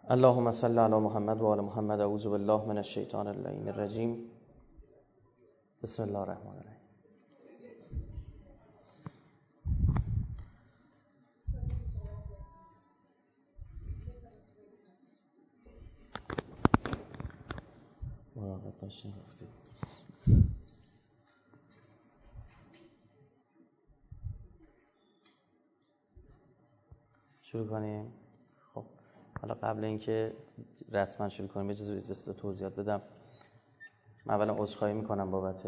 اللهم صل علی محمد و آل محمد. اعوذ بالله من الشیطان اللعین الرجیم. بسم الله الرحمن الرحیم. مراقب باشین. شروع کنیم. خب حالا قبل اینکه رسما شروع کنیم اجازه توضیحات بدم. من اولا عذرخواهی میکنم بابت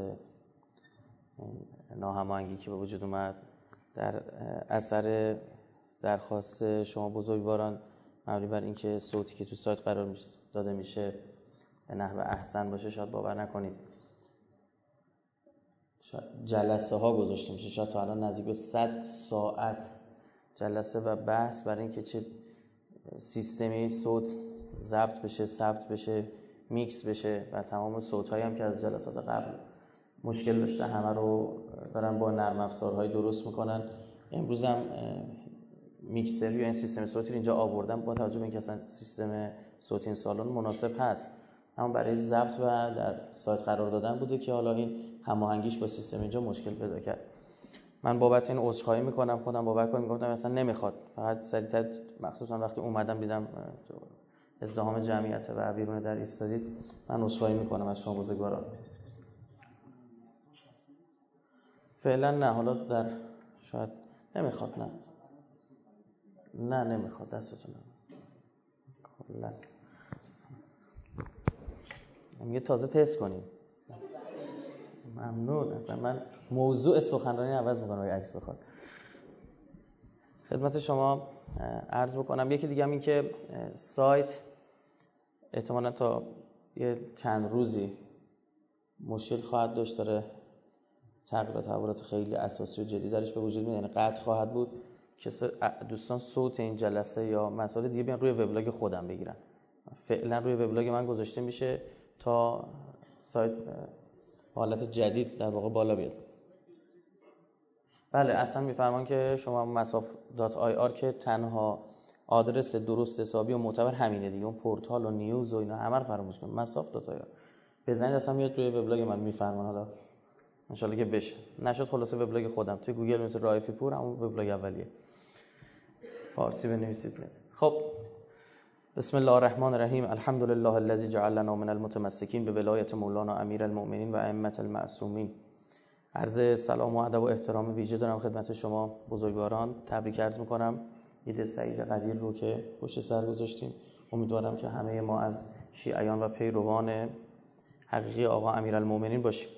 ناهماهنگی که به وجود اومد در اثر درخواست شما بزرگواران مبنی بر اینکه صوتی که تو سایت قرار داده میشه به نحو احسن باشه. شاید باور نکنید جلسه ها گذاشته میشه، شاید تا الان نزدیک به 100 ساعت جلسه و بحث برای اینکه چه سیستمی صوت ضبط بشه، ثبت بشه، میکس بشه و تمام صوت‌هایی هم که از جلسات قبل مشکل داشته همه رو دارن با نرم افزارهای درست میکنن. امروز هم میکسر یا این سیستم صوتی رو اینجا آوردم با توجه به اینکه اصلا سیستم صوتی این سالن مناسب هست، اما برای ضبط و در سایت قرار دادن بوده که حالا این هماهنگیش با سیستم اینجا مشکل پیدا کرد. من بابت این عذرخواهی میکنم. خودم باور کنم میگفتم اصلا نمیخواد، فقط سریعتر مخصوصا وقتی اومدم دیدم ازدحام جمعیت و بیرون در ایستادید، من عذرخواهی میکنم از شما بزرگواران. فعلا نه، حالا در شاید نمیخواد. نه نمیخواد، دستتون کلا میگه تازه تست کنیم. ممنون. اصلا من موضوع سخنرانی عوض میکنم اگه عکس بخواد. خدمت شما عرض بکنم یکی دیگه هم این که سایت احتمالاً تا یه چند روزی مشکل خواهد داشت، داره تغییرات خیلی اساسی و جدی درش به وجود میاد، یعنی قطع خواهد بود. که دوستان صوت این جلسه یا مسائل دیگه بیان روی وبلاگ خودم بگیرن. فعلا روی وبلاگ من گذاشته میشه تا سایت حالت جدید در واقع بالا بیاد. بله اصلا میفرمان که شما masaf.ir که تنها آدرس درست حسابی و معتبر همینه دیگه، اون پورتال و نیوز و اینا همه رو فراموش کنید. masaf.ir بزنید اصلا میاد روی وبلاگ من میفرمان. حالا ان شاء الله که بشه، نشد خلاصه وبلاگ خودم توی گوگل مثل رایفی پور، همون وبلاگ اولیه فارسی بنویسید. خب بسم الله الرحمن الرحیم. الحمد لله الذی جعلنا من المتمسکین به ولایت مولانا امیر المؤمنین و ائمه المعصومین. عرض سلام و ادب و احترام ویژه دارم خدمت شما بزرگواران. تبریک عرض میکنم عید سعید قدیر رو که پشت سر گذاشتیم. امیدوارم که همه ما از شیعیان و پیروان حقیقی آقا امیرالمومنین باشیم.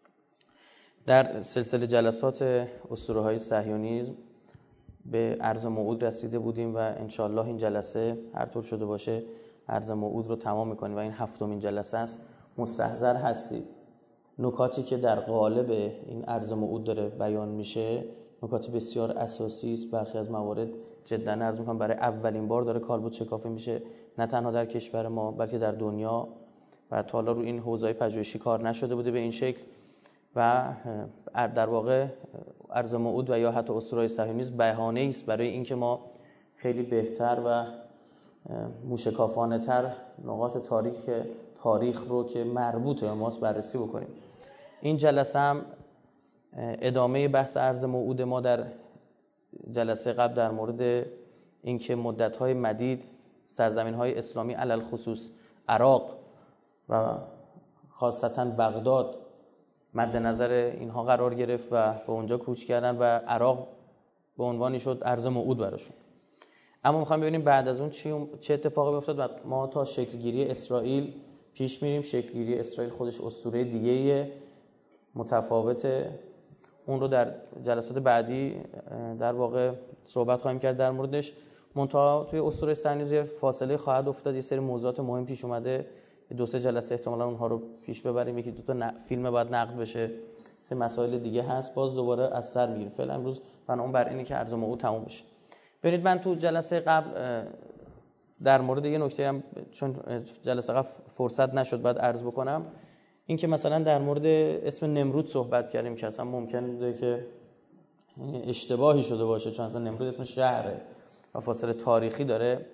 در سلسله جلسات اسطوره‌های صهیونیسم به عرض موعود رسیده بودیم و انشالله این جلسه هر طور شده باشه عرض موعود رو تمام میکنیم و این 7مین جلسه است. مستحضر هستید نکاتی که در قالب این عرض موعود داره بیان میشه نکات بسیار اساسی است. برخی از موارد جدا عرض میکنم برای اولین بار داره کالبد شکافی میشه، نه تنها در کشور ما بلکه در دنیا، و تا حالا رو این حوزه‌های پژوهشی کار نشده بوده به این شکل. و در واقع عرض موعود و یا حتی اسطوره‌های صهیونیسم بهانه‌ای است برای اینکه ما خیلی بهتر و موشکافانه‌تر نقاط تاریخ رو که مربوط به ماست بررسی بکنیم. این جلسه هم ادامه بحث عرض موعود ما در جلسه قبل در مورد اینکه مدت‌های مدید سرزمین‌های اسلامی علل خصوص عراق و خاصتاً بغداد مد نظر اینها قرار گرفت و به اونجا کوچ کردن و عراق به عنوانی شد عرض موعود براشون. اما میخوایم ببینیم بعد از اون چه اتفاقی افتاد و ما تا شکلگیری اسرائیل پیش میریم. شکلگیری اسرائیل خودش اسطوره دیگه‌ایه متفاوته، اون رو در جلسات بعدی در واقع صحبت خواهیم کرد در موردش. منتها توی اسطوره صهیونیسم فاصله خواهد افتاد، یه سری موضوعات مهم پیش اومده، 2-3 جلسه احتمالاً اونها رو پیش ببریم. یکی 2 تا فیلم باید نقد بشه، سه مسائل دیگه هست، باز دوباره از سر میگیریم. فعلا امروز بنا بر اینه که عرض موعود تموم بشه. ببینید من تو جلسه قبل در مورد یه نکته هم چون جلسه قبل فرصت نشد بعد عرض بکنم، این که مثلا در مورد اسم نمرود صحبت کردیم که اصلا ممکن بوده که اشتباهی شده باشه، چون اصلا نمرود اسم شهره و فاصله تاریخی داره.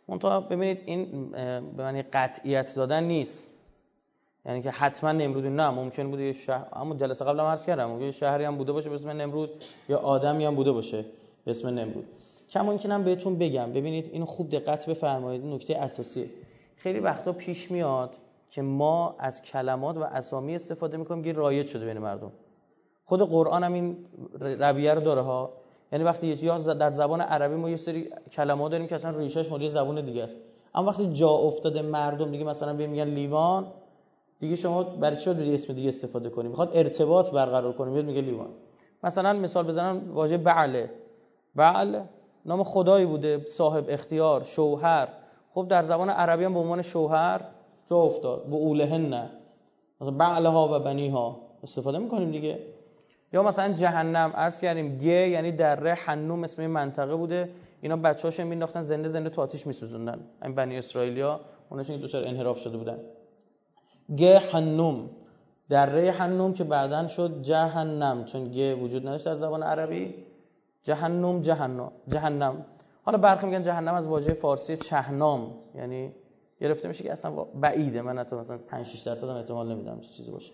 منتها ببینید این به معنی قطعیت دادن نیست، یعنی که حتما نمرود، نه ممکن بود یه شهر، اما جلسه قبل هم عرض کردم یه شهری هم بوده باشه به اسم نمرود یا آدمی هم بوده باشه به اسم نمرود. کما اینکه من بهتون بگم، ببینید اینو خوب دقت بفرمایید، نکته اساسیه. خیلی وقتا پیش میاد که ما از کلمات و اسامی استفاده میکنیم که رایج شده بین مردم. خود قرآن هم این رویه رو داره ها، یعنی وقتی یا در زبان عربی ما یه سری کلمات داریم که اصلا ریشش مال زبان دیگه است، اما وقتی جا افتاده مردم دیگه مثلا میگن لیوان، دیگه شما برای چی باید اسم دیگه استفاده کنیم؟ میخواد ارتباط برقرار کنه میاد میگه لیوان. مثلا مثال بزنم، واژه بعل، بعل نام خدایی بوده، صاحب اختیار، شوهر. خب در زبان عربی هم به عنوان شوهر جا افتاد، بعولهن، مثلا بعلها و بنیها استفاده میکنیم دیگه. یا مثلا جهنم عرض کردیم، گه یعنی دره، حنوم اسم این منطقه بوده، اینا بچه‌هاش مینداختن زنده زنده تو آتیش میسوزوندن، این بنی اسرائیلیا اوناشون دچار انحراف شده بودن. گه حنوم، دره حنوم که بعدن شد جهنم، چون گه وجود نداشت در زبان عربی. جهنم، جهنم. حالا برخی میگن جهنم از واژه فارسی چهنام یعنی گرفته میشه، که اصلا بعیده، من حتی مثلا 5-6% هم احتمال نمیدم چیزی باشه.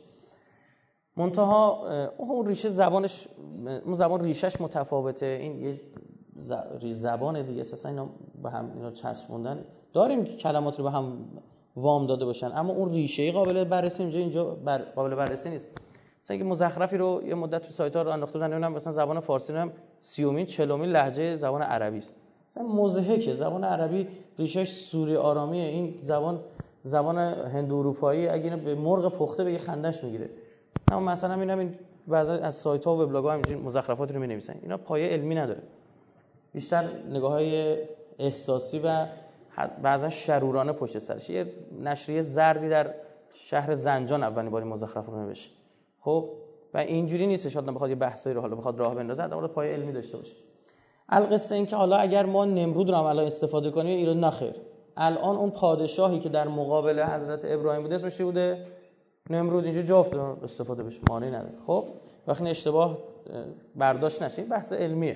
منتها اون ریشه زبانش، اون زبان ریشش متفاوته، این یه زبان دیگه، اساسا اینا به هم اینا چسبوندن، داریم که کلمات رو به هم وام داده باشن، اما اون ریشه قابل بررسی اینجا قابل بررسی نیست. مثلا اینکه مزخرفی رو یه مدت تو سایت‌ها رو انداخته بودن، نمیدونم مثلا زبان فارسی رو هم 30 40 لهجه زبان عربی است. مثلا مضحکه، زبان عربی ریشش سوری آرامیه، این زبان هند اروپایی اگه اینو به مرغ پخته بگه خندش میگیره. اما مثلا میبینم این بعضی از سایت‌ها و وبلاگ‌ها همین مزخرفات رو می‌نویسن، اینا پایه علمی نداره، بیشتر نگاه‌های احساسی و بعضا شرورانه پشت سرش. یه نشریه زردی در شهر زنجان اولین بار مزخرف رو نوشت. خب و اینجوری نیستش آدم بخواد یه بحثایی رو حالا بخواد راه بندازه، در مورد پایه علمی داشته باشه. القصه این که حالا اگر ما نمرود رو هم الان استفاده کنیم ایراد نخیر. الان اون پادشاهی که در مقابل حضرت ابراهیم بوده اسمش چی بوده؟ نمرود. اینجا جا افتاد استفاده بشه، مانعی نداره. خب وقتی اشتباه برداشت نشه، بحث علمیه.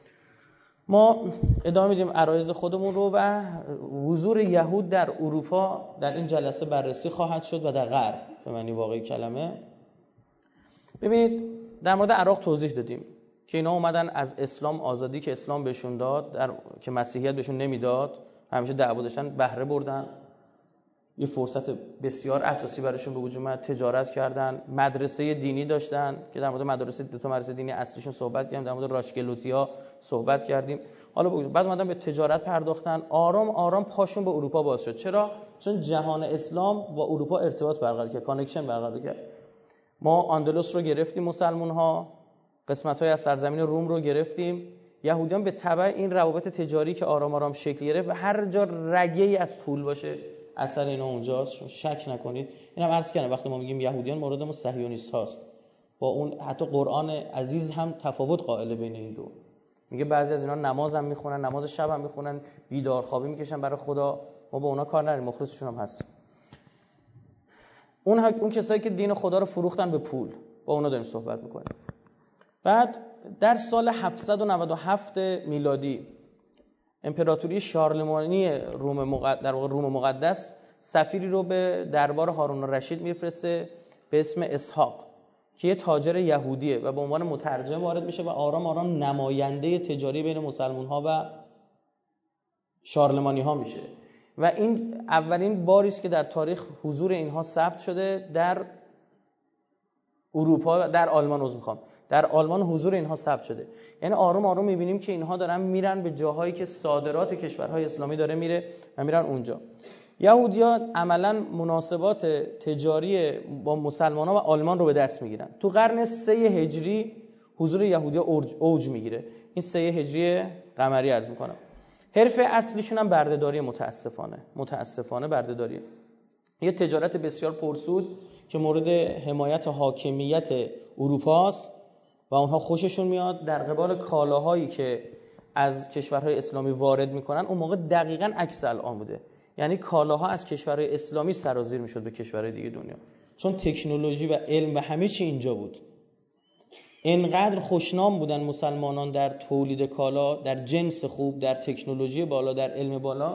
ما ادامه میدیم عرایض خودمون رو و حضور یهود در اروپا در این جلسه بررسی خواهد شد و در غرب به معنی واقعی کلمه. ببینید در مورد عراق توضیح دادیم که اینا اومدن از اسلام، آزادی که اسلام بهشون داد که مسیحیت بهشون نمیداد، همیشه دعوا داشتن، بهره بردن، یه فرصت بسیار اساسی براشون به وجود اومد، تجارت کردن، مدرسه دینی داشتن که در مورد دو تا مدرسه دینی اصلیشون صحبت کردیم، در مورد راشکلوتیا صحبت کردیم. حالا بعد اومدن به تجارت پرداختن، آرام آرام پاشون به اروپا باز شد. چرا؟ چون جهان اسلام با اروپا ارتباط برقرار کرد، کانکشن برقرار کرد. ما اندلس رو گرفتیم، مسلمان‌ها قسمت‌های از سرزمین روم رو گرفتیم، یهودیان به تبع این روابط تجاری که آرام آرام شکل گرفت و هر جا رگه‌ای از پول باشه اثر اینا اونجاست. شما شک نکنید. اینم عرض کردم وقتی ما میگیم یهودیان موردمون صهیونیست هاست، با اون حتی قرآن عزیز هم تفاوت قائل بین این دو. میگه بعضی از اینا نماز هم میخونن، نماز شب هم میخونن، بیدار خوابی میکشن برای خدا، ما با اونا کار نداریم، مخلصشون هم هست. اون کسایی که دین خدا رو فروختن به پول، با اونا داریم صحبت میکنیم. بعد در سال 797 میلادی امپراتوری شارلمانی در واقع روم مقدس سفیری رو به دربار هارون الرشید میفرسته به اسم اسحاق که یه تاجر یهودیه و به عنوان مترجم وارد میشه و آرام آرام نماینده تجاری بین مسلمان ها و شارلمانی ها میشه. و این اولین باری است که در تاریخ حضور اینها ثبت شده در اروپا، در آلمان حضور اینها ثبت شده. یعنی آروم آروم میبینیم که اینها دارن میرن به جاهایی که صادرات کشورهای اسلامی داره میره و میرن اونجا. یهودی‌ها عملاً مناسبات تجاری با مسلمان‌ها و آلمان رو به دست میگیرن. تو قرن 3 هجری حضور یهودی‌ها اوج میگیره. این 3 هجری قمری عرض میکنم. حرفه اصلیشون هم بردهداری، متاسفانه بردهداریه. یه تجارت بسیار پرسود که مورد حمایت حاکمیت اروپاست و اونها خوششون میاد. در قبال کالاهایی که از کشورهای اسلامی وارد میکنن اون موقع دقیقاً عکس الان بوده، یعنی کالاها از کشورهای اسلامی سرازیر میشد به کشورهای دیگه دنیا، چون تکنولوژی و علم و همه چی اینجا بود. اینقدر خوشنام بودن مسلمانان در تولید کالا، در جنس خوب، در تکنولوژی بالا، در علم بالا،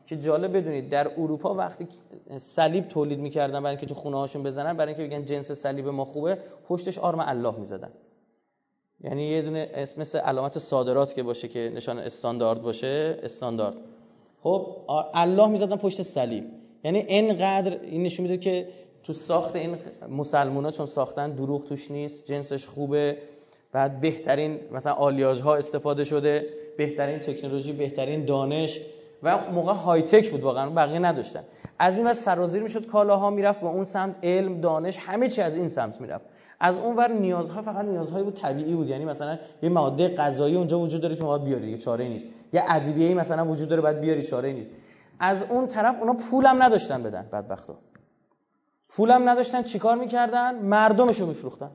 که جالب بدونید در اروپا وقتی صلیب تولید می‌کردن برای اینکه تو خونه‌هاشون بزنن، برای اینکه بگن جنس صلیب ما خوبه، پشتش آرم الله می‌زدن. یعنی یه دونه اسم مثل علامت صادرات که باشه که نشان استاندارد باشه، استاندارد، خب الله می‌زدن پشت صلیب. یعنی اینقدر این نشون میده که تو ساخت این مسلمونا چون ساختن دروغ توش نیست، جنسش خوبه، بعد بهترین مثلا آلیاژها استفاده شده، بهترین تکنولوژی، بهترین دانش و موقع های تک بود واقعا، بقیه نداشتن. از این ور سرازیر میشد کالاها میرفت با اون سمت، علم، دانش، همه چی از این سمت میرفت. از اون ور نیازها فقط نیازهایی بود طبیعی بود. یعنی مثلا یه ماده غذایی اونجا وجود داره که باید بیاری، یه چاره‌ای نیست. یه ادویه‌ای مثلا وجود داره باید بیاری، چاره‌ای نیست. از اون طرف اونا پولم نداشتن بدن، بدبختا. پولم نداشتن، چیکار میکردن؟ مردمشو میفروختن.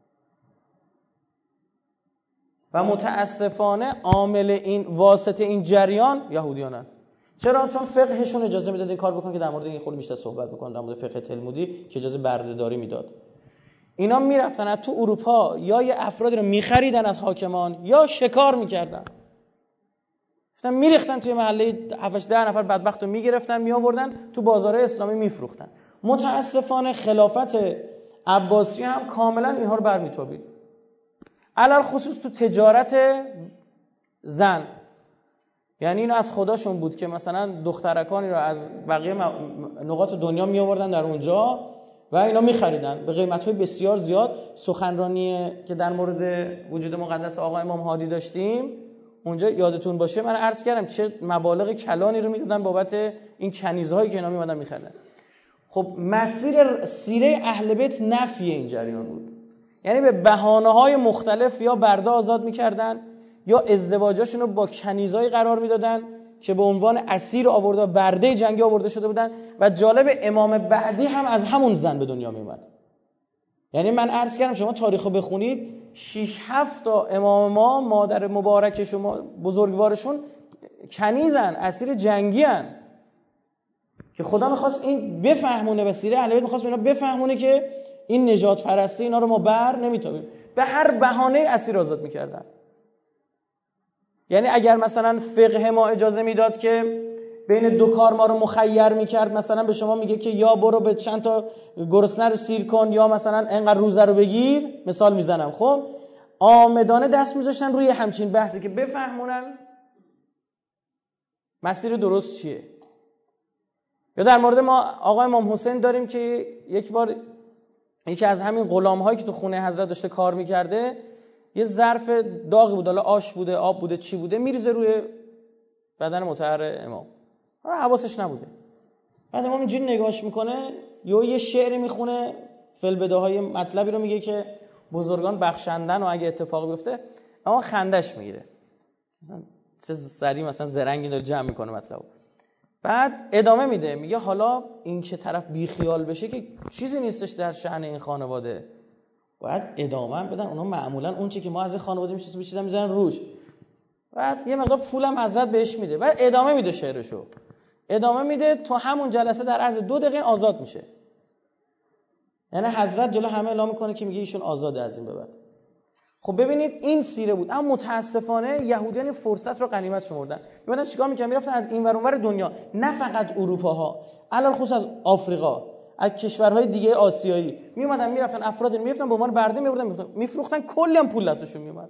و متاسفانه عامل این واسطه این جریان یهودیانن. چرا؟ چون فقهشون اجازه میداد این کار بکن، که در مورد این خیلی بیشتر صحبت میکنن، در مورد فقه تلمودی که اجازه بردهداری میداد. اینا میرفتن از تو اروپا یا یه افرادی رو میخریدن از حاکمان یا شکار میکردن. گفتن میریختن توی محله 7-10 نفر بدبخت رو میگرفتن میآوردن تو بازارهای اسلامی میفروختن. متاسفانه خلافت عباسی هم کاملا اینها رو برمیتابید. علل خصوص تو تجارت زن. یعنی این از خداشون بود که مثلا دخترکانی رو از بقیه نقاط دنیا می آوردن در اونجا و اینا می خریدن به قیمت‌های بسیار زیاد. سخنرانی که در مورد وجود مقدس آقا امام هادی داشتیم اونجا یادتون باشه من عرض کردم چه مبالغ کلانی رو میدادن بابت این کنیزهایی که اینا میومدن می‌خریدن. خب مسیر سیره اهل بیت نفی این جریان بود. یعنی به بهانه‌های مختلف یا برده آزاد می‌کردن یا ازدواجاشون رو با کنیزایی قرار میدادن که به عنوان اسیر آورده، برده جنگی آورده شده بودن. و جالب امام بعدی هم از همون زن به دنیا می اومد. یعنی من عرض کردم شما تاریخو بخونید 6-7 تا امام ما مادر مبارک شما بزرگوارشون کنیزن، اسیر جنگی ان که خدا میخواست این بفهمونه و سیره اهل بیت میخواست اینا بفهمونه که این نجات پرستی اینا رو ما بر نمیتابیم. به هر بهانه اسیر آزاد میکردن. یعنی اگر مثلا فقه ما اجازه میداد که بین دو کار ما رو مخیر میکرد، مثلا به شما میگه که یا برو به چند تا گرسنه رو سیر کن یا مثلا انقدر روزه رو بگیر، مثال میزنم، خب آمدانه دست میذاشتن روی همچین بحثی که بفهمونن مسیر درست چیه. یا در مورد ما آقا امام حسین داریم که یک بار یکی از همین غلام‌هایی که تو خونه حضرت داشته کار میکرده یه ظرف داغی بود، حالا آش بوده، آب بوده، چی بوده، میریزه روی بدن مطهر امام. حواسش نبوده. بعد امام اینجوری نگاهش میکنه، یه شعری میخونه، فلبداهای مطلبی رو میگه که بزرگان بخشندن و اگه اتفاقی بیفته، اما خندش میگیره. مثلا چه سری مثلا زرنگی داره جمع میکنه مطلبو. بعد ادامه میده، میگه حالا این که طرف بیخیال بشه که چیزی نیستش در شأن این خانواده. باید ادامه بدن. اونا معمولا اون چی که ما از این خانواده میشیم چیزا میذارن روش. بعد یه مقدار پولم حضرت بهش میده. بعد ادامه میده شعرشو. ادامه میده تو همون جلسه در عرض 2 دقیقه آزاد میشه. یعنی حضرت جلو همه اعلام میکنه که میگه ایشون آزاده از این به بعد. خب ببینید این سیره بود. اما متاسفانه یهودیان فرصت رو غنیمت شمردن. میبودن چیکار میکنن؟ میرفتن از این ور اون ور دنیا، نه فقط اروپا ها، علل خصوص از آفریقا، از کشورهای دیگه آسیایی میومدن، میرفتن افراد میرفتن به عنوان برده میوردن میفروختن، کلی هم پول دستشون میومد.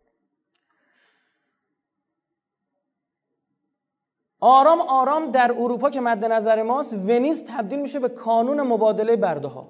آرام آرام در اروپا که مد نظر ماست، ونیز تبدیل میشه به کانون مبادله برده ها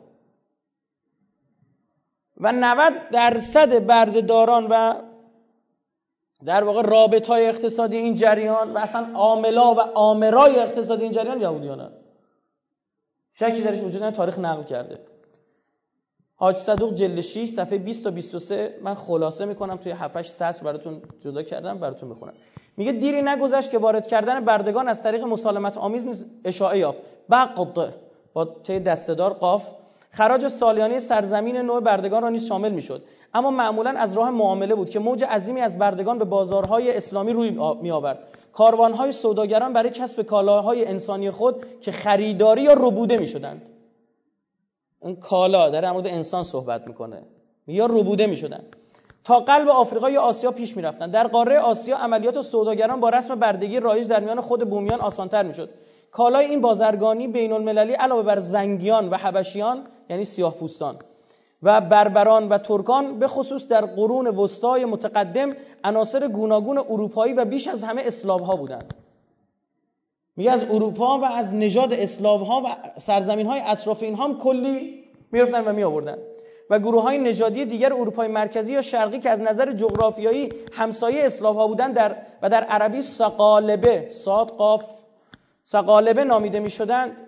و 90% بردهداران و در واقع رابطهای اقتصادی این جریان و اصلا عاملا و آمرای اقتصادی این جریان یهودیانن. شکی درش وجود نداره، تاریخ نقل کرده. حاج صدوق جلد 6 صفحه 20 تا 23 من خلاصه میکنم، توی 7-8 سطر براتون جدا کردم، براتون میخونم. میگه دیری نگذشت که وارد کردن بردگان از طریق مسالمت آمیز اشاعه یافت. بقد با ته دسته‌دار قاف خراج سالیانه سرزمین نوع بردگان را نیز شامل میشد، اما معمولا از راه معامله بود که موج عظیمی از بردگان به بازارهای اسلامی روی می آورد. کاروانهای سوداگران برای کسب کالاهای انسانی خود که خریداری یا ربوده میشدند. این کالا در مورد انسان صحبت میکنه، یا ربوده میشدند. تا قلب آفریقا یا آسیا پیش می‌رفتند. در قاره آسیا عملیات سوداگران با رسم بردگی رایج در میان خود بومیان آسان‌تر می‌شد. کالای این بازرگانی بین‌المللی علاوه بر زنگیان و حبشیان یعنی سیاه‌پوستان و بربران و ترکان به خصوص در قرون وسطای متقدم عناصر گوناگون اروپایی و بیش از همه اسلاوها بودند. میگه از اروپا و از نژاد اسلاوها و سرزمین‌های اطراف اینها هم کلی میرفتن و میآوردن و گروه‌های نژادی دیگر اروپای مرکزی یا شرقی که از نظر جغرافیایی همسایه اسلاوها بودند در عربی سقالبه صاد قاف سقالبه نامیده می‌شدند.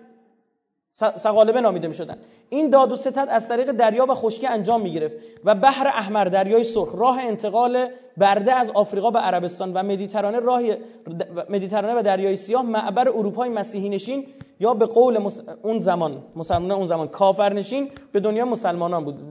این داد و ستد از طریق دریا و خشکی انجام می‌گرفت و بحر احمر، دریای سرخ، راه انتقال برده از آفریقا به عربستان و مدیترانه و دریای سیاه معبر اروپای مسیحی نشین یا به قول مسلمانان اون زمان کافرنشین به دنیا مسلمانان بود.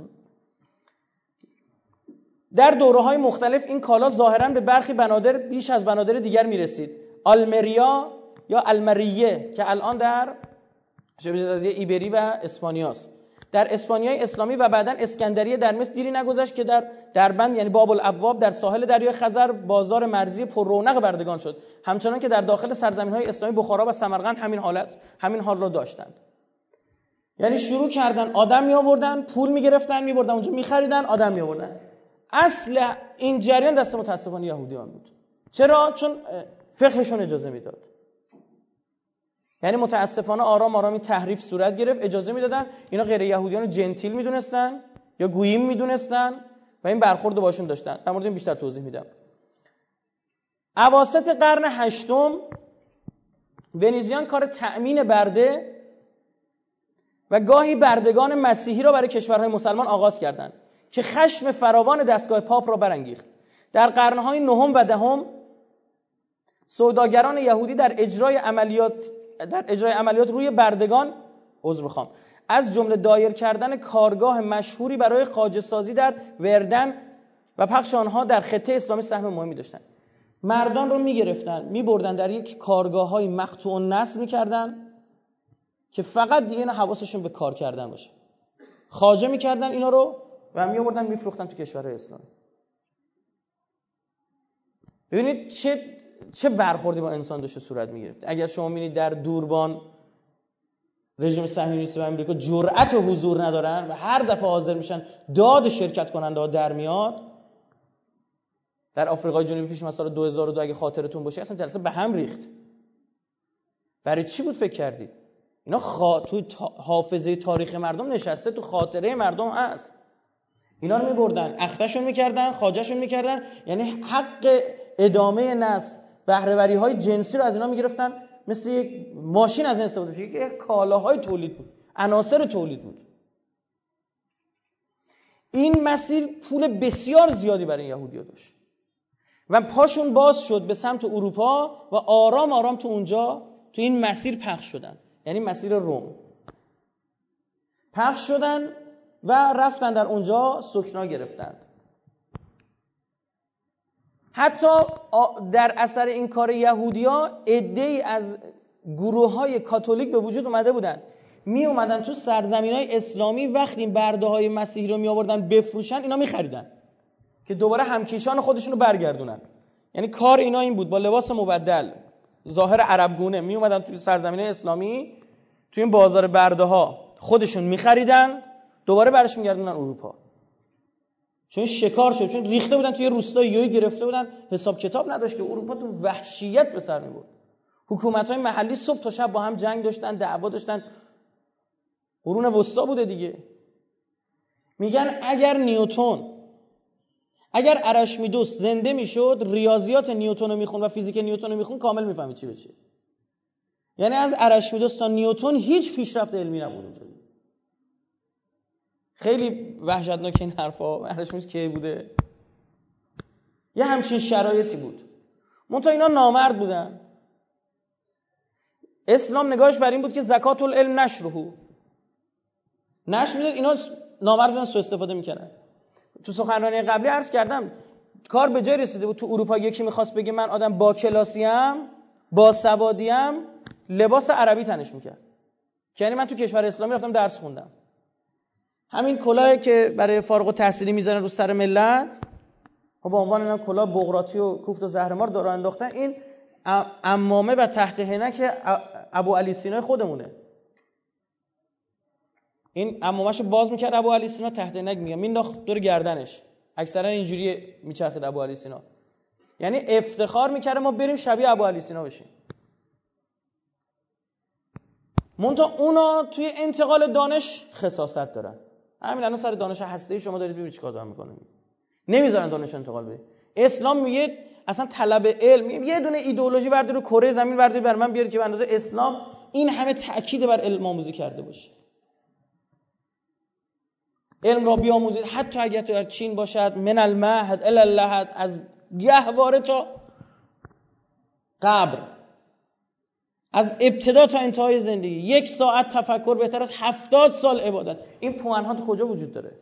در دوره‌های مختلف این کالا ظاهراً به برخی بنادر بیش از بنادر دیگر می‌رسید. آلمریا یا المریه که الان در شبه جزیره ایبری و اسپانیاست. در اسپانیای اسلامی و بعداً اسکندریه در مصر دیری نگذشت که در دربند یعنی باب الابواب در ساحل دریای خزر بازار مرزی پر رونق بردگان شد. همچنان که در داخل سرزمین‌های اسلامی بخارا و سمرقند همین حال را داشتند. یعنی شروع کردن آدم میآوردن، پول میگرفتن، میبردن اونجا میخریدن، آدم میآوردن. اصل این جریان دست متاسفانه یهودیان بود. چرا؟ چون فقهشون اجازه میداد. یعنی متاسفانه آرام آرامی تحریف صورت گرفت، اجازه میدادن اینا غیر یهودیان رو جنتیل میدونستن یا گوییم میدونستن و این برخورد رو باشون داشتن. در مورد این بیشتر توضیح میدم. اواسط قرن هشتم ونیزیان کار تأمین برده و گاهی بردگان مسیحی را برای کشورهای مسلمان آغاز کردند که خشم فراوان دستگاه پاپ را برانگیخت. در قرنهای نهم و دهم سوداگران یهودی در اجرای عملیات روی بردگان از جمله دایر کردن کارگاه مشهوری برای خواجه سازی در وردن و پخش آنها در خطه اسلامی سهم مهمی داشتند. مردان رو میگرفتن میبردن در یک کارگاه‌های مقطوع النسل میکردن که فقط دیگه اینا حواسشون به کار کردن باشه. خواجه میکردن اینا رو و میآوردن میفروختن تو کشورهای اسلامی. ببینید چه برخوردی با انسان داشته صورت میگرفت. اگر شما می‌بینید در دوربان رژیم صهیونیستی و آمریکا جرأت حضور ندارن و هر دفعه حاضر میشن داد شرکت کننده ها در میاد، در آفریقای جنوبی پیش مثلا 2002 اگه خاطرتون باشه اصلا جلسه به هم ریخت. برای چی بود فکر کردید؟ اینا تو حافظه تاریخ مردم نشسته، تو خاطره مردم هست. اینا رو می‌بردن اختشون می‌کردن، خواجهشون می‌کردن، یعنی حق ادامه نسل، بهره‌وری‌های جنسی رو از اینا می‌گرفتن، مثل یک ماشین از این استفاده می‌شد. یک کالاهای تولید بود، عناصر تولید بود. این مسیر پول بسیار زیادی برای یهودی‌ها داشت و پاشون باز شد به سمت اروپا و آرام آرام تو این مسیر پخش شدن، یعنی مسیر روم پخش شدن و رفتن در اونجا سکنا گرفتند. حتی در اثر این کار یهودی‌ها عده‌ای از گروه‌های کاتولیک به وجود اومده بودن، می اومدن تو سرزمین‌های اسلامی وقتی این برده‌های مسیحی رو می آوردن بفروشن اینا می خریدن که دوباره همکیشان خودشون رو برگردونن. یعنی کار اینا این بود، با لباس مبدل ظاهر عربگونه می اومدن تو سرزمین‌های اسلامی، تو این بازار برده‌ها خودشون می خریدن، دوباره برش میگردونن اروپا. چون شکار شد، چون ریخته بودن توی روستای یوی گرفته بودن، حساب کتاب نداشت که اروپا تو وحشیت به سر میبرد. حکومت‌های محلی صبح تا شب با هم جنگ داشتن، دعوا داشتن. قرون وسطا بوده دیگه. میگن اگر ارشمیدس زنده میشد، ریاضیات نیوتن رو میخوند و فیزیک نیوتن رو میخوند، کامل میفهمید چی بشه. یعنی از ارشمیدس تا نیوتن هیچ پیشرفت علمی نبود اونجا. خیلی وحشتناک این حرفا. ارشمیدس کی بوده؟ یه همچین شرایطی بود. منتها اینا نامرد بودن. اسلام نگاهش بر این بود که زکات العلم نشر میداد، اینا نامرد بودن، سوء استفاده میکردن. تو سخنرانی قبلی عرض کردم کار به جای رسیده بود تو اروپا یکی میخواست بگه من آدم با کلاسیم، با سوادیم، لباس عربی تنش میکرد. یعنی من تو کشور اسلامی رفتم درس خوندم، همین کلاهی که برای فارغ التحصیلی میذارن رو سر ملت با عنوان اینا کلاه بقراطی و کوفت و زهرمار دور انداختن. این عمامه و تحت حنک ابو علی سینا خودمونه. این عمامه‌شو باز میکرد ابو علی سینا، تحت حنک مینداخت دور گردنش. اکثرا اینجوری میچرخید ابو علی سینا. یعنی افتخار میکرد ما بریم شبیه ابو علی سینا بشیم. منتها اونا توی انتقال دانش خساست دارن. همین الان سر دانش هسته‌ای شما دارید ببینید چیکار دارن میکنن. نمیذارن دانش انتقال بده. اسلام میگه اصلا طلب علم، میگه یه دونه ایدئولوژی بردار رو کره زمین بردار بر من بیارید که به اندازه اسلام این همه تأکید بر علم آموزی کرده باشه. علم را بیاموزید حتی اگر تو در چین باشد، من المهد الی اللحد، از گهواره تا قبر، از ابتدا تا انتهای زندگی. 1 ساعت تفکر بهتر از 70 سال عبادت. این پوان‌ها تو کجا وجود داره؟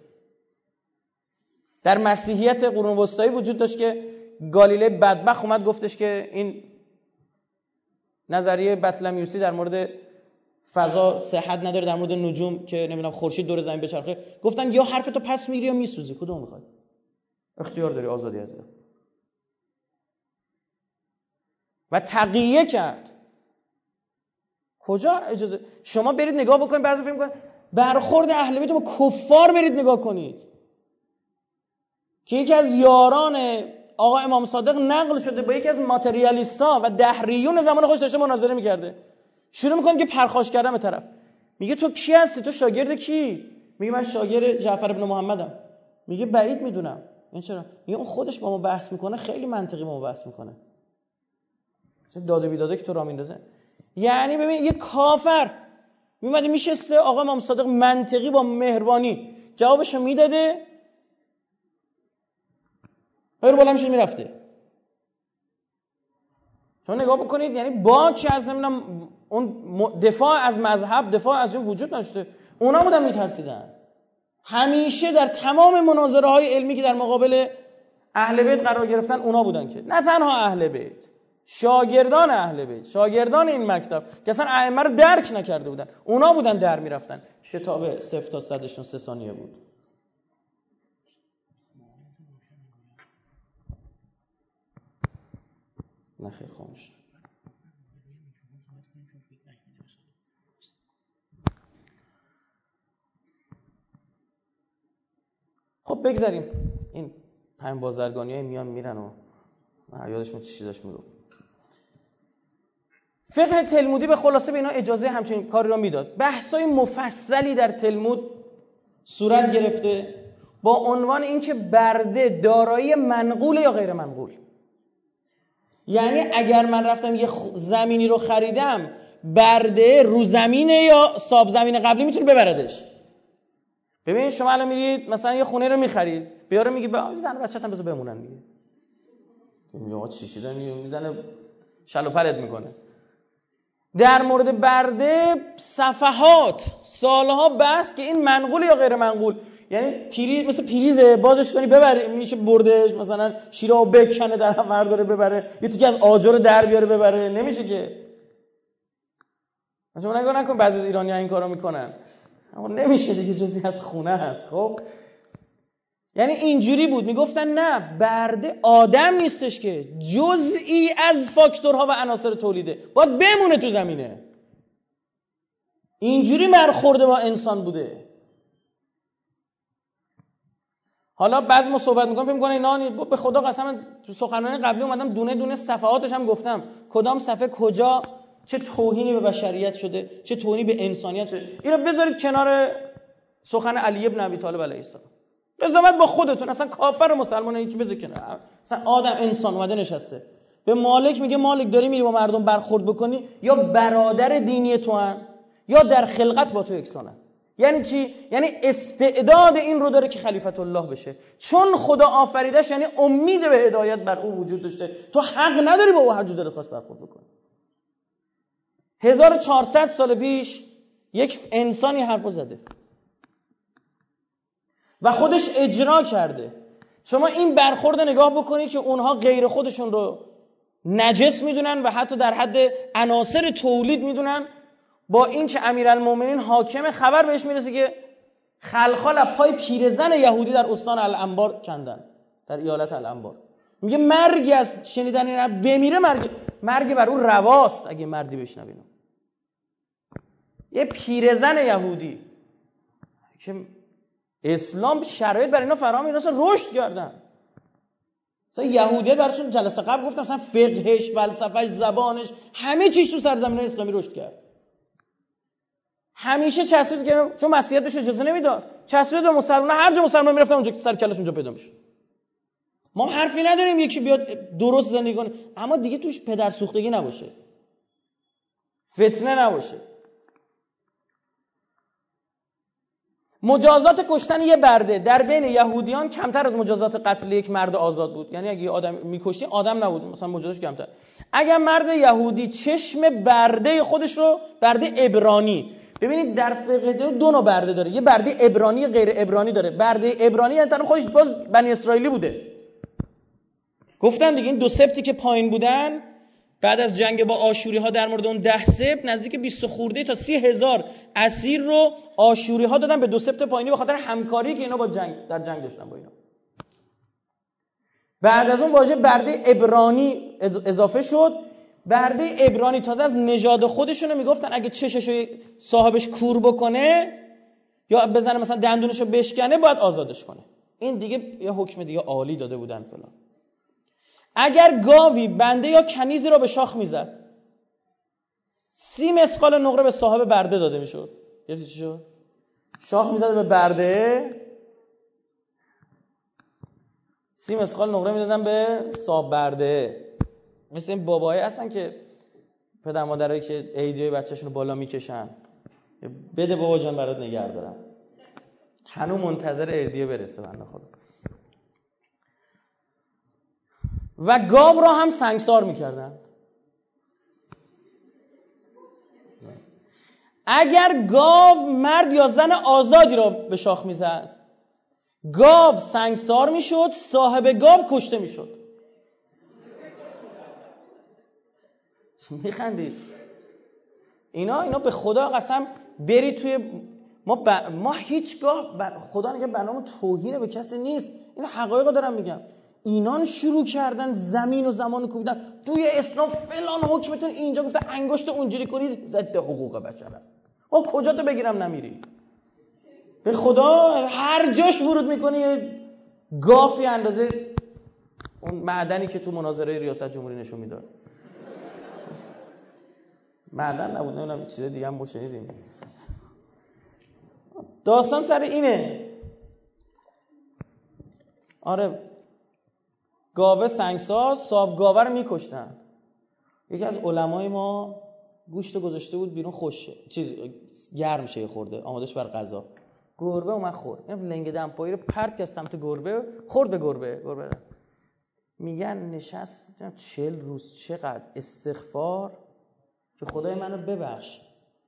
در مسیحیت قرون وسطایی وجود داشت که گالیله بدبخت اومد گفتش که این نظریه بطلمیوسی در مورد فضا صحت نداره، در مورد نجوم که نمیدونم خورشید دور زمین بچرخه. گفتن یا حرفتو پس میگیری یا میسوزی، کدوم میخوای؟ اختیار داری، آزادی هست. و تقیه کرد. کجا اجازه؟ شما برید نگاه بکنید، بعضی فکر می‌کنن برخورد اهل بیت با کفار برید نگاه کنید که یکی از یاران آقا امام صادق نقل شده با یکی از ماتریالیستا و دهریون زمان خودش داشته مناظره می‌کرده. شروع می‌کنه که پرخاش کردن به طرف. میگه تو کی هستی؟ تو شاگرد کی؟ میگه من شاگرد جعفر ابن محمدم. میگه بعید میدونم. این چرا؟ میگه اون خودش با ما بحث میکنه، خیلی منطقی با ما بحث میکنه. چه داد و بیداده که تو را میندازه. یعنی ببین یه کافر میومده میشسته آقا امام صادق منطقی با مهربانی جوابشو میداده، هر بالا میشه میرفته. شما نگاه بکنید، یعنی با چی از نمیدونم اون دفاع از مذهب، دفاع از این وجود نشده. اونا بودن میترسیدن. همیشه در تمام مناظره های علمی که در مقابل اهل بیت قرار گرفتن اونا بودن که نه تنها اهل بیت، شاگردان اهل بیت، شاگردان این مکتب که اصلا ائمه رو درک نکرده بودن، اونا بودن در میرفتن. شتاب 0 تا 100شون 3 ثانیه بود. نه خیر خاموش. خب بگذاریم این همین بازرگانیای میان میرن و یادش من چی داشت میگفت. فقه تلمودی به خلاصه به اینا اجازه همچین کاری را میداد. بحثای مفصلی در تلمود صورت گرفته با عنوان اینکه برده دارایی منقول یا غیر منقول. یعنی اگر من رفتم یه زمینی رو خریدم، برده رو زمینه یا ساب زمین قبلی میتونه ببردش. ببین شما الان میرید مثلا یه خونه رو میخرید، بیاره میگه زن و بچه‌تون بذار بمونن دیگه. میگه آقا چی داره میزنه شل و پرت میکنه. در مورد برده صفحات سالها بحث که این منقول یا غیر منقول. یعنی مثل پریزه، بازش کنی ببری میشه برده، مثلا شیره‌و بکنه در هم برداره ببره، یه تیکه از آجر در بیاره ببره، نمیشه که. شما نگاه نکن بعضی از ایرانی‌ها این کارو میکنن. اما نمیشه دیگه، جزئی از خونه هست. خب یعنی اینجوری بود، میگفتن نه برده آدم نیستش که، جزئی از فاکتورها و عناصر تولیده، باید بمونه تو زمینه. اینجوری برخورده با انسان بوده. حالا بعضی ما صحبت میکنم فکر میکنن اینا به خدا قسم تو سخنرانی قبلی اومدم دونه دونه صفحاتش هم گفتم کدام صفحه کجا چه توهینی به بشریت شده، چه توهینی به انسانیت شده. اینو بذارید کنار سخن علی ابن ابی طالب علیه السلام. بذارید با خودتون، اصلا کافر و مسلمان هیچ بذارید کنار. اصلا آدم انسان اومده نشسته به مالک میگه مالک داری میری با مردم برخورد بکنی، یا برادر دینی تو ان یا در خلقت با تو یکسانن. یعنی چی؟ یعنی استعداد این رو داره که خلیفت الله بشه، چون خدا آفریدش، یعنی امید به هدایت بر او وجود داشته. تو حق نداری با او هر جور دلت خواست برخورد بکنی. 1400 سال پیش یک انسانی حرفو زده و خودش اجرا کرده. شما این برخورد نگاه بکنید که اونها غیر خودشون رو نجس میدونن و حتی در حد عناصر تولید میدونن، با این که امیرالمومنین حاکم خبر بهش میرسه که خلخال از پای پیرزن یهودی در استان الانبار کندن، در ایالت الانبار. میگه مرگی از شنیدن این بمیره، مرگ بر اون رواست اگه مردی بشنوه اینو. یه پیرزن یهودی که اسلام شرایط برای اینا فراهم، اینا اصلا رشد کردن. مثلا یهودیت براشون جلسه قبل گفتم مثلا فقهش، فلسفهش، زبانش، همه چیز تو سرزمین اسلامی رشد کرد. همیشه چسبید که چون مسیحیت بهش اجازه نمیداد، چسبید به مسلمان، هر جا مسلمان میرفتن اونجا سر کلش اونجا پیدا میشد. ما حرفی نداریم یکی بیاد درست زندگی کنه، اما دیگه توش پدر سوختگی نباشه، فتنه نباشه. مجازات کشتن یه برده در بین یهودیان کمتر از مجازات قتل یک مرد آزاد بود. یعنی اگه آدم میکشی آدم نبود، مثلا مجازاتش کمتر. اگر مرد یهودی چشم برده خودش رو، برده عبرانی، ببینید در فقه دو نوع برده داره، یه برده عبرانی غیر عبرانی داره. برده عبرانی یعنی طرف خودش باز بنی اسرائیلی بوده. گفتم دیگه این دو سبتی که پایین بودن بعد از جنگ با آشوری ها در مورد اون 10 سبت نزدیک 20 خورده تا 30,000 اسیر رو آشوری ها دادن به دو سبت پایینی به خاطر همکاری که اینا با در جنگ داشتن با اینا. بعد از اون واژه برده عبرانی اضافه شد. برده عبرانی تازه از نژاد خودشونو میگفتن اگه چششو صاحبش کور بکنه یا بزنه مثلا دندونشو بشکنه باید آزادش کنه. این دیگه یه حکم دیگه عالی داده بودن فلان. اگر گاوی بنده یا کنیزی را به شاخ میزد 30 مثقال نقره به صاحب برده داده میشد. یعنی چی شد؟ شاخ میزد به برده، 30 مثقال نقره میدادن به صاحب برده. مثل این بابایی هستن که پدر مادرایی که عیدیای بچه‌شون رو بالا میکشن، بده بابا جان برات نگه دارم، هنوز منتظر عیدیه برسه بنده خدا. و گاو را هم سنگسار میکردن. اگر گاو مرد یا زن آزادی را به شاخ میزد، گاو سنگسار میشد، صاحب گاو کشته میشد. میخندید؟ اینا به خدا قسم برید توی ما هیچگاه خدا نگه بنامون توهین به کسی نیست، این حقایق دارم میگم. اینان شروع کردن زمین و زمان کوبیدن. توی اسلام فلان حکمتون اینجا گفته انگشت اونجوری کنید ضد حقوق بشر است. کجا تو بگیرم نمیری؟ به خدا هر جاش ورود میکنی گافی اندازه اون معدنی که تو مناظره ریاست جمهوری نشون میداد. معدن نبود، نمیدونم چیز دیگه هم شنیدیم. داستان سر اینه. آره گاوه سنگسار، صاحب گاوه رو میکشتن. یکی از علمای ما گوشت گذاشته بود بیرون، خوشه گرم شه خورده، آمادش بر غذا. گربه اومد خورد. این لنگ دمپایی رو پرت کرد سمت گربه، خورد به گربه. میگن نشست 40 روز چقدر استغفار که خدای منو ببخش،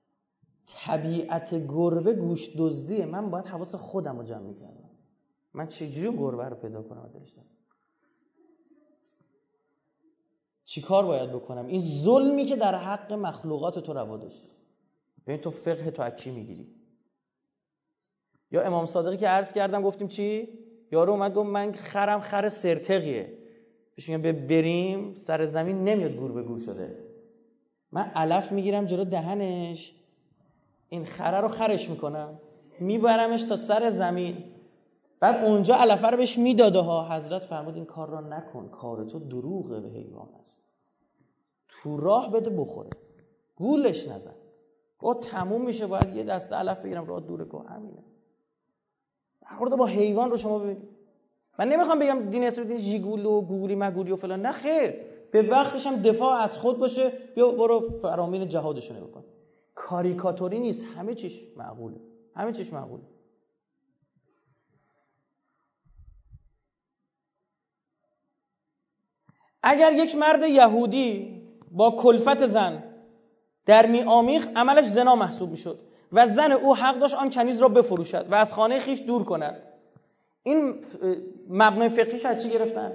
طبیعت گربه گوشت دزدیه، من باید حواس خودم رو جمع میکردم، من چجوری گربه رو پیدا کنم دلشتم، چی کار باید بکنم؟ این ظلمی که در حق مخلوقات تو روا داشته. ببین تو فقه تو از چی میگیری؟ یا امام صادقی که عرض کردم گفتیم چی؟ یارو اومد گفت من خرم خر سرتقیه، بهش میگم بریم سر زمین نمیاد گور به گور شده، من علف میگیرم جلو دهنش، این خره رو خرش میکنم میبرمش تا سر زمین، بعد اونجا علفه رو بهش میداده ها. حضرت فرمود این کار را نکن، کار تو دروغه به حیوان است، تو راه بده بخوره، گولش نزن. گفت تموم میشه باید یه دسته علف بگیرم راه دوره که همینه. برخورد با حیوان رو شما ببینید. من نمیخوام بگم دین اسلام دین جیگول و گوگلی مگولی و فلان، نه خیر، به وقتش هم دفاع از خود باشه، بیا برو فرامین جهادشو نگاه کن. کاریکاتوری نیست، همه چیش معقوله، همه چیش معقوله. اگر یک مرد یهودی با کلفت زن در می‌آمیخت، عملش زنا محسوب می‌شد و زن او حق داشت آن کنیز را بفروشد و از خانه خیش دور کند. این مبنای فقهیش از چی گرفتن؟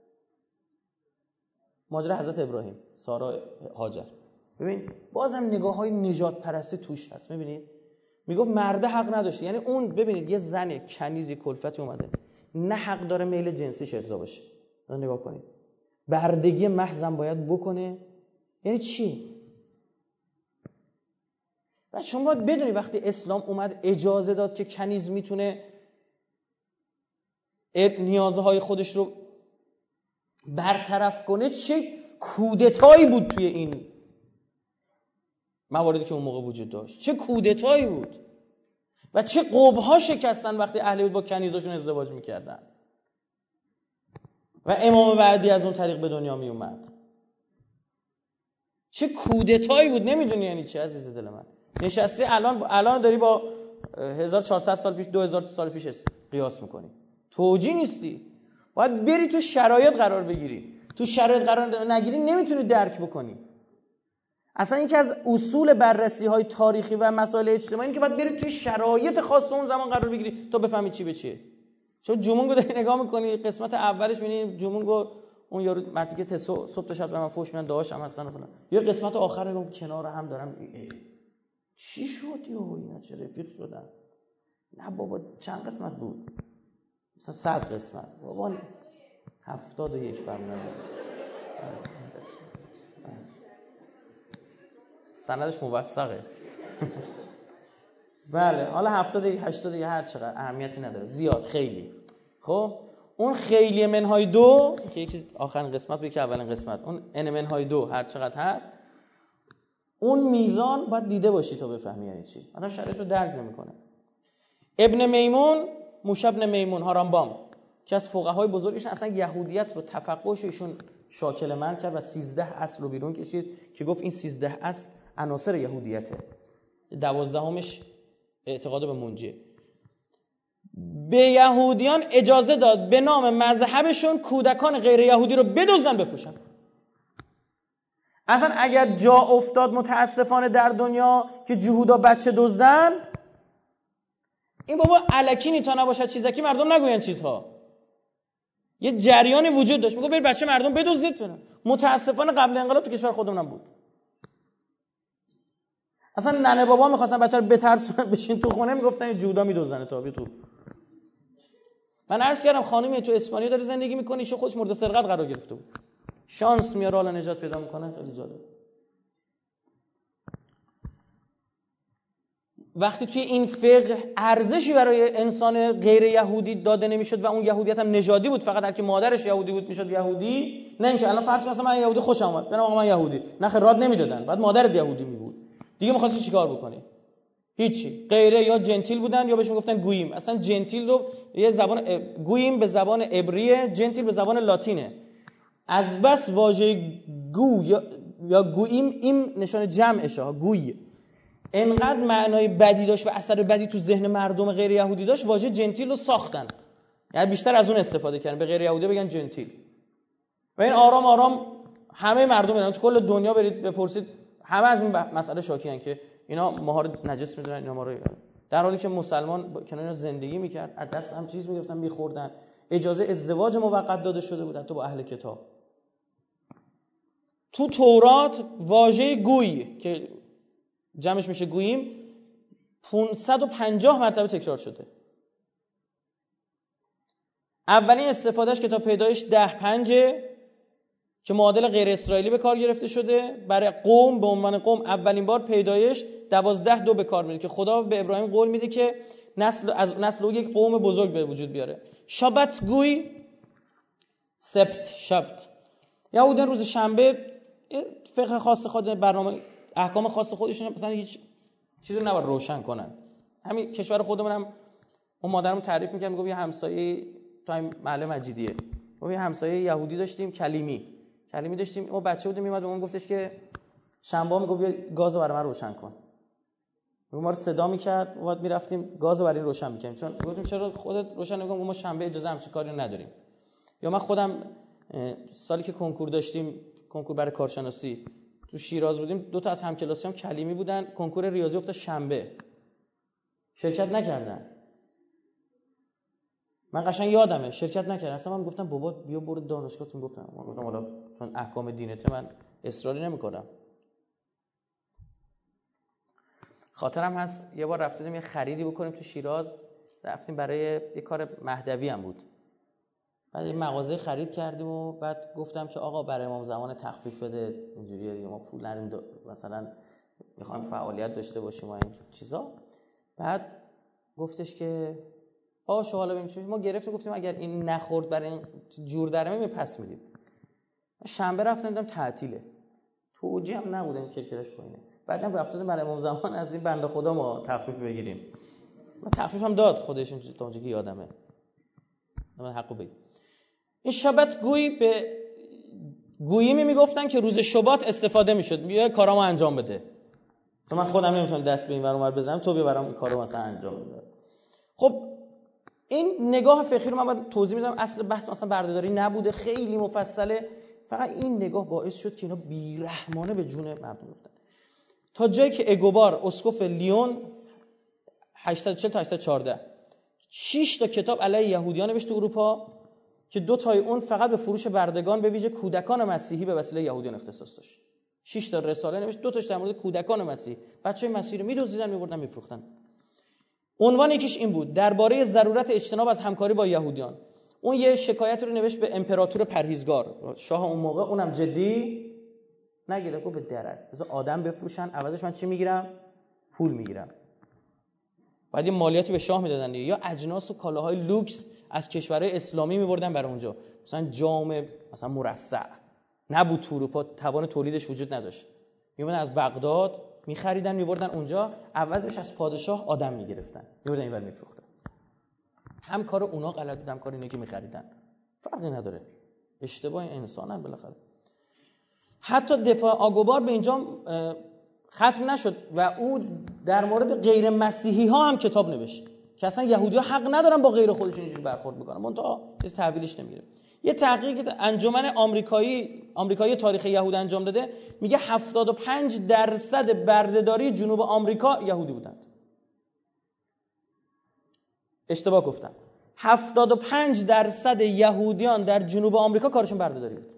ماجرا حضرت ابراهیم، سارا، هاجر. ببین بازم نگاه‌های نژاد پرستی توش هست. می‌بینید میگفت مرد حق نداشت، یعنی اون ببینید یه زن کنیزی کلفتی اومده نه حق داره میل جنسیش ارضا باشه. نگاه کنید، بردگی محض باید بکنه. یعنی چی؟ و شما باید بدونی وقتی اسلام اومد اجازه داد که کنیز میتونه نیازهای خودش رو برطرف کنه، چه کودتایی بود توی این مواردی که اون موقع وجود داشت، چه کودتایی بود و چه قبها شکستن وقتی اهل بیت با کنیزاشون ازدواج میکردن و امام بعدی از اون طریق به دنیا می اومد. چه کودتایی بود. نمیدونی یعنی چه عزیز دل من؟ نشستی الان داری با 1400 سال پیش 2000 سال پیش قیاس میکنی، توجیه نیستی. باید بری تو شرایط قرار بگیری. تو شرایط قرار نگیری نمیتونی درک بکنی. اصلا یکی از اصول بررسی های تاریخی و مسائل اجتماعی اینه که باید بری توی شرایط خاص اون زمان قرار بگیری تا بفهمی چی به چیه. چون جمونگو داری نگاه میکنی، قسمت اولش میبینی جمونگو اون یارو مرتی که صبح تا شب به من فوش میدن داهاش هم هستن فلان، یا قسمت آخر میگم کنار هم دارن چی شد یهو اینا چه رفیق شدن. نه بابا چند قسمت بود؟ مثلا 100 قسمت. بابا 71 برمیاد. سندش موثقه. بله حالا 70 80 هر چقدر اهمیتی نداره، زیاد خیلی. خب اون خیلی منهای 2 که یکی آخرین قسمت بود که اولین قسمت، اون ان منهای 2 هر چقدر هست، اون میزان باید دیده باشی تا بفهمی یعنی چی. آدم شرایط رو درک نمیکنه. ابن میمون، موسی ابن میمون هارامبام که از فقهای بزرگش، اصلا یهودیت رو تفقهش ایشون شاکل من کرد و 13 اصل رو بیرون کشید که گفت این 13 اصل عناصر یهودیته. 12مش اعتقاد به منجیه. به یهودیان اجازه داد به نام مذهبشون کودکان غیر یهودی رو بدزدن بفروشن. اصلا اگر جا افتاد متاسفانه در دنیا که جهودا بچه دزدن، این بابا الکی نیتا نباشد چیزکی مردم نگوین چیزها. یه جریانی وجود داشت میگه برید بچه مردم بدزدید برن. متاسفانه قبل انقلاب تو کشور خودمون بود. اصلا ننه بابا می‌خواستن بچه رو بترسونن بشین تو خونه، میگفتن جهودا میدزدن تا بیا تو. من عرض کردم خانمی تو اسپانیا داره زندگی میکنه، ایشون خودش مورد سرقت قرار گرفته بود. شانس میاره حالا نجات پیدا میکنه. خیلی جالب. وقتی توی این فقه ارزشی برای انسان غیر یهودی داده نمیشد و اون یهودیت هم نژادی بود، فقط هر کی مادرش یهودی بود میشد یهودی، نه اینکه الان فرض کن من یهودی خوشم اومد بنام آقا من یهودی، نه خیر راد نمیدادن، بعد مادرت یهودی می بود دیگه می‌خواستی چیکار بکنی؟ هیچی. غیره یا جنتیل بودن یا بهش میگفتن گویم. اصلا جنتیل رو یه زبان گویم به زبان عبریه، جنتیل به زبان لاتینه. از بس واژه گو یا گویم این نشانه جمعشه ها، گوی، انقدر معنای بدی داشت و اثر بدی تو ذهن مردم غیر یهودی داشت، واژه جنتیل رو ساختن. یعنی بیشتر از اون استفاده کردن، به غیر یهودی بگن جنتیل. و این آرام آرام همه مردم ایران تو کل دنیا برید بپرسید، همه از این مسئله شاکیان که اینا ماها رو نجس میدونن، اینا ما رو، در حالی که مسلمان کنار اینا زندگی میکرد، از دست هم چیز میگفتن میخوردن، اجازه ازدواج موقت داده شده بود حتی با اهل کتاب. تو تورات واژه گوی که جمعش میشه گوییم 550 مرتبه تکرار شده. اولین استفادهش کتاب پیدایش 10:5 که معادل غیر اسرائیلی به کار گرفته شده. برای قوم به عنوان قوم اولین بار پیدایش 12:2 به کار میره که خدا به ابراهیم قول میده که از نسل او یک قوم بزرگ به وجود بیاره. شابت گوی، سبت شابت. یهودیان روز شنبه فقه خاص خود، برنامه احکام خاص خودشون، مثلا هیچ چیزی نباید روشن کنن. همین کشور خودمون هم اون مادرمون تعریف می‌کرد، میگفت یه همسایه تو این محله مجیدیه، ما یه همسایه یهودی داشتیم، کلیمی داشتیم. ما بچه بودیم، میومد اون گفتش که شنبه میگفت بیا گازو برای من روشن کن. ما رو صدا میکرد، ما بعد میرفتیم گازو برای روشن می‌کردیم، چون گفتیم چرا خودت روشن نمی‌کنی، ما شنبه اجازه همچین کاری نداریم. یا من خودم سالی که کنکور داشتیم، کنکور برای کارشناسی تو شیراز بودیم، 2 تا از همکلاسیام کلیمی بودن، کنکور ریاضی افتاد شنبه، شرکت نکردن. من قشنگ یادمه شرکت نکردن. اصلا من گفتم بابا بیا برو دانشگاهتون. گفتم حالا چون احکام دینته من اصراری نمی‌کنم. خاطرم هست یه بار رفتیم یه خریدی بکنیم تو شیراز، رفتیم برای یه کار مهدوی هم بود، بعد یه مغازه خرید کردیم و بعد گفتم که آقا برای امام زمان تخفیف بده، اینجوریه دیگه، ما پول نداریم مثلا میخوایم فعالیت داشته باشیم و این چیزا. بعد گفتش که باشه حالا ببینیم. ما گرفتیم گفتیم اگر این نخورد برای این جور درمه پس میدیم. شنبه رفتم دیدم تعطیله، توجیه هم نبودم کرکرش پایینه. بعدم رفتم برای امام زمان از این بنده خدا ما تخفیف بگیریم. ما تخفیف هم داد خودش تا اونجایی که یادمه. من حقو بگم. این شبت گویی میگفتن که روز شبات استفاده میشد، بیا کارامو انجام بده. مثلا من خودم نمیتونم دست به این ور اونور بزنم، تو بیا برام این کارو مثلا انجام بده. خب این نگاه فقهی رو من باید توضیح میدم. اصل بحث مثلا بردهداری نبوده، خیلی مفصله. فقط این نگاه باعث شد که اینا بیرحمانه به جون مردم افتن. تا جایی که اگوبار اسقف لیون 840 تا 814 6 تا کتاب علیه یهودیان نوشت تو اروپا که 2 تای اون فقط به فروش بردگان به ویژه کودکان مسیحی به وسیله یهودیان اختصاص داشت. 6 تا رساله نوشت، 2 تاش در مورد کودکان مسیحی، بچهای مسیحی رو می‌دزدیدن می‌بردن می‌فروختن. عنوان یکیش این بود درباره ضرورت اجتناب از همکاری با یهودیان. اون یه شکایت رو نوشت به امپراتور پرهیزگار، شاه اون موقع، اونم جدی نگرفت، گفت به درک بذار آدم بفروشن، عوضش من چی میگیرم؟ پول میگیرم. بعد یه مالیاتی به شاه میدادن یا اجناس و کالاهای لوکس از کشورهای اسلامی میبردن برای اونجا، مثلا جام مثلا مرصع نبود تو اروپا، توان تولیدش وجود نداشت، میومدن از بغداد میخریدن میبردن اونجا، عوضش از پادشاه آدم میگرفتن میبردن اینور میفروختن. هم کار اونا غلط بود، هم کار اینا که میخریدن، فرقی نداره، اشتباه انسانن بالاخره. حتی دفاع آگوبار به اینجا ختم نشد و او در مورد غیر مسیحی ها هم کتاب نوشت که اصلا یهودی ها حق ندارن با غیر خودشون اینجوری برخورد بکنن، منتها چیز تحویلش نمیگیره. یه تحقیقی که انجمن آمریکایی تاریخ یهود انجام داده میگه 75% بردهداری جنوب آمریکا یهودی بودند. اشتباه گفتم، 75% یهودیان در جنوب آمریکا کارشون بردهداری بود.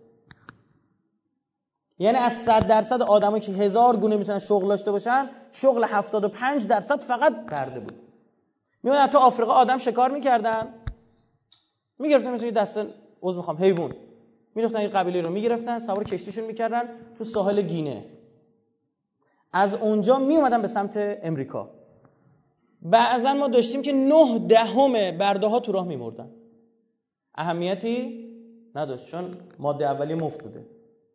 یعنی از 100% آدمایی که 1000 گونه میتونن شغل داشته باشن، شغل 75% فقط برده بود. میومدن تو آفریقا آدم شکار میکردن، میگرفتن مثلا یه دسته حیوان، میرفتن یه قبیله رو میگرفتن، سوار کشتیشون میکردن تو ساحل گینه، از اونجا میومدن به سمت امریکا. بعضا ما داشتیم که 9/10 برده ها تو راه میمردن، اهمیتی نداشت چون ماده اولیه مفت بوده.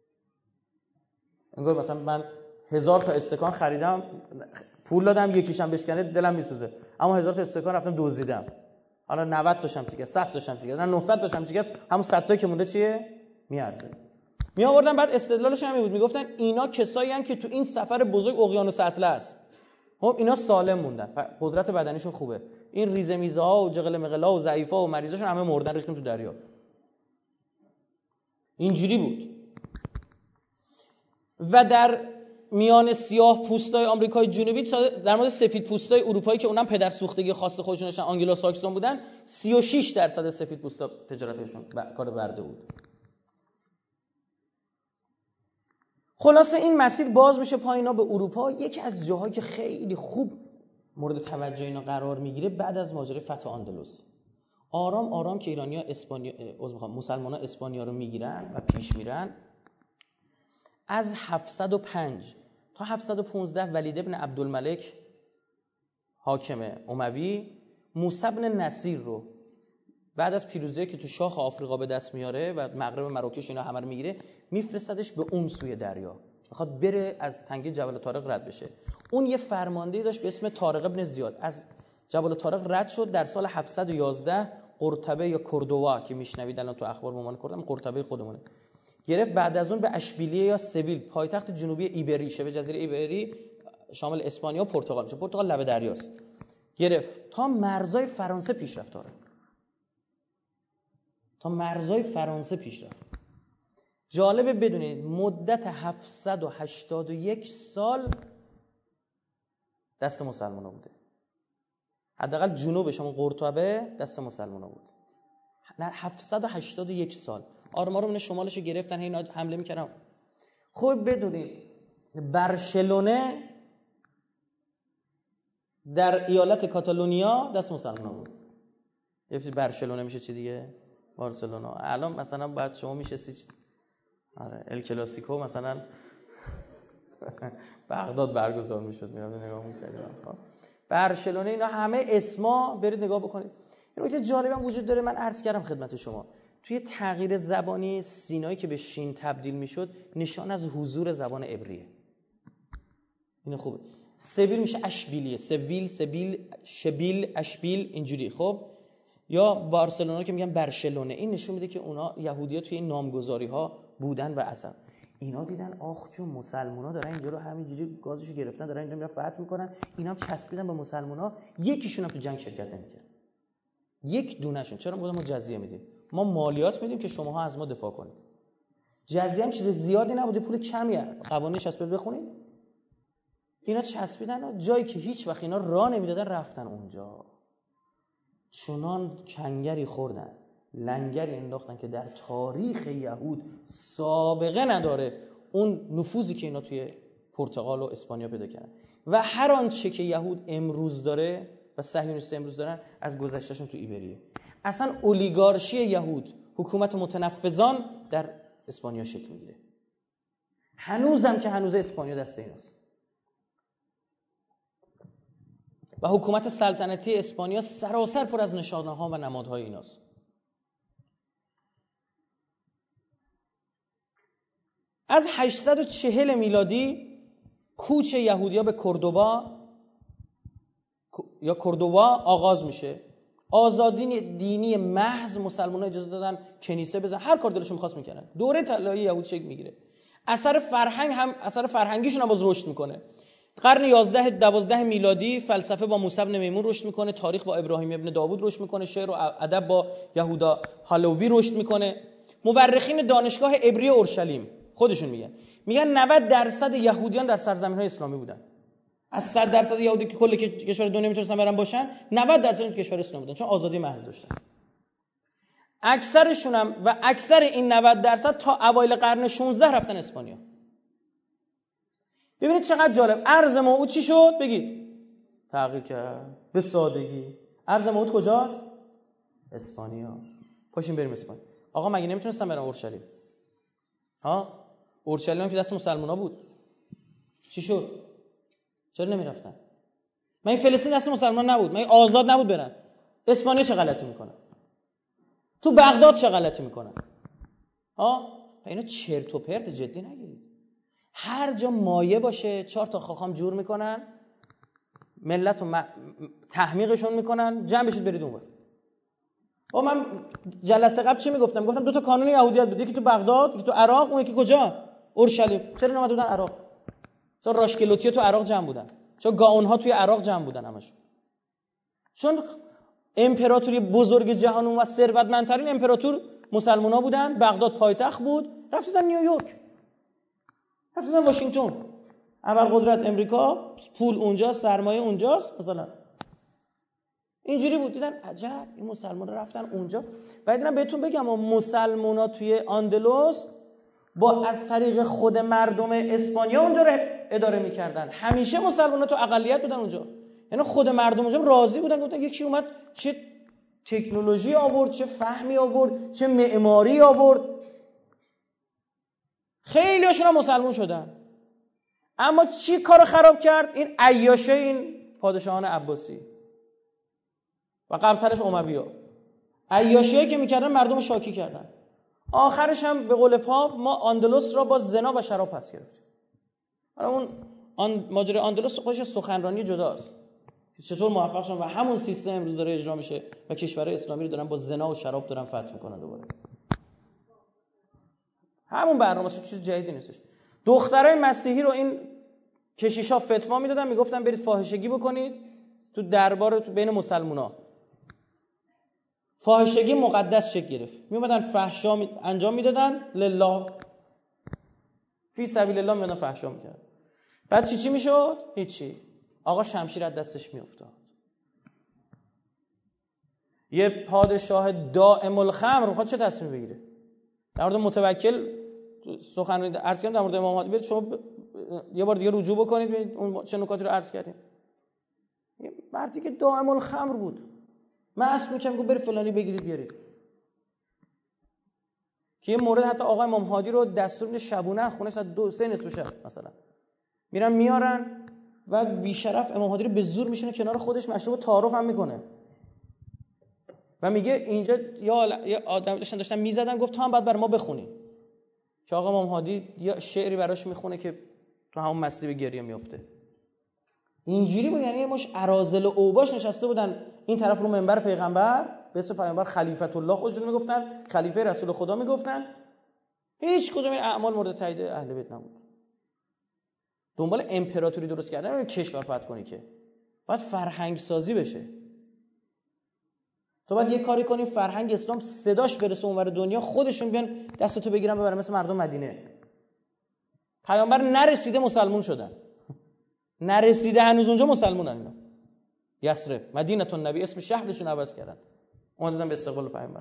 انگار مثلا من 1000 تا استکان خریدم، پول دادم، یکیشم بشکنه دلم میسوزه، اما 1000 تا استکان رفتم دزدیدم، حالا 90 تا شمشیگه، 100 تا شمشیگه، نه 900 تا شمشیگه، همون 100 تا که مونده چیه؟ میارزه. می آوردن بعد استدلالش هم بود، میگفتن اینا کسایی ان که تو این سفر بزرگ اقیانوس اطلس، خب اینا سالم موندن، قدرت بدنیشون خوبه، این ریزه میزها و جغل مغلا و ضعیفا و مریضاشون همه مردن، ریختیم تو دریا. اینجوری بود. و در میان سیاه پوستای آمریکای جنوبی در مورد سفید پوستای اروپایی که اونم پدر سوختگی خاص خودشون داشتن، آنگلو ساکسون بودن، 36% سفید پوستا تجارتشون کار برده بود. خلاصه این مسیر باز میشه پایینا به اروپا. یکی از جاهایی که خیلی خوب مورد توجه اینا قرار میگیره بعد از ماجرای فتح اندلس، آرام آرام که ایرانی‌ها مسلمان‌ها اسپانیا رو میگیرن و پیش میرن، از 705 تا 715 ولید ابن عبدالملک حاکم اموی موسی بن نصیر رو بعد از پیروزی که تو شاخ آفریقا به دست میاره و مغرب مراکش اینا همه رو میگیره، میفرستادش به اون سوی دریا، میخواد بره از تنگه جبل طارق رد بشه. اون یه فرماندهی داشت به اسم طارق ابن زیاد، از جبل طارق رد شد. در سال 711 قرطبه یا کردووا که میشنوید الان تو اخبار مامان کردم، قرطبه خودمونه، گرفت. بعد از اون به اشبیلیه یا سویل، پایتخت جنوبی ایبری، شبه جزیره ایبری شامل اسپانیا و پرتغال میشه، پرتغال لبه دریاست، گرفت تا مرزای فرانسه پیشرفت داره، تا مرزای فرانسه پیشرفت. جالبه بدونید مدت 781 سال دست مسلمان‌ها بوده، حداقل جنوبش همون قرطبه دست مسلمان‌ها بود. 781 سال آرمارمون شمالشو گرفتن، اینا حمله میکردن. خب بدونید برشلونه در ایالت کاتالونیا دست مسلمان‌ها بود. برشلونه میشه چی دیگه؟ بارسلونا. الان مثلا بعد شما میشستی آره ال کلاسیکو مثلا بغداد برگزار میشد، میرم نگاه می‌کردم. برشلونه اینا همه اسما برید نگاه بکنید. این نکته جالبم وجود داره، من عرض کردم خدمت شما توی تغییر زبانی سینایی که به شین تبدیل میشد نشان از حضور زبان عبریه. اینو خوبه. سویل میشه اشبیلیه، سبیل شبیل اشبیل اینجوری. خب یا بارسلونا که میگن برشلونه، این نشون میده که اونا یهودی‌ها توی این نامگذاری‌ها بودن و اصلا اینا دیدن آخ چون مسلمونا دارن اینجا رو همینجوری گازشو گرفتن، دارن اینجا میرن فتح میکنن، اینا هم چسبیدن به مسلمونا، یکیشون هم تو جنگ شرکت نمیکنه، یک دونهشون. چرا ما جزیه میدیم؟ ما مالیات میدیم که شماها از ما دفاع کنید. جزیه هم چیز زیادی نبوده، پول کمیه، قوانینش هست بخونید. اینا چسبیدن جایی که هیچ وقت اینا راه نمیدادن رفتن اونجا، چنان کنگری خوردن، لنگری انداختن که در تاریخ یهود سابقه نداره اون نفوذی که اینا توی پرتغال و اسپانیا پیدا کردن. و هر آنچه که یهود امروز داره و صهیونیست امروز دارن از گذشتهشون تو ایبریه. اصلا اولیگارشی یهود، حکومت متنفذان در اسپانیا شکل میگیره. هنوزم که هنوز اسپانیا دست ایناست و حکومت سلطنتی اسپانیا سراسر پر از نشانه‌ها و نمادهای ایناست. از 840 میلادی کوچ یهودی‌ها به کوردوبا آغاز میشه. آزادی دینی محض، مسلمان‌ها اجازه دادن کنیسه بزنن، هر کار دلشون می‌خواست می‌کردن. دوره طلایی یهود شکل میگیره. اثر فرهنگیشون هم باز رشد میکنه. قرن 11-12 میلادی فلسفه با موسی بن میمون رشد میکنه، تاریخ با ابراهیم ابن داوود رشد میکنه، شعر و ادب با یهودا هالوی رشد میکنه. مورخین دانشگاه عبری اورشلیم خودشون میگن 90% یهودیان در سرزمین‌های اسلامی بودن. از 100% یهودی که کل کشور دنیا میتونستن برن باشن، 90% تو کشور اسلامی بودن چون آزادی محض داشتن. اکثرشون هم و اکثر این 90% تا اوایل قرن 16 رفتن اسپانیا. ببینید چقدر جالب. ارض موعود چی شد؟ بگید. تغییر کرد به سادگی. ارض موعود کجاست؟ اسپانیا. پاشیم بریم اسپانیا. آقا مگه نمیتونستن برن اورشلیم؟ اورشلیم هم که دست مسلمونا بود. چی شد؟ چرا نمیرفتن؟ مگه فلسطین دست مسلمان نبود؟ مگه آزاد نبود برن؟ اسپانیا چه غلطی میکنه؟ تو بغداد چه غلطی میکنن؟ اینا چرت و پرت، جدی نگیرید. هر جا مایه باشه 4 تا خاخام جور میکنن، ملت رو تحمیقشون میکنن، جمع بشید برید اونور. من جلسه قبل چی میگفتم؟ گفتم 2 تا کانون یهودیت بود، یکی تو بغداد، یکی تو عراق، اون یکی کجا؟ اورشلیم. چرا نمیاد بودن عراق؟ چون راشکلوتیا تو عراق جمع بودن، چون گاونها توی عراق جمع بودن همشون. چون امپراتوری بزرگ جهان و ثروتمندترین امپراتور مسلمونا بودن، بغداد پایتخت بود، رفتن نیویورک، رفتن واشنگتن، ابرقدرت امریکا، پول اونجا، سرمایه اونجاست مثلا. اینجوری بود. دیدن عجب این مسلمونا رفتن اونجا. بعد دیدم بهتون بگم مسلمونا توی اندلس با از طریق خود مردم اسپانیا اونجا رو اداره می‌کردن. همیشه مسلمونا تو اقلیت بودن اونجا. یعنی خود مردم اونجا راضی بودن، گفتن یکی اومد چه تکنولوژی آورد، چه فهمی آورد، چه معماری آورد. خیلی هاشون هم مسلمان شدن. اما چی کارو خراب کرد؟ این عیاشه، این پادشاهان عباسی و قبلترش اموی‌ها. عیاشی‌هایی که میکردن مردم شاکی کردن. آخرش هم به قول پاپ ما اندلس را با زنا و شراب پس گرفتیم. حالا اون ماجرای اندلس خودش سخنرانی جداست. چطور موفق شدن و همون سیستم امروز داره اجرا میشه و کشورهای اسلامی رو دارن با زنا و شراب دارن فتح میکنن دوباره. همون برنامه چیز جدیدی نیستش. دخترای مسیحی رو این کشیشا فتوا میدادن، میگفتن برید فاحشگی بکنید تو دربار بین مسلمونا. فاحشگی مقدس شکل گرفت. میومدن فحشا انجام میدادن لله فی سبیل الله، میومدن فحشا میکردن. بعد چی میشد؟ هیچی. آقا شمشیر از دستش میافتاد. یه پادشاه دائم الخمر میخواد چه تصمیم بگیره؟ در مورد متوکل سخنرانی عرض کردم، در مورد امام مهدی برید شما یه بار دیگه رجوع بکنید ببینید اون چه نکاتی رو عرض کردیم. یه مردی که دائم الخمر بود، من اسم میگم گفت برید فلانی بگیرید بیارید. که یه مورد حتی آقای امام هادی رو دستور میده شبونه خونه ساعت 2-3 نصف شب مثلا میرن میارن و بیشرف امام هادی رو به زور میشونه کنار خودش، مشروب تعارف هم میکنه و میگه اینجا یا آدم داشتن میزدن، گفت تو هم باید برای ما بخونی. که آقا امام هادی یا شعری براش میخونه که تو همون مستی به گریه میفته. اینجوری بود. یعنی مش اراذل و اوباش نشسته بودن این طرف رو منبر پیغمبر، به اسم پیغمبر خلیفت الله خودشون میگفتن، خلیفه رسول خدا میگفتن. هیچ کدوم این اعمال مورد تایید اهل بیت نبود. دنبال امپراتوری درست کردن نمیشه کشور فتح کنی، که باید فرهنگ سازی بشه. تو باید یه کاری کنی فرهنگ اسلام صداش برسه اونور دنیا، خودشون بیان دستتو بگیرن ببرن، مثل مردم مدینه. پیامبر نرسیده مسلمون شدن، نرسیده هنوز اونجا مسلمونن. اینا یثرب مدینه النبی اسم شهرشون عوض کردن، اومدن به استقبال پیامبر.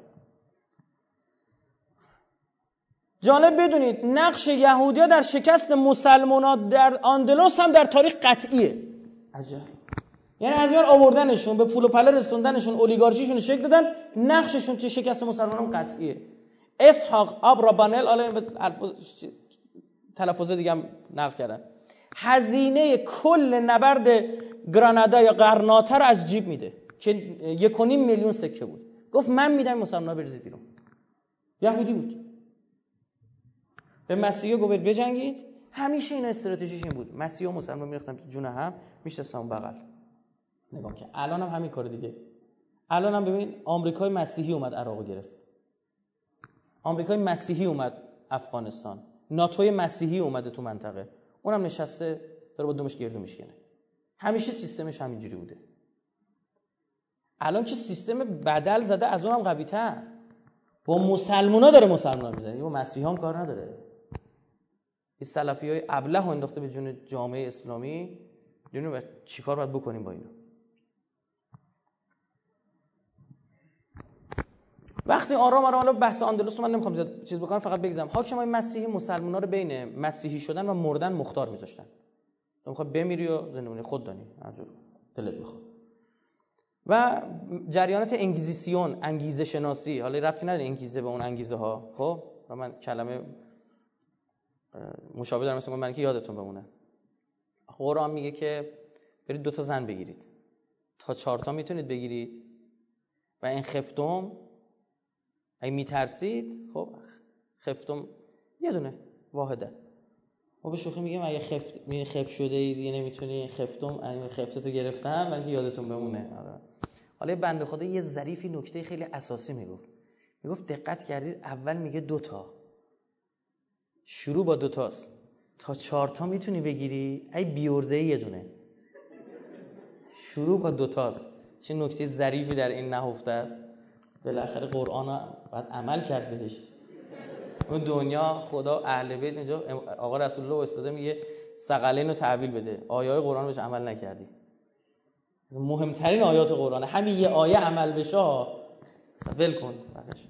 جالب بدونید نقش یهودی‌ها در شکست مسلمان‌ها در اندلس هم در تاریخ قطعیه. عجب. یعنی از این آوردنشون به پول و پله رسوندنشون، اولیگارشیشون شکل دادن، نقششون توی شکست مسلمانان قطعیه. اسحاق ابرابانل علی تلفظ دیگه هم نقل کردن، هزینه کل نبرد گرانادا یا غرناطه رو از جیب میده که 1.5 میلیون سکه بود. گفت من میدم مسلمان‌ها بریزید بیرون. یهودی بود. به مسیحا گفت بجنگید. همیشه این استراتژیش این بود، مسیحا و مسلمان میرفتن جون هم، میشستن بغل. نگاه که الان هم همین کار دیگه. الان هم ببین آمریکای مسیحی اومد عراق گرفت، آمریکای مسیحی اومد افغانستان، ناتوی مسیحی اومده تو منطقه، اونم نشسته داره با دومش گردو میشکنه. همیشه سیستمش همینجوری بوده. الان که سیستم بدل زده از اونم قوی تر، با مسلمونا داره مسلمان میزنه، با مسیحا هم کار نداره. این سلفیای ابله انداخته به جون جامعه اسلامی. ببینیم چیکار باید بکنیم با اینا. وقتی آرام بحث اندلس من نمیخوام زیاد چیز بکنم، فقط بگم حاکمای مسیحی مسلمانا رو بین مسیحی شدن و مردن مختار میذاشتن. تو میخوای بمیری و زندگی خود دانی، هرجور دلت میخواد. و جریانات انگیزیسیون، انگیزه شناسی، حالا ربطی نداره انگیزه به اون انگیزه ها. خب من کلمه مشابه دارم، مثلا من که یادتون بمونه. قرآن میگه که برید 2 تا زن بگیرید، تا 4 تا میتونید بگیرید و این خفتم اگه میترسید، خب خفتم یه دونه واحده. ما به شوخی میگیم اگه خفت شده ای دیگه نمیتونی، خفتم اگه خفتتو گرفتم من که یادتون بمونه. حالا بنده خدا یه ظریفی نکته خیلی اساسی میگفت دقت کردید اول میگه 2 تا، شروع با 2 تاست، تا 4 تا میتونی بگیری، ای بیورزه یه دونه، شروع با 2 تاست. چه نکته ظریفی در این نهفته است. بالاخره قرآن باید عمل کرد بهش. اون دنیا خدا اهل بیت اینجا آقا رسول الله استاده میگه ثقلین رو تعویل بده، آیات قرآن بهش عمل نکردی. مهمترین آیات قرآن همین یه آیه عمل بشه ول کن بعدش.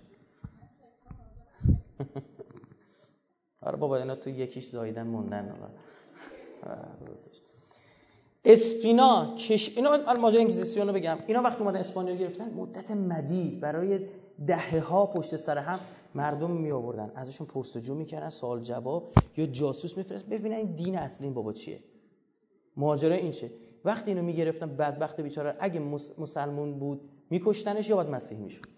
آره بابا اینا تو یکیش زایدن موندن. اسپینا اینا ماجرا انگیزیسیون رو بگم. اینا وقتی اومدن اسپانیا گرفتن مدت مدید برای دهه‌ها پشت سر هم مردم می آوردن، ازشون پرسجو میکردن، سوال جواب، یا جاسوس میفرست ببینن این دین اصلی این بابا چیه، ماجرا این چه. وقتی اینو میگرفتن بدبخت بیچاره اگه مسلمون بود میکشتنش یا باید مسیحی میشد.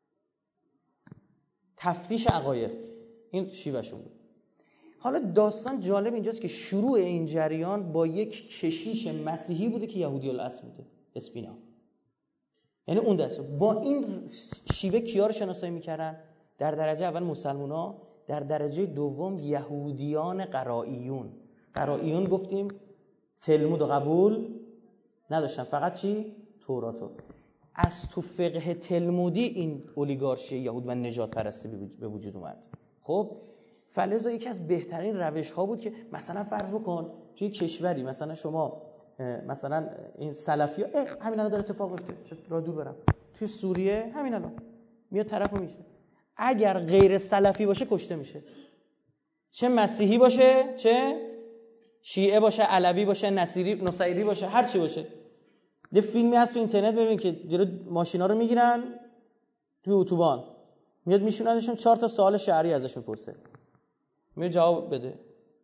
تفتیش عقاید این شیوهشون بود. حالا داستان جالب اینجاست که شروع این جریان با یک کشیش مسیحی بوده که یهودی الاصل بوده، اسپینا. یعنی اون دست با این شیوه کیا رو شناسایی میکردن؟ در درجه اول مسلمونا، در درجه دوم یهودیان قرائیون گفتیم تلمود و قبول نداشتن، فقط چی؟ توراتو. از تو فقه تلمودی این اولیگارشی یهود و نجات پرستی به وجود اومد. خب فلزا یکی از بهترین روش ها بود که مثلا فرض بکن توی کشوری مثلا شما مثلا این سلفی ها همین الان داره اتفاق میفته، را دور برم توی سوریه همین الان میاد طرفو میشه، اگر غیر سلفی باشه کشته میشه، چه مسیحی باشه، چه شیعه باشه، علوی باشه، نصیری باشه، هر چی باشه. یه فیلمی هست تو اینترنت ببین که جلو ماشینا رو میگیرن توی اتوبان، میاد میشوننشون 4 تا سوال شرعی ازش میپرسه، میره جواب بده.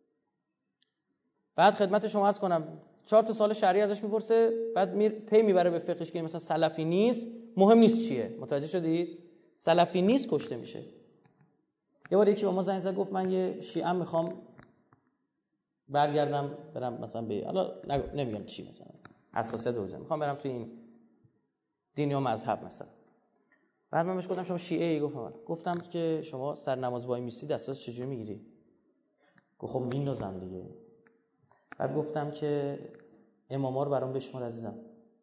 بعد خدمت شما عرض کنم 4 تا سوال شرعی ازش میپرسه، بعد پی میبره به فقهش که مثلا سلفی نیست، مهم نیست چیه. متوجه شدید؟ سلفی نیست کشته میشه. یه بار یکی با ما زنگ زد گفت من یه شیعه میخوام برگردم برم مثلا به حالا نمیگم چی، مثلا اساسیت دوزن میخوام برم تو این دین یا مذهب مثلا. بعد من بهش گفتم شما شیعه ای؟ گفتم که شما سر نماز وای میسی دستات چجوری میگیری؟ گفت خب میندازم دیگه. بعد گفتم که اماما رو برام بشمار عزیزم.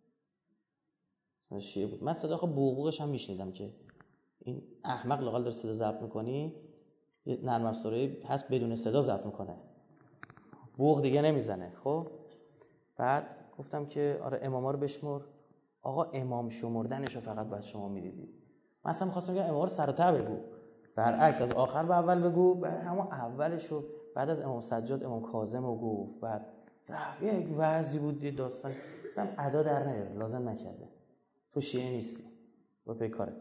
شیعه بود. من صدا خب بوقوقش هم میشنیدم که این احمق لاقل داره صدا ضبط میکنی، یه نرم افزاری هست بدون صدا ضبط میکنه، بوق دیگه نمیزنه. خب بعد گفتم که آره اماما رو بشمر. آقا امام شمردنشو فقط باید شما میدیدید. من اصلا می‌خواستم بگم امام رو سر و ته بگو، برعکس از آخر به اول بگو، بعد همون اولشو بعد از امام سجاد امام کاظم رو گفت. بعد رفت یک وضعی بود داستان. گفتم ادا در نیار، لازم نکرده، تو شیعه نیستی، برو پی کارت.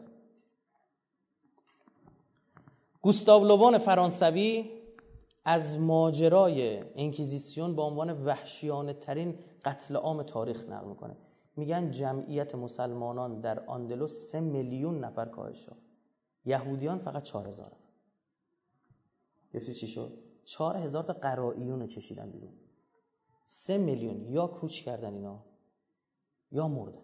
گوستاو لوبون فرانسوی از ماجرای انکیزیسیون به عنوان وحشیانه ترین قتل عام تاریخ نقل میکنه. میگن جمعیت مسلمانان در آندلس 3 میلیون نفر کاهش یافت، یهودیان فقط 4000. گفتی چی شد؟ 4000 تا قرائیون رو کشیدن بیرون. 3 میلیون یا کوچ کردن اینا یا مردن.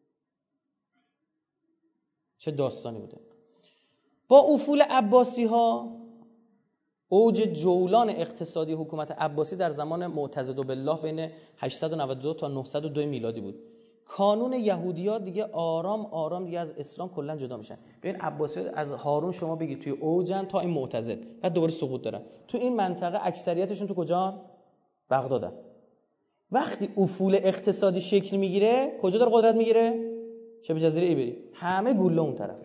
چه داستانی بوده. با افول عباسی ها اوج جولان اقتصادی حکومت عباسی در زمان معتضد بالله بین 892 تا 902 میلادی بود. کانون یهودی‌ها دیگه آرام آرام دیگه از اسلام کلا جدا میشن. ببین عباسی از هارون شما بگید توی اوجن تا این معتضد، بعد دوباره سقوط دارن. تو این منطقه اکثریتشون تو کجا؟ بغدادن. وقتی افول اقتصادی شکل میگیره کجا داره قدرت میگیره؟ شبه جزیره ایبری. همه گوله اون طرف.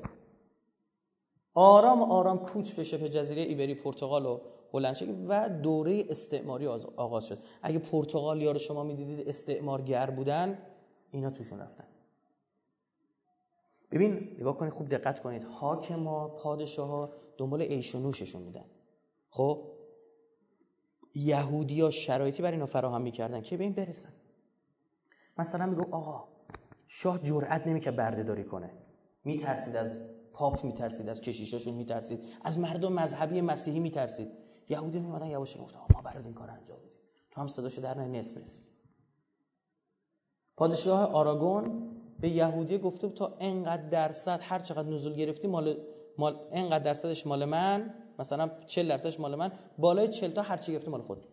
آرام آرام کوچ به شبه جزیره ایبری، پرتغال و هلند و دوره استعماری آغاز شد. اگه پرتغالیا رو شما میدیدید استعمارگر بودن، اینا توشون رفتن. ببین نگاه کنید، خوب دقت کنید، حاکما پادشاها دنبال عیش و نوششون بودن. خب یهودی‌ها شرایطی برای اینا فراهم می‌کردن که به این برسن. مثلا میگم آقا شاه جرئت نمی‌کرد بردهداری کنه، میترسید از پاپ، میترسید از کشیشاشون، میترسید از مردم مذهبی مسیحی، میترسید. یهودی میومدن یواش میگفتن ما برات این کارو انجام میدیم، تو هم صداشو در نیار نصف. پادشاه آراگون به یهودی گفته بود تا اینقدر درصد هر چقدر نزول گرفتی مال اینقدر درصدش مال من، مثلا 40% مال من، بالای 40 تا هر چی گرفتی مال خودت.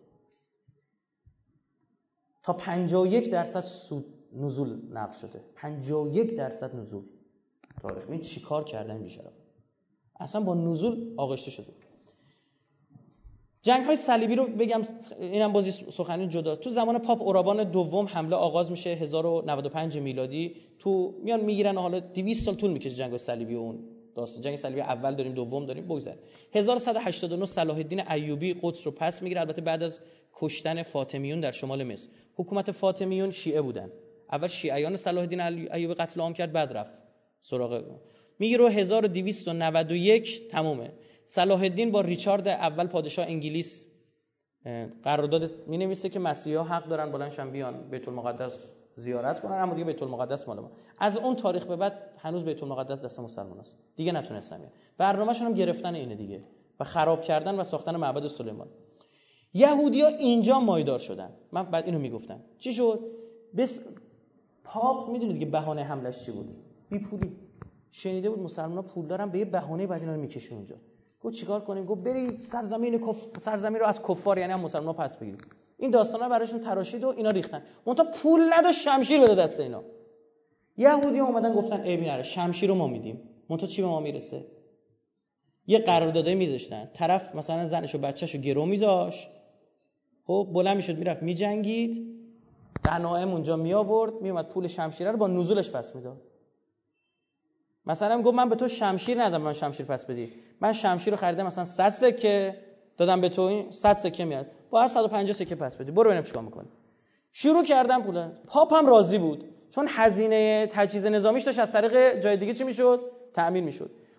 تا 51% سود نزول نقل شده. 51% نزول. تاریخ این چیکار کردن بیشرف؟ اصلا با نزول آغشته شده. جنگ‌های صلیبی رو بگم، اینم بازی سخنی جدا. تو زمان پاپ اورابان دوم حمله آغاز میشه 1095 میلادی. تو میان میگیرن، حالا 200 سال طول میکشه جنگ صلیبی. اون داستان جنگ صلیبی اول داریم، دوم داریم، بگذار. 1189 صلاح الدین ایوبی قدس رو پس میگیره، البته بعد از کشتن فاطمیون در شمال مصر. حکومت فاطمیون شیعه بودن. اول شیعیان صلاح الدین ایوبی قتل عام کرد، بعد رفت سراغ میگیره. 1291 تمومه. صلاح الدین با ریچارد اول پادشاه انگلیس قرارداد می‌نویسه که مسیحی‌ها حق دارن بلندشن بیان بیت المقدس زیارت کنن، اما دیگه بیت المقدس مال ما. از اون تاریخ به بعد هنوز بیت المقدس دست مسلماناست، دیگه نتونستن بیان. برنامه‌شون هم گرفتن اینه دیگه و خراب کردن و ساختن معبد سلیمان. یهودی‌ها اینجا مایدار شدن. من بعد اینو میگفتم چی شد؟ بس پاپ میدونید دیگه بهانه حملش چی بود؟ بیپولی. شنیده بود مسلمان‌ها پول دارن، به یه بهانه بعد اینا رو میکشون اونجا. گفت چیکار کنیم؟ گفت برید سرزمین رو از کفار، یعنی هم مسلمان‌ها پس بگیرید. این داستانا براشون تراشید و اینا ریختن. اونتا پول نداشت شمشیر بده دست اینا. یهودی‌ها اومدن گفتن عیبی نره، شمشیر رو ما میدیم. اونتا چی به ما میرسه؟ یه قراردادی میذاشتن، طرف مثلا زنش و بچه‌شو گرو میذاشت، خب بلند میشد میرفت میجنگید، غنایم اونجا می آورد، میومد پول شمشیر رو با نزولش پس میداد. مثلا گفت من به تو شمشیر ندادم، من شمشیر پس بدی. من شمشیر رو خریدم مثلا 100 سکه دادم به تو، این 100 سکه میاد، با هر 150 سکه پس بدی، برو ببینم چیکار میکنی. شروع کردم پول. پاپ هم راضی بود، چون هزینه تجهیز نظامیش داشت از طریق جای دیگه چی میشد؟ تأمین میشد.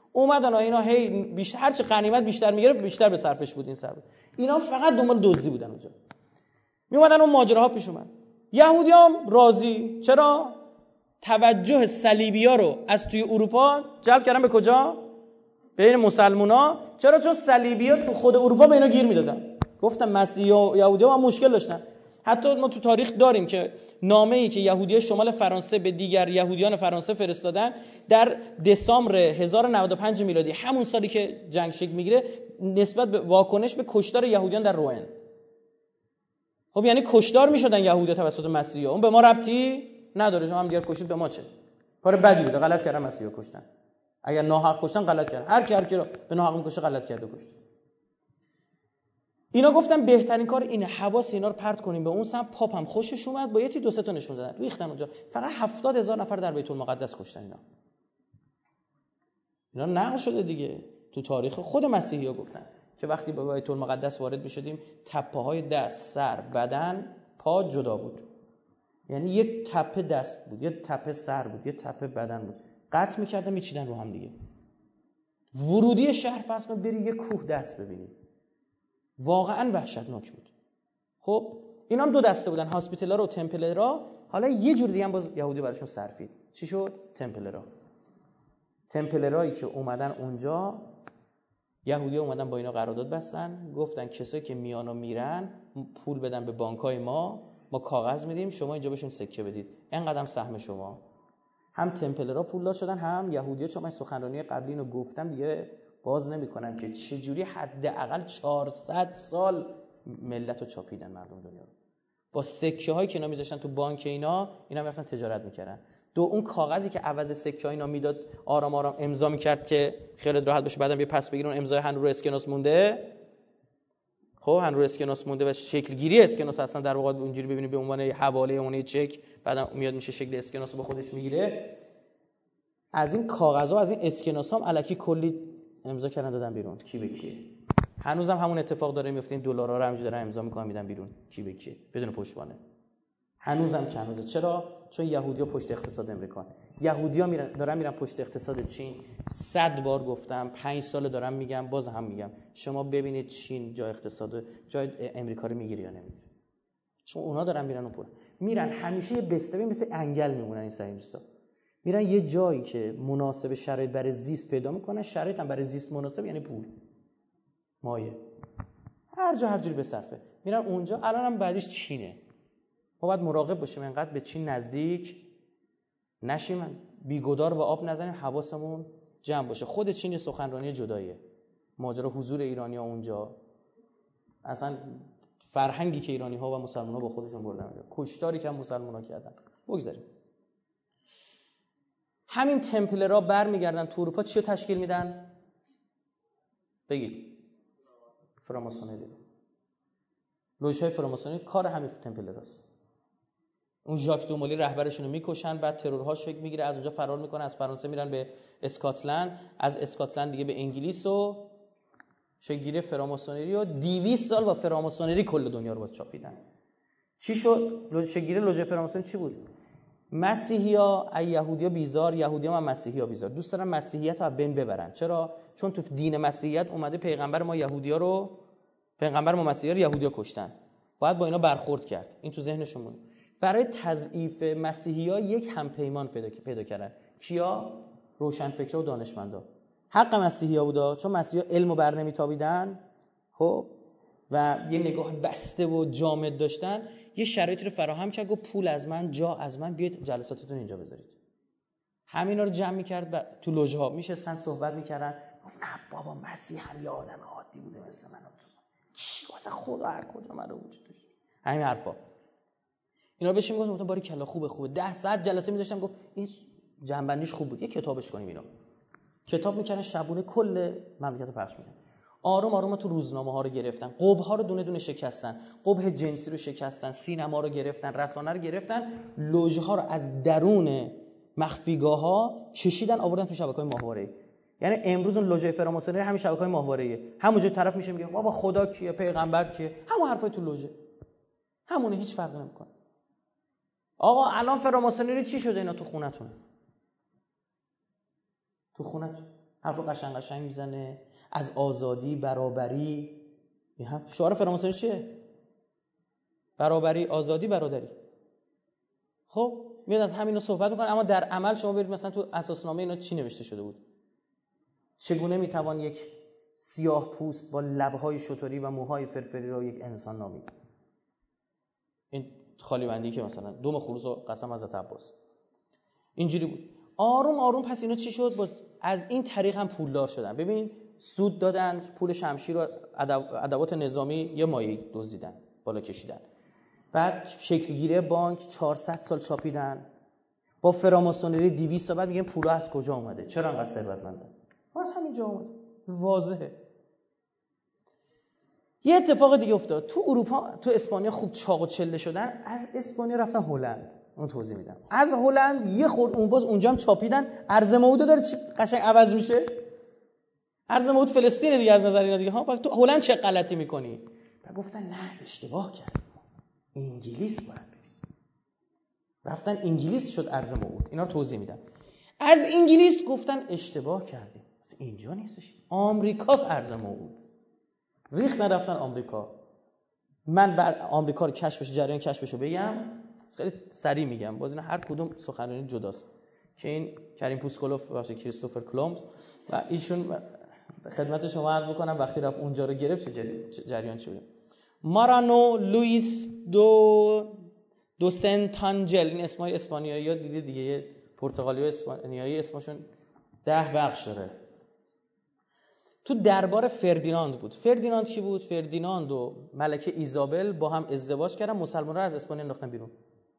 اومدن اینا هی بیشتر هر چه غنیمت بیشتر میگرفت بیشتر به صرفش بود این سر بود. اینا فقط دنبال دزدی بودن اونجا. می اومدن اون ماجراها پیش اومد. یهودیام راضی. چرا؟ توجه صلیبی‌ها رو از توی اروپا جلب کردن به کجا؟ بین مسلمونا. چرا؟ چون صلیبی‌ها تو خود اروپا به اینا گیر میدادن. گفتم مسیحی و یهودی‌ها هم مشکل داشتن. حتی ما تو تاریخ داریم که نامه‌ای که یهودیای شمال فرانسه به دیگر یهودیان فرانسه فرستادن در دسامبر 1095 میلادی، همون سالی که جنگ شکل میگیره، نسبت به واکنش به کشتار یهودیان در روئن. خب یعنی کشتار میشدن یهودی‌ها توسط مسیحی‌ها. اون به ما ربطی نداره. شما هم دیگه کشید به ما چه؟ کار بدی بوده، غلط کردن مسیحی‌ها کشتن. اگر ناحق کشتن غلط کردن. هر کی رو به ناحق می‌کشه غلط کرده کشت. اینا گفتن بهترین کار اینه حواس اینا رو پرت کنیم به اون سمت. پاپ هم خوشش اومد، با یکی دو سه تا نشون دادن، ریختن اونجا. فقط 70,000 نفر در بیت المقدس کشتن اینا نقل شده دیگه تو تاریخ. خود مسیحی‌ها گفتن که وقتی به بیت المقدس وارد می‌شدیم تپه‌های دست، سر، بدن، پا جدا بود. یعنی یک تپه دست بود، یک تپه سر بود، یک تپه بدن بود. قطع می‌کردن میچیدن رو هم دیگه. ورودی شهر فرض کن بری یه کوه دست ببینی. واقعا وحشتناک بود. خب اینا هم دو دسته بودن، هاسپیتالرا و تمپلرا. حالا یه جور دیگه هم باز یهودی براشون صرفید. چی شد؟ تمپلرایی که اومدن اونجا، یهودی‌ها اومدن با اینا قرارداد بستن، گفتن کسایی که میان و میرن پول بدن به بانک‌های ما کاغذ میدیم، شما اینجا بهشون سکه بدید، اینقدر سهم شما. هم تمپلرها پولدار شدن، هم یهودی‌ها. چون من سخنرانی قبلی اینو گفتم دیگه باز نمی‌کنم که چجوری حداقل 400 سال ملت رو چاپیدن مردم دنیا رو با سکه‌هایی که اینا می‌ذاشتن تو بانک اینا رفتن تجارت می‌کردن. اون کاغذی که عوض سکه‌ها اینا میداد آرام آرام امضا می‌کرد که خیلی راحت باشه بعدم بیا پس بگیرون، امضای هنوز رو اسکناس مونده. خب هنوز رو اسکناس مونده و شکلگیری اسکناس اصلا در واقع اونجوری ببینید به عنوان حواله اون چک، بعدم میاد میشه شکل اسکناس رو با خودش میگیره. از این کاغذها، از این اسکناسام الکی کلی امضا کردن دادن بیرون. کی به کیه؟ هنوزم همون اتفاق داره میفته. این دلارها رو همینجوری دارن امضا میکنن میدن بیرون. کی به کیه؟ بدون پشتوانه. هنوزم هنوزه. چرا؟ چون یهودی‌ها پشت اقتصاد امریکا، یهودی‌ها میرن پشت اقتصاد چین. 100 بار گفتم، 5 سال دارم میگم، باز هم میگم، شما ببینید چین جای اقتصاد جای امریکا رو میگیره یا نمیگیره. چون اونا دارن میرن اون میرن همیشه یه بستبی مثل انگل میمونن. این صهیونیست‌ها میرن یه جایی که مناسب شرایط برای زیست پیدا میکنن. شرایط هم برای زیست مناسب یعنی پول، مایه، هر جوری به صرفه میرن اونجا. الان هم بعدیش چینه. ما باید مراقب باشیم اینقدر به چین نزدیک نشیم، بیگدار به آب نزنیم، حواسمون جمع باشه. خود چین سخنرانی جداییه. ماجرا حضور ایرانی‌ها اونجا، اصلا فرهنگی که ایرانی‌ها و مسلمان‌ها با خودشون بردن، کشتاری که مسلمان‌ها کردن. بگذاریم. همین تمپلرها برمیگردن تو اروپا چی تشکیل میدن؟ بگید. فراماسونری. لوژهای فراماسونری کار همین تمپلراست. اون ژاک دومولی رهبرشون رو میکشن، بعد ترورها شکل میگیره، از اونجا فرار میکنن، از فرانسه میرن به اسکاتلند، از اسکاتلند دیگه به انگلیس و شکلگیری فراماسونری و 200 سال با فراماسونری کل دنیا رو باز چاپیدن. چی شد؟ شکلگیری لوژه فراماسونری چی بود؟ مسیحی‌ها از یهودی‌ها بیزار، یهودی‌ها هم مسیحی‌ها بیزار. دوست دارن مسیحیت رو از بین ببرن. چرا؟ چون تو دین مسیحیت اومده پیغمبر ما مسیحی‌ها رو یهودی‌ها کشتن. باید با اینا برخورد کرد. این تو ذهنشون بود. برای تضعیف مسیحی‌ها یک همپیمان پیدا کردن. کیا؟ روشنفکرا و دانشمندا. حق مسیحی‌ها بودا، چون مسیحی‌ها علمو بر نمیتابیدن، خب، و یه نگاه بسته و جامد داشتن. یه شرایطی رو فراهم کرد، گفت پول از من، جا از من، بیاید جلساتتون اینجا بذارید. همینا رو جمع می‌کرد تو لوژه‌ها میشستن صحبت می‌کردن. گفت نه بابا، مسیح هم یه آدم عادی بوده مثل من و تو. کی واسه خدا هر کجا منو وجود داشت. همین حرفا. اینا بهش میگفتم باری کلا خوبه 10 ساعت جلسه می‌ذاشتم. گفت این جنبندیش خوب بود، یه کتابش کنیم. اینا کتاب می‌کنن، شبونه کل مملکت رو پخش می‌کنن. آروم آروم تو روزنامه‌ها رو گرفتن، قبه‌ها رو دونه دونه شکستن، قبه جنسی رو شکستن، سینما رو گرفتن، رسانه رو گرفتن، لوژه‌ها رو از درون مخفیگاه‌ها کشیدن آوردن تو شبکه‌های ماهواره‌ای. یعنی امروز اون لوژه فراماسونری همین شبکه‌های ماهواره‌ایه. همونجا طرف میشه میگه بابا خدا کیه، پیغمبر کیه، همون حرفای تو لوژه، همونه، هیچ فرقی نمی‌کنه. آقا الان فراماسونری چی شده؟ اینا تو خونتونه، تو خونتون. حرف قشنگ میزنه از آزادی، برابری. شعار فراماسونی چیه؟ برابری، آزادی، برادری. خب میاد از همینا صحبت میکنه، اما در عمل شما برید مثلا تو اساسنامه اینا چی نوشته شده بود؟ چگونه میتوان یک سیاه پوست با لبهای شتری و موهای فرفری را یک انسان نامید؟ این خالی بندی که مثلا دوم خروس و قسم حضرت عباس اینجوری بود. آروم آروم پس اینا چی شد؟ از این طریق هم پولدار شدن. ببین سود دادن، پول شمشیر و ادوات نظامی یه مایه دزدیدن، بالا کشیدن. بعد شکلگیری بانک 400 سال چاپیدن. با فراماسونری 200 سال بعد میگن پولا از کجا اومده؟ چرا انقدر ثروتمندن؟ از همینجا اومده. واضحه. یه اتفاق دیگه افتاد تو اروپا، تو اسپانیا خوب چاق و چله شدن، از اسپانیا رفتن هلند. اون توضیح میدم. از هلند یه خورد اون باز اونجا هم چاپیدن. ارض موعود داره چی قشنگ عوض میشه. ارض موعود فلسطین دیگه از نظر اینا دیگه. ها تو هلند چه غلطی میکنی؟ بعد گفتن نه اشتباه کردیم، انگلیس باید بریم. رفتن انگلیس شد ارض موعود. اینا رو توضیح میدم. از انگلیس گفتن اشتباه کردیم، اینجا نیستش، آمریکاست ارض موعود. ریخت نرفتن آمریکا. من بر آمریکا رو کشفش، جریان کشفشو بگم، خیلی سریع میگم، باز اینا هر کدوم سخنرانی جداست. که این کریم پوسکولوف و کریستوفر کلمبز و ایشون خدمت شما عرض بکنم وقتی رفت اونجا رو گرفت چه جریان چه بود. مارانو لوئیس دو سنتانجل، این اسمای اسپانیایی‌ها دیگه پرتغالی و اسپانیایی اسمشون 10 بخش داره. تو دربار فردیناند بود. فردیناند کی بود؟ فردیناند و ملکه ایزابل با هم ازدواج کردن، مسلمان‌ها رو از اسپانیا انداختن بیرون.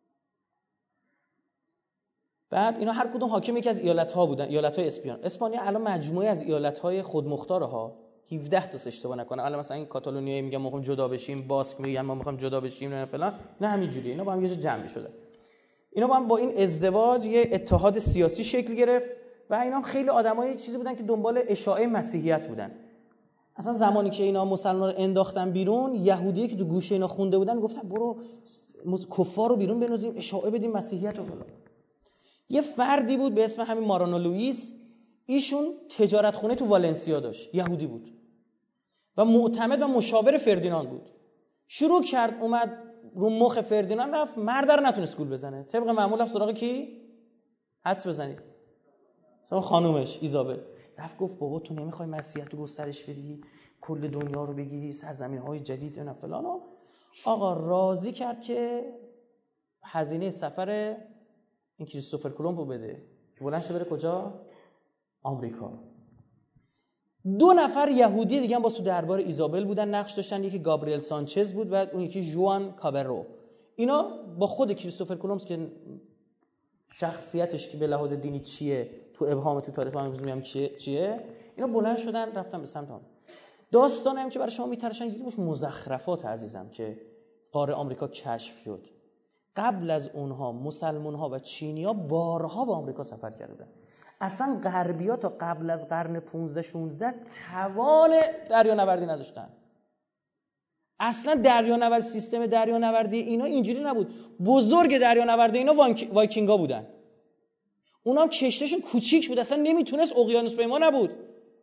بعد اینا هر کدوم حاکم یکی از ایالت‌ها بودن، ایالت‌های اسپانیا الان مجموعه از ایالت‌های خودمختارها 17 تا اشتباه نکنه. الان مثلا این کاتالونیایی میگن ما می‌خوایم جدا بشیم، باسک میگن ما می‌خوایم جدا بشیم، نه فلان. اینا همینجوریه. اینا با هم یه جا جمع شده. اینا با این ازدواج یه اتحاد سیاسی شکل گرفت و اینا هم خیلی آدمای چیزی بودن که دنبال اشاعه مسیحیت بودن. اصلا زمانی که اینا مسلمان‌ها رو انداختن بیرون، یهودیایی که تو گوشه اینا خونده بودن گفتن برو کفار رو بیرون بنوزیم، اشاعه بدیم، مسیحیت رو فلان. یه فردی بود به اسم همین مارانو لوئیس، ایشون تجارت خونه تو والنسیا داشت، یهودی بود و معتمد و مشاور فردیناند بود. شروع کرد اومد رو مخ فردیناند، رفت مرد رو نتونست گول بزنه. طبق معمول رفت سراغ کی؟ حدس بزنید. سراغ خانومش ایزابل. رفت گفت بابا تو نمیخوای مسیحیت رو گسترش بدی، کل دنیا رو بگیری، سرزمین‌های جدید و فلان. آقا راضی کرد که هزینه سفر این کریستوفر کلمب رو بده که بلند شه بره کجا؟ آمریکا. 2 نفر یهودی دیگه هم با تو دربار ایزابل بودن، نقش داشتن. یکی گابریل سانچز بود و اون یکی ژوان کابرو. اینا با خود کریستوفر کلمبز که شخصیتش که به لحاظ دینی چیه، تو ابهام تو تاریخ امروز میگم چیه، اینا بلند شدن رفتن به سمت آمریکا. داستانی هم که برای شما میتراشن یکیش مزخرفات عزیزم که قاره آمریکا کشف شد. قبل از اونها مسلمان‌ها و چینی‌ها بارها به آمریکا سفر کردن. اصلا غربی‌ها تا قبل از قرن 15-16 توان دریانوردی نداشتن. اصلا دریانورد، سیستم دریانوردی اینا اینجوری نبود. بزرگ دریانوردی اینا وایکینگا بودن. اونا هم کشتیشون کوچیک بود، اصلا نمیتونست اقیانوس پیما نبود.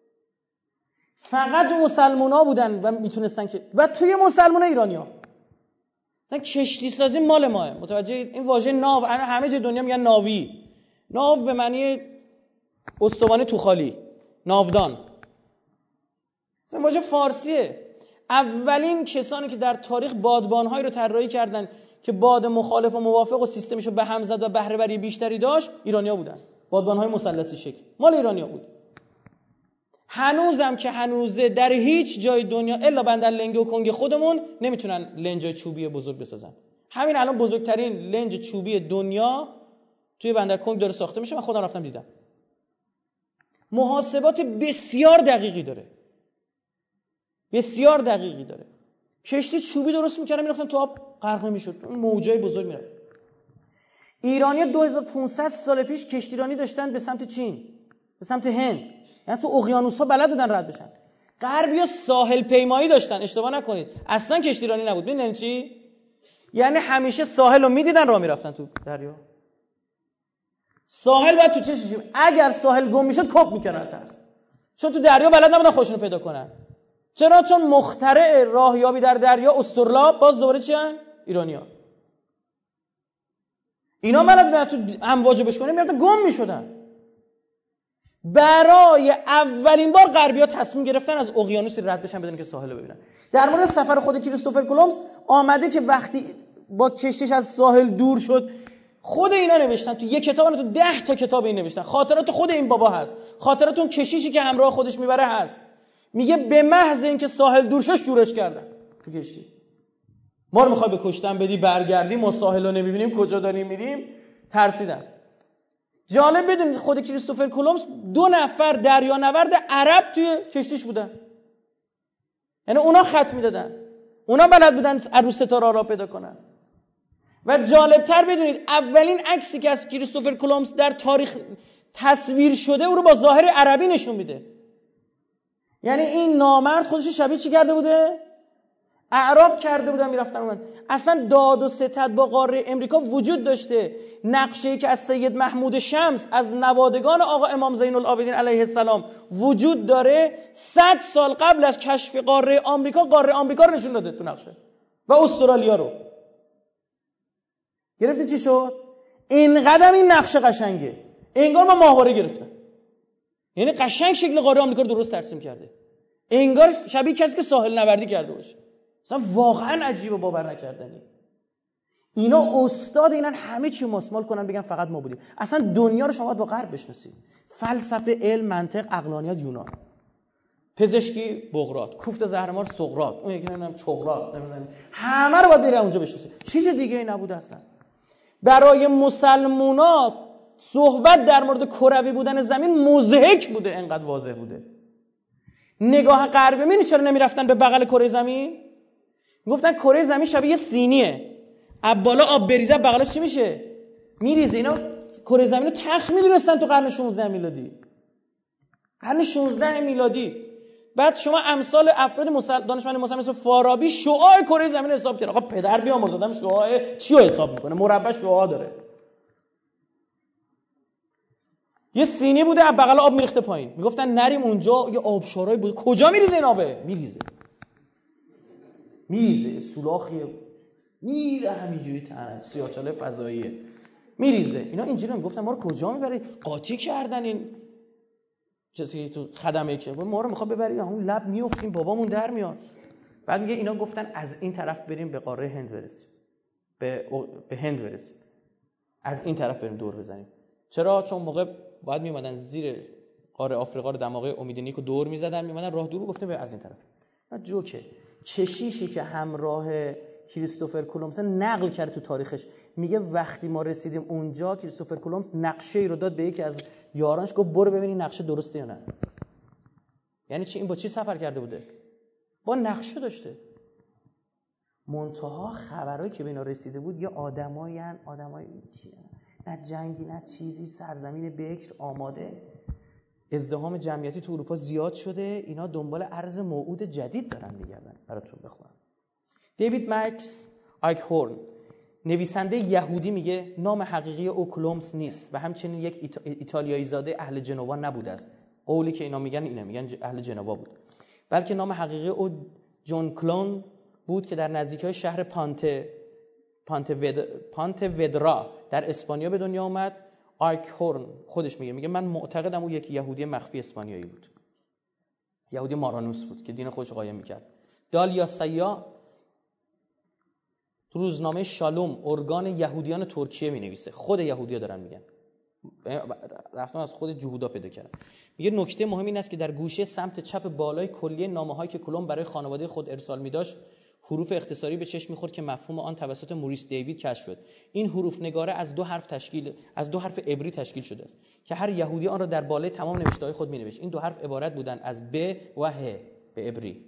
فقط مسلمان‌ها بودن و میتونستن که و توی مسلمان‌ها ایرانی‌ها. مثلا کشتی سازی مال ماه. متوجه این واژه ناو همه جای دنیا میگن ناوی. ناو به معنی استوانه توخالی، ناودان. مثلا واژه فارسیه. اولین کسانی که در تاریخ بادبان‌هایی رو طراحی کردن که باد مخالف و موافق و سیستمشو به هم زد و بهره وری بیشتری داشت، ایرانی‌ها بودن. بادبان‌های مثلثی شکل مال ایرانی‌ها بود. هنوزم که هنوزه در هیچ جای دنیا الا بندر لنگ و کنگ خودمون نمیتونن لنجای چوبی بزرگ بسازن. همین الان بزرگترین لنج چوبی دنیا توی بندر کنگ داره ساخته میشه. من خودم رفتم دیدم. محاسبات بسیار دقیقی داره. بسیار دقیقی داره. کشتی چوبی درست میکردن میرفتن تو آب غرق نمیشد. اون موجای بزرگ میرفت. ایرانی‌ها 2500 سال پیش کشتیرانی داشتن به سمت چین، به سمت هند. یعنی تو اقیانوس‌ها بلد بودن رد بشن. غربی‌ها ساحل پیمایی داشتن، اشتباه نکنید. اصلا کشتیرانی نبود. ببینید چی؟ یعنی همیشه ساحل رو میدیدن راه میرفتن تو دریا. ساحل بعد تو چششون اگر ساحل گم میشد کپ میکردن ترس. چون تو دریا بلد نبودن خودشونو پیدا کنن. چرا؟ چون مخترع راهیابی در دریا استرلاب باز دوباره چی ان؟ ایرانی‌ها. اینا بلد بودن تو امواج بشکنن، میرفتن گم میشدن. برای اولین بار غربی‌ها تصمیم گرفتن از اقیانوسی رد بشن بدون که ساحل رو ببینن. در مورد سفر خود کریستوفر کلمبوس آمده که وقتی با کشتیش از ساحل دور شد، خود اینا نوشتن تو یک کتاب، تو 10 تا کتاب این نوشتن. خاطرات خود این بابا هست، خاطرات اون کشیشی که همراه خودش میبره هست. میگه به محض اینکه ساحل دور شد شورش کردن تو کشتی. ما رو میخوای به کشتن بدی، برگردیم ما ساحل رو نمیبینیم کجا داریم میریم، ترسیدن. جالب بدونید خود کریستوفر کلمبوس 2 نفر دریانورد عرب توی کشتیش بودن. یعنی اونا خط میدادن، اونا بلد بودن عروس ستاره را پیدا کنن. و جالبتر بدونید اولین عکسی که از کریستوفر کلمبوس در تاریخ تصویر شده او رو با ظاهر عربی نشون میده. یعنی این نامرد خودش شبیه چی کرده بوده؟ اعراب کرده بودن میرفتن اون. اصلا داد و ستد با قاره امریکا وجود داشته. نقشه‌ای که از سید محمود شمس از نوادگان آقا امام زین العابدین علیه السلام وجود داره 100 سال قبل از کشف قاره آمریکا رو نشون داده تو نقشه و استرالیا رو. گرفتی چی شد؟ اینقدر این نقشه قشنگه انگار ما ماهواره گرفتن. یعنی قشنگ شکل قاره آمریکا رو درست ترسیم کرده، انگار شبیه کسی که ساحل نوردی کرده باشه. اصلا واقعا عجیبه، باور نکردنی. اینا استاد اینن همه چی مسمال کنن بگن فقط ما بودیم. اصلا دنیا رو شما باید با غرب بشناسید. فلسفه، علم، منطق، عقلانیت یونان، پزشکی بقراط، کوفت زهرمار سقراط، اون یکی نمیدونم چغراط، نمیدونم، همه رو باید بری اونجا بشناسید. چیز دیگه ای نبود اصلا. برای مسلمانات صحبت در مورد کروی بودن زمین مضحک بوده، انقدر واضح بوده. نگاه غربی می‌بینی چرا نمیرفتن به بغل کره زمین؟ میگفتن کره زمین شبیه سینیه، از بالا آب بریزه بغلش چی میشه؟ میریزه. اینا کره زمین رو تخت میدونستن تو قرن 16 میلادی. قرن 16 میلادی. بعد شما امثال افراد دانشمند مسلمان مثل فارابی شعاع کره زمین حساب کردن. آقا پدر بیامرز، آدم شعاع چی رو حساب میکنه؟ مربع شعاع داره. یه سینی بوده از بغل آب میریخته پایین. میگفتن نریم اونجا، یه آبشارای بود. کجا میریزه این آبه؟ میریزه سولاخیه، میره همینجوری تنه سیاهچاله فضاییه میریزه. اینا اینجوری میگفتن ما رو کجا میبری؟ قاطی کردن این چیزی تو خدمه که ما رو میخواد ببری همون لب میافتیم بابامون در میاد. بعد میگه اینا گفتن از این طرف بریم به قاره هند برسیم، به هند برسیم، از این طرف بریم دور بزنیم. چرا؟ چون موقع باید میومدن زیر قاره آفریقا رو دماغه امید نیکو دور میزدن، میومدن راه دور گفتن به از این طرف. نه جوکه. چشیشی که همراه کریستوفر کلمبوس نقل کرد تو تاریخش، میگه وقتی ما رسیدیم اونجا کریستوفر کلمبوس نقشه ای رو داد به یکی از یارانش، گفت برو ببین این نقشه درسته یا نه. یعنی چی؟ این با چی سفر کرده بوده؟ با نقشه داشته. منتها خبرایی که به اینا رسیده بود یه آدمای نه جنگی نه چیزی، سرزمین بکر آماده، ازدحام جمعیتی تو اروپا زیاد شده، اینا دنبال ارز موعود جدید دارن میگردن. براتون بخونم. دیوید مکس آیکهورن نویسنده یهودی میگه نام حقیقی او کلمبوس نیست و همچنین یک ایتالیایی زاده اهل جنوا نبوده است. قولی که اینا میگن اینه، میگن اهل جنوا بود، بلکه نام حقیقی او جون کلون بود که در نزدیکی شهر پانتودرا در اسپانیا به دنیا آمد. آیکهورن خودش میگه من معتقدم او یک یهودی مخفی اسپانیایی بود، یهودی مارانوس بود که دین خودش قایم میکرد. دالیا سیا تو روزنامه شالوم ارگان یهودیان ترکیه مینویسه، خود یهودی‌ها دارن میگن، رفتم از خود جهودا پیدا کردم. میگه نکته مهم این است که در گوشه سمت چپ بالای کلیه نامه‌هایی که کلمب برای خانواده خود ارسال می‌داشت حروف اختصاری به چشم می‌خورد که مفهوم آن توسط موریس دیوید کشف شد. این حروف نگاره از دو حرف عبری تشکیل شده است که هر یهودی آن را در بالای تمام نوشته‌های خود می‌نوشت. این دو حرف عبارت بودند از ب و ه به عبری.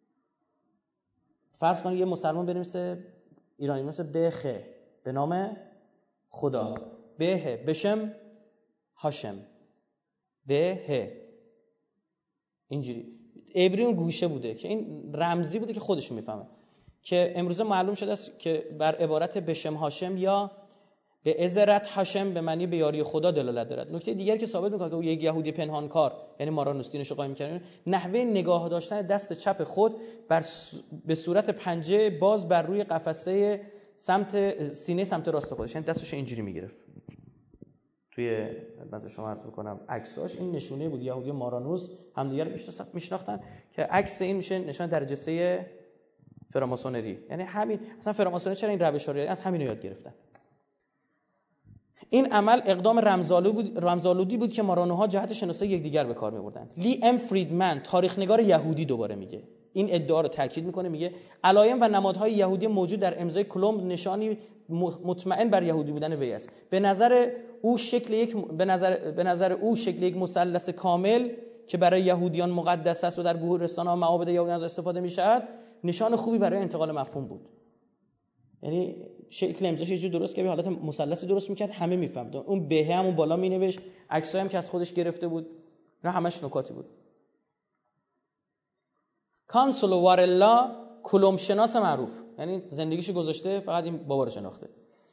فرض کنید یه مسلمان بنویسه ایرانی مثل بخ به نام خدا، به بشم هاشم، به اینجوری. عبری اون گوشه بوده که این رمزی بوده که خودشون میفهمه، که امروزه معلوم شده است که بر عبارت بشم هاشم یا به ازرت هاشم به معنی به یاری خدا دلالت دارد. نکته دیگری که ثابت می‌کنه که او یک یهودی پنهانکار، یعنی مارانوس دینش رو قایم می‌کنه، نحوه نگاه داشتن دست چپ خود به صورت پنجه باز بر روی قفسه سینه سمت راست خودش، یعنی دستش اینجوری می‌گرفت. توی خدمت شما عرض می‌کنم عکساش این نشونه بود. یهودی مارانوس همدیگه رو میشناختن که عکس این میشه نشان درجه 3 فراماسونری. یعنی همین اصلا فراماسونری چرا این روش‌ها رو از همین یاد گرفتن. این عمل اقدام رمزآلودی بود که مارانوها جهت شناسایی یکدیگر به کار می‌بردن. لی ام فریدمن تاریخ‌نگار یهودی دوباره میگه، این ادعا رو تاکید میکنه، میگه علائم و نمادهای یهودی موجود در امضای کلمب نشانی مطمئن بر یهودی بودن وی است. به نظر او شکل یک مثلث کامل که برای یهودیان مقدس است و در گورستان‌ها و معابد یهودیان از استفاده می‌شود نشان خوبی برای انتقال مفهوم بود. یعنی شکل امضاش یه جور درست که به حالت مثلثی درست می‌کرد، همه می‌فهمدن. اون به همون بالا می‌نوشت، عکسایی هم که از خودش گرفته بود، نه همش نکاتی بود. کانسولو وارلا کلمب شناس معروف، یعنی زندگیشو گذاشته فقط این بابا رو شناخته،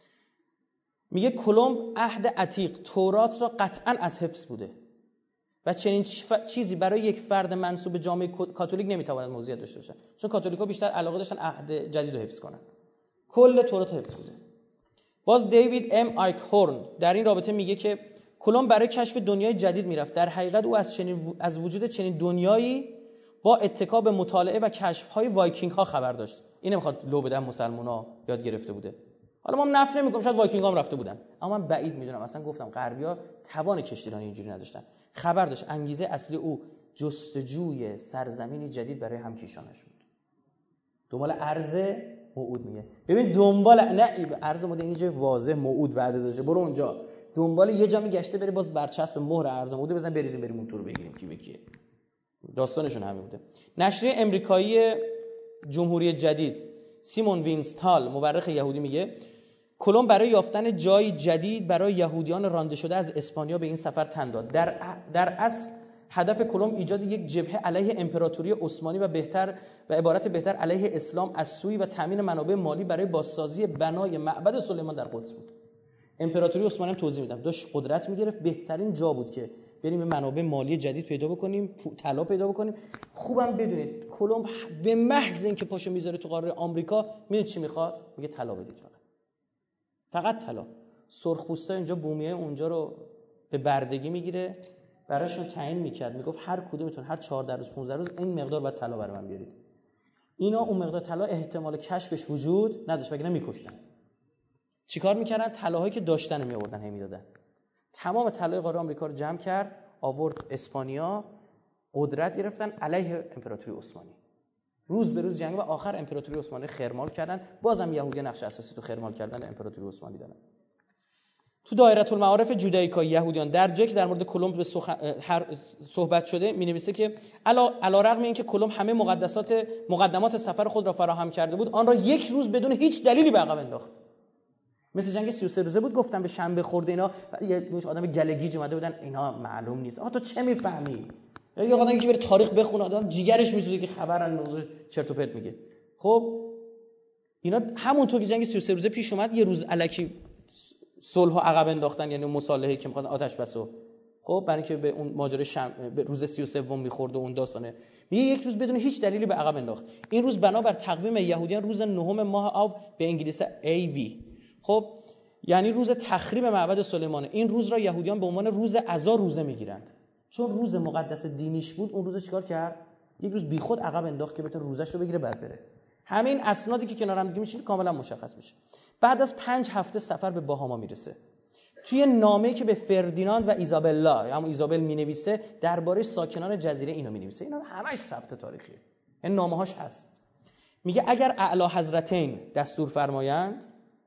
میگه کلمب عهد عتیق تورات را قطعاً از حفظ بوده و چنین چیزی برای یک فرد منسوب به جامعه کاتولیک نمیتواند موضوعیت داشته باشه، چون کاتولیک‌ها بیشتر علاقه داشتن عهد جدید رو حفظ کنن. کل تورات حفظ بوده. باز دیوید ام آیکهورن در این رابطه میگه که کلمب برای کشف دنیای جدید میرفت. در حقیقت او از وجود چنین دنیایی با اتکا به مطالعه و کشف‌های وایکینگ‌ها خبر داشت. این نمیخواد لو بدن مسلمان‌ها یاد گرفته بوده. حالا ما نفی نمی‌کنیم شاید وایکینگ‌ها هم رفته بودن، اما من بعید می‌دونم. اصلا گفتم غربی‌ها توان کشتیرانی اینجوری نداشتن. خبر داشت انگیزه اصلی او جستجوی سرزمینی جدید برای همکیشانش بود. دنبال ارض موعود میگه. ببین دنبال نه ارض موعود این جای واضح موعود وعده داشته، برو اونجا. دنبال یه جا میگشته بری باز برچسب مهر ارض موعود بزن بریزیم بریم اون تور بگیریم کی به کیه. داستانشون همین بوده. نشریه امریکایی جمهوری جدید سیمون وینستال مورخ یهودی میگه کلمب برای یافتن جای جدید برای یهودیان رانده شده از اسپانیا به این سفر تن داد. در اصل هدف کلمب ایجاد یک جبهه علیه امپراتوری عثمانی و عبارت بهتر علیه اسلام از سوی و تامین منابع مالی برای بازسازی بنای معبد سلیمان در قدس بود. امپراتوری عثمانی هم توضیح میدم داشت قدرت میگرفت، بهترین جا بود که بریم منابع مالی جدید پیدا بکنیم، طلا پیدا بکنیم. خوبم بدونید کلمب به محض اینکه پاشو میذاره تو قاره آمریکا میدونید چی میخواد؟ میگه طلا بدید، فقط طلا. سرخپوستا اینجا بومیای اونجا رو به بردگی میگیره، براشون تعیین میکرد، میگفت هر کدومتون هر 14 روز 15 روز این مقدار باید طلا برام بیارید. اینا اون مقدار طلا احتمال کشفش وجود نداشت وگرنه میکشتن. چیکار میکردن؟ طلاهایی که داشتن میآوردن هم میدادن. تمام طلای قاره آمریکا رو جمع کرد، آورد اسپانیا، قدرت گرفتن علیه امپراتوری عثمانی. روز به روز جنگ و آخر امپراتوری عثمانی خرمال کردن. بازم یهودی نقش اساسی تو خرمال کردن امپراتوری عثمانی دارن. تو دایره المعارف جودائیکا یهودیان در جایی که در مورد کلمب به صحبت شده می‌نویسه که علی‌رغم اینکه کلمب همه مقدمات سفر خود را فراهم کرده بود، آن را یک روز بدون هیچ دلیلی به عقب انداخت. مثل جنگ 33 روزه بود، گفتم به شنبه خورده اینا یه آدم گلگیج اومده بودن، اینا معلوم نیست. آها تو چه میفهمی؟ یا یه آدمی که بره تاریخ بخونه آدم جیگرش میسوزه که خبر موضوع چرت و پرت میگه. خب اینا همونطور که جنگ 33 روزه پیش اومد یه روز الکی صلح و عقب انداختن، یعنی مصالحه که می‌خواستن آتش بسو. خب برای اینکه به اون ماجرای به روز 33 می‌خورد و اون داستانه، میگه یک روز بدون هیچ دلیلی به عقب انداخت. این روز بنابر تقویم یهودیان روز 9 ماه آو به انگلیسی AV، خب یعنی روز تخریب معبد سلیمان. این روز را یهودیان به عنوان روز عزا روزه میگیرند. چون روز مقدس دینیش بود، اون روز چیکار کرد؟ یک روز بیخود عقب انداخت که بتونه روزش رو بگیره بعد بره. همین اسنادی که کنار هم دیگه میشینه کاملا مشخص میشه. بعد از 5 هفته سفر به باهاما میرسه. توی نامه‌ای که به فردیناند و ایزابلا یا همون ایزابل مینویسه درباره ساکنان جزیره اینو مینویسه. اینا همش ثبت تاریخیه. این نامه‌هاش هست. میگه اگر اعلی حضرتین دستور فرمایند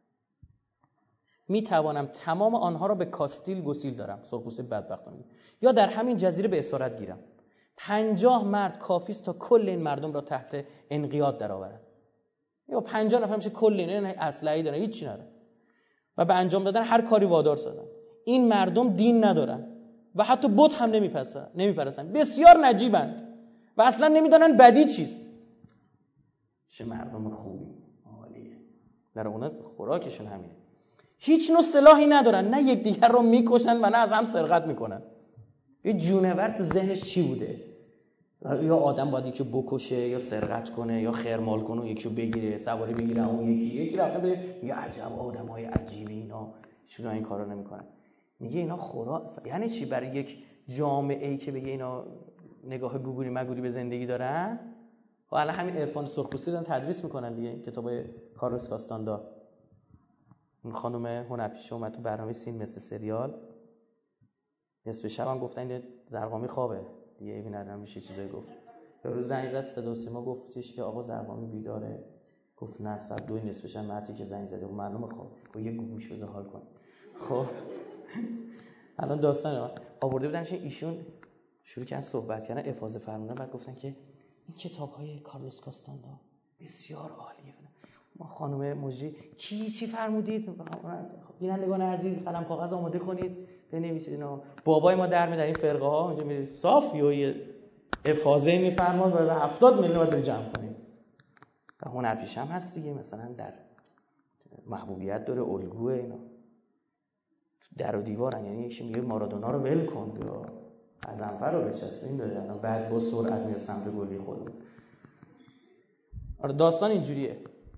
می توانم تمام آنها را به کاستیل گسیل دارم، سرخپوست بدبختان، یا در همین جزیره به اسارت گیرم. 50 مرد کافی است تا کل این مردم را تحت انقیاد درآورند. یا 50 نفر میشه کل این اسلحه‌ای دارن، هیچ چی ندارن و به انجام دادن هر کاری وادار سازن. این مردم دین ندارن و حتی بت هم نمیپرستن. بسیار نجیبند و اصلا نمیدونن بدی چیست. چه مردم خوبی، عالیه. در اون خوراکشون همینه. هیچ نوع سلاحی ندارن، نه یکدیگر رو میکشن و نه از هم سرقت میکنن. یه جونور تو ذهنش چی بوده؟ یا آدم باید یکی بکشه یا سرقت کنه یا خرمال کنه و یکی رو بگیره، سواری بگیره، اون یکی رفته بده میگه عجب آدمای عجیبی اینا، چون این کارا نمیکنن. میگه اینا یعنی چی برای یک جامعه ای که بگه اینا نگاه گوگولی مگولی به زندگی دارن؟ و الان همین عرفان سرخپوستی دارن تدریس میکنن دیگه، کتابای کارلوس کاستاندا. اون خانم هنرپیشه اومد تو برنامه سین مثل سریال، نصف شب هم گفتن زرقامی خوابه دیگه، ایوی ندارم میشه چیزایی گفت. روز زنگ زد صدا و سیما، گفتش که آقا زرقامی بیداره. گفت نه ساعت 2 نصف شب مردی که زنگ زده. خب معلومه خواب. گفت یه گوش بذار حال کن. خب الان داستان آورده بودنش، ایشون شروع کردن صحبت کردن، افاضه فرمودن، بعد گفتن که این کتاب‌های کارلوس کاستاندا بسیار عالیه. ما خانم مجری چی فرمودید؟ بینندگان عزیز قلم کاغذ آماده کنید بنویسید. اینا بابای ما در این فرقه ها اونجا میره صاف یه افاضه میفرماد و 70 میلیون رو جمع کنید. و هنرپیشه هم هست دیگه، مثلا در محبوبیت داره، الگوه اینا در و دیوارن. یعنی یکی میگه مارادونا رو ول کن یا غضنفر رو بچسبین داره، بعد با سرعت میاد سمت گلی خودمون. آره داستان اینجوریه.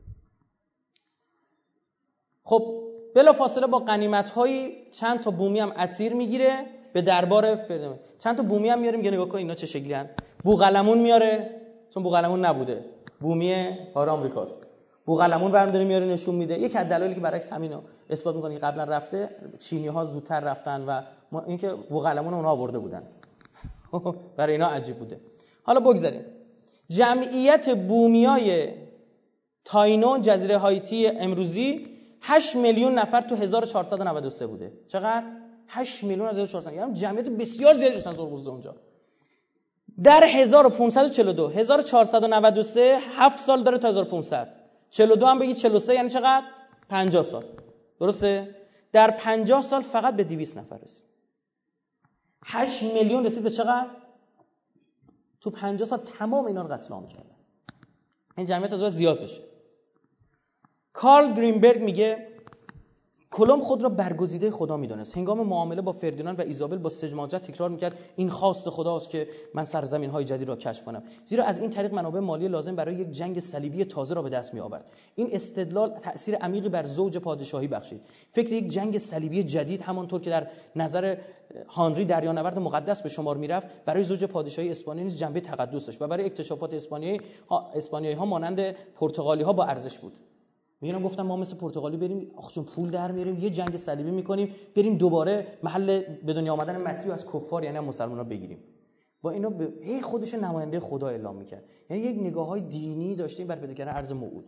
خب بلافاصله با غنیمت‌های چند تا بومی هم اسیر میگیره به دربار فردوسی. چند تا بومی هم میاره، میگه نگاه کن اینا چه شکلی ان. بوقلمون میاره، چون بوقلمون نبوده، بومی کار آمریکاست. بوقلمون برمی‌داره میاره نشون میده. یک از دلایلی که برعکس همینو اثبات می‌کنه که قبلا رفته، چینی‌ها زودتر رفتن و اینکه بوقلمون اونها آورده بودن. برای اینا عجیب بوده. حالا بگذاریم. جمعیت بومیای تاینو جزیره هایتی امروزی 8 میلیون نفر تو 1493 بوده. چقدر؟ 8 میلیون از 1400. یعنی جمعیت بسیار زیادی داشتن سرخپوستا اونجا. در 1542 1493 7 سال داره تا 1500. 42 هم بگی 43 یعنی چقدر؟ 50 سال. درسته؟ در 50 سال فقط به 200 نفر رسید. 8 میلیون رسید به چقدر؟ تو 50 سال تمام اینا رو قتل عام کردن. این جمعیت از زیاد بشه. کارل گرینبرگ میگه کلمب خود را برگزیده خدا میدانست. هنگام معامله با فردیناند و ایزابل با سجماجت تکرار میکرد این خواست خداست که من سرزمین‌های جدید را کشف کنم، زیرا از این طریق منابع مالی لازم برای یک جنگ صلیبی تازه را به دست میآورد. این استدلال تأثیر عمیقی بر زوج پادشاهی بخشید. فکر یک جنگ صلیبی جدید همانطور که در نظر هانری دریانورد مقدس به شمار میرفت، برای زوج پادشاهی اسپانیا نیز جنبه تقدس داشت و برای اکتشافات اسپانیایی‌ها مانند پرتغالی‌ها با ارزش بود. میگم گفتم ما مثل پرتغالی بریم آخه چون پول در میاریم یه جنگ صلیبی میکنیم، بریم دوباره محل به دنیا آمدن مسیح از کفار یعنی مسلمان‌ها بگیریم. با اینا هی خودش نماینده خدا اعلام میکرد. یعنی یک نگاه‌های دینی داشتیم بر پیدا کردن ارز موعود.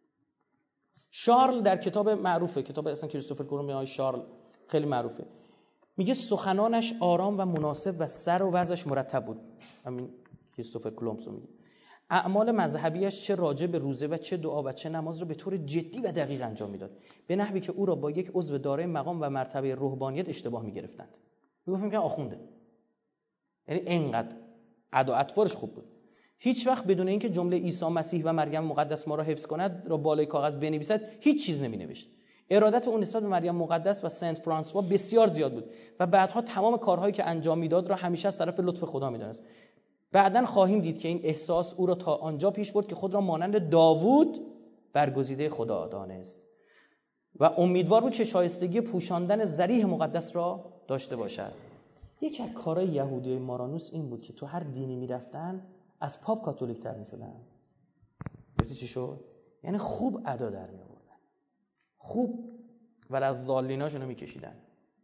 شارل در کتاب معروفه، کتاب اصلا کریستوفر کلمب شارل خیلی معروفه، میگه سخنانش آرام و مناسب و سر و وضعش مرتب بود. همین کریستوفر کلمب میگه اعمال مذهبیش چه راجع به روزه و چه دعا و چه نماز را به طور جدی و دقیق انجام میداد، به نحوی که او را با یک عضو دارای مقام و مرتبه روحانیت اشتباه میگرفتند. میگفتیم که آخونده، یعنی اینقدر ادا و اطوارش خوب بود. هیچ وقت بدون اینکه جمله عیسی مسیح و مریم مقدس ما را حفظ کند را بالای کاغذ بنویسد هیچ چیز نمینوشت. ارادت او نسبت به مریم مقدس و سنت فرانسوا بسیار زیاد بود و بعدها تمام کارهایی که انجام میداد را همیشه از طرف لطف خدا میدانست. بعداً خواهیم دید که این احساس او را تا آنجا پیش برد که خود را مانند داوود برگزیده خدا دانست و امیدوار بود که شایستگی پوشاندن ذریح مقدس را داشته باشد. یکی از کارهای یهودیای مارانوس این بود که تو هر دینی میرفتن از پاپ کاتولیک تر میشدن. گفتی چی شد؟ یعنی خوب ادا در می آوردن، خوب و از ضالیناشون رو میکشیدن.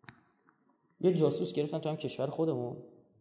یه جاسوس گرفتن تو هم کشور خودمون،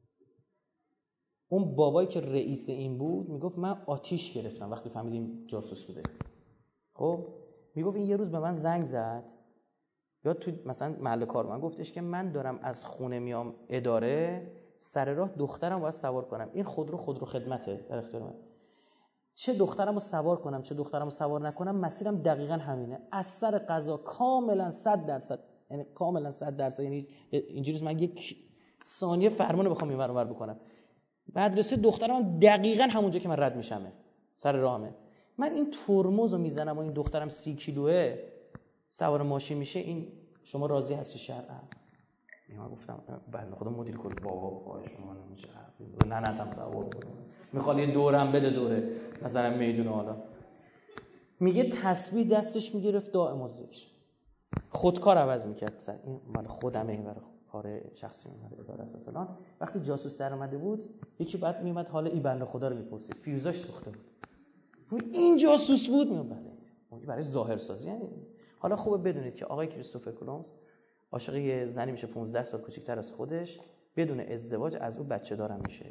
اون بابایی که رئیس این بود میگفت من آتیش گرفتم وقتی فهمیدیم جاسوس بوده. خب میگفت این یه روز به من زنگ زد، یا تو مثلا محل کار من گفتش که من دارم از خونه میام اداره، سر راه دخترم باید سوار کنم، این خودرو خدمته در اختیار من، چه دخترم رو سوار کنم چه دخترم رو سوار نکنم مسیرم دقیقاً همینه. از سر قضا کاملا 100%، یعنی کاملا 100%، یعنی اینجوریه من یک ثانیه فرمانو بخوام اینور اونور بکنم، مدرسه دخترم دقیقاً همونجا که من رد میشمه، سر راهمه. من این ترمزو میزنم و این دخترم 30 کیلوه سوار ماشین میشه، این شما راضی هستی شرعا؟ من گفتم بنده خدا مدیر کل بابا پای شما نمیشه حرفی لعنتم ثواب کنه، میخواد یه دورم بده دوره مثلا میدون. حالا میگه تسبیح دستش میگرفت دائم الذکر، خودکار عوض میکرد. این مال خودمه، این برای کار شخصی من اداره است فلان. وقتی جاسوس در اومده بود یکی بعد میومد حالا این بنده خدا رو میپرسید فیوزاش سوخته بود، این جاسوس بود. بله اون برای ظاهر سازی. یعنی حالا خوبه بدونید که آقای کریستوفر کلمز عاشق یه زنی میشه 15 سال کوچیک‌تر از خودش، بدون ازدواج از اون بچه دارم میشه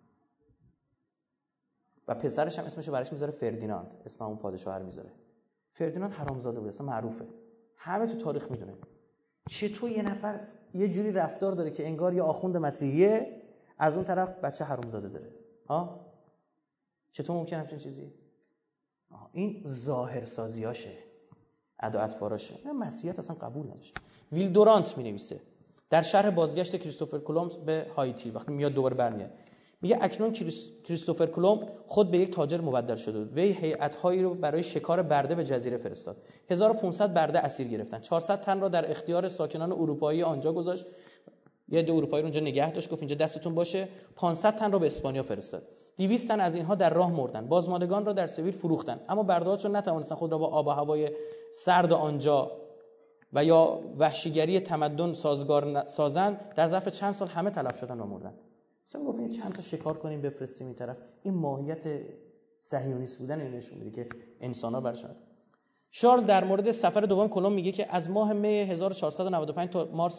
و پسرش هم اسمشو براش میذاره فردیناند، اسم اون پادشاه رو میذاره. فردیناند حرامزاده بود، اصلا معروفه، همه تو تاریخ میدونه. چطور یه نفر یه جوری رفتار داره که انگار یه آخوند مسیحیه، از اون طرف بچه حرامزاده داره؟ ها چطور ممکنه همچین چیزی؟ این ظاهر سازیاشه، ادا اطفاراشه. مسیحیت اصلا قبول نداشت. ویل دورانت مینویسه در شرح بازگشت کریستوفر کلمز به هایتی، وقتی میاد دوباره برمیاد، میگه اکنون کریستوفر کلمب خود به یک تاجر مبدل شده بود. وی هیئت‌هایی رو برای شکار برده به جزیره فرستاد. 1500 برده اسیر گرفتن. 400 تن را در اختیار ساکنان اروپایی آنجا گذاشت. یه عده اروپایی رو اونجا نگه داشت، گفت اینجا دستتون باشه. 500 تن را به اسپانیا فرستاد. 200 تن از اینها در راه مردند. بازماندگان را در سویل فروختند. اما برده‌ها چون نتوانستند خود را با آب و هوای سرد آنجا و یا وحشیگری تمدن سازگار سازند، در ظرف چند سال همه تلف شدند و مردند. مثلا گفتین چند تا شکار کنیم بفرستیم این طرف. این ماهیت صهیونیست بودن اینو نشون میده که انسان‌ها برشون. شارل در مورد سفر دوم کلمب میگه که از ماه می 1495 تا مارس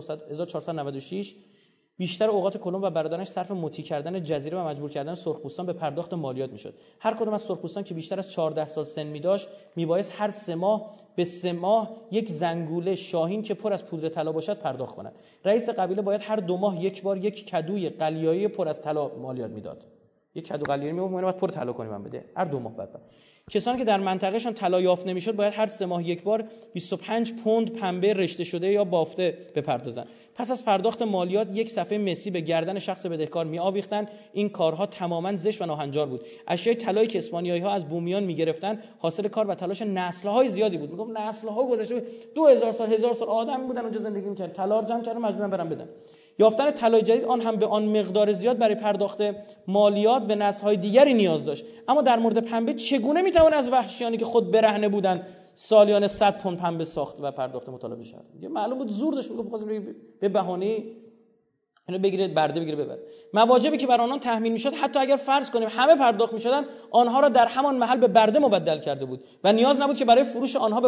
1496 بیشتر اوقات کلمب و برادرانش صرف مطیع کردن جزیره و مجبور کردن سرخپوستان به پرداخت مالیات میشد. هر کدام از سرخپوستان که بیشتر از 14 سال سن می‌داشت میبایست هر 3 ماه به 3 ماه یک زنگوله شاهین که پر از پودر طلا باشد پرداخت کند. رئیس قبیله باید هر 2 ماه یک بار یک کدوی قلیایی پر از طلا مالیات میداد. یک کدو قلیایی میگفت بعد پر طلا کنیم من بده هر 2 ماه بعد. کسانی که در منطقهشان طلا یافت نمیشد باید هر 3 ماه یک بار 25 پوند پنبه رشته شده یا بافته بپردازند. پس از پرداخت مالیات یک صفحه مسی به گردن شخص بدهکار میآویختند. این کارها تماما زشت و ناهنجار بود. اشیای طلایی که اسپانیایی‌ها از بومیان میگرفتند حاصل کار و تلاش نسل‌های زیادی بود. میگم نسل‌ها گذشته 2000 سال 1000 سال آدم بودن اونجا زندگی می‌کردن، طلا رو جمع کردن مجبورن برن بدن. یافتن طلای جدید آن هم به آن مقدار زیاد برای پرداخت مالیات به نسل‌های دیگری نیاز داشت. اما در مورد پنبه چگونه میتوان از وحشیانی که خود برهنه بودند سالیانه 100 پوند پنبه ساخت و پرداخت مطالبه شد؟ یه معلوم بود زور داشت، میگفت خواستم به بهانه اینو بگیرید برده بگیره ببر. مواجبی که بر آنان تحمیل میشد حتی اگر فرض کنیم همه پرداخت میشدن، آنها را در همان محل به برده مبدل کرده بود و نیاز نبود که برای فروش آنها به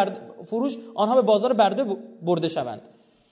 بازار برده برده شوند.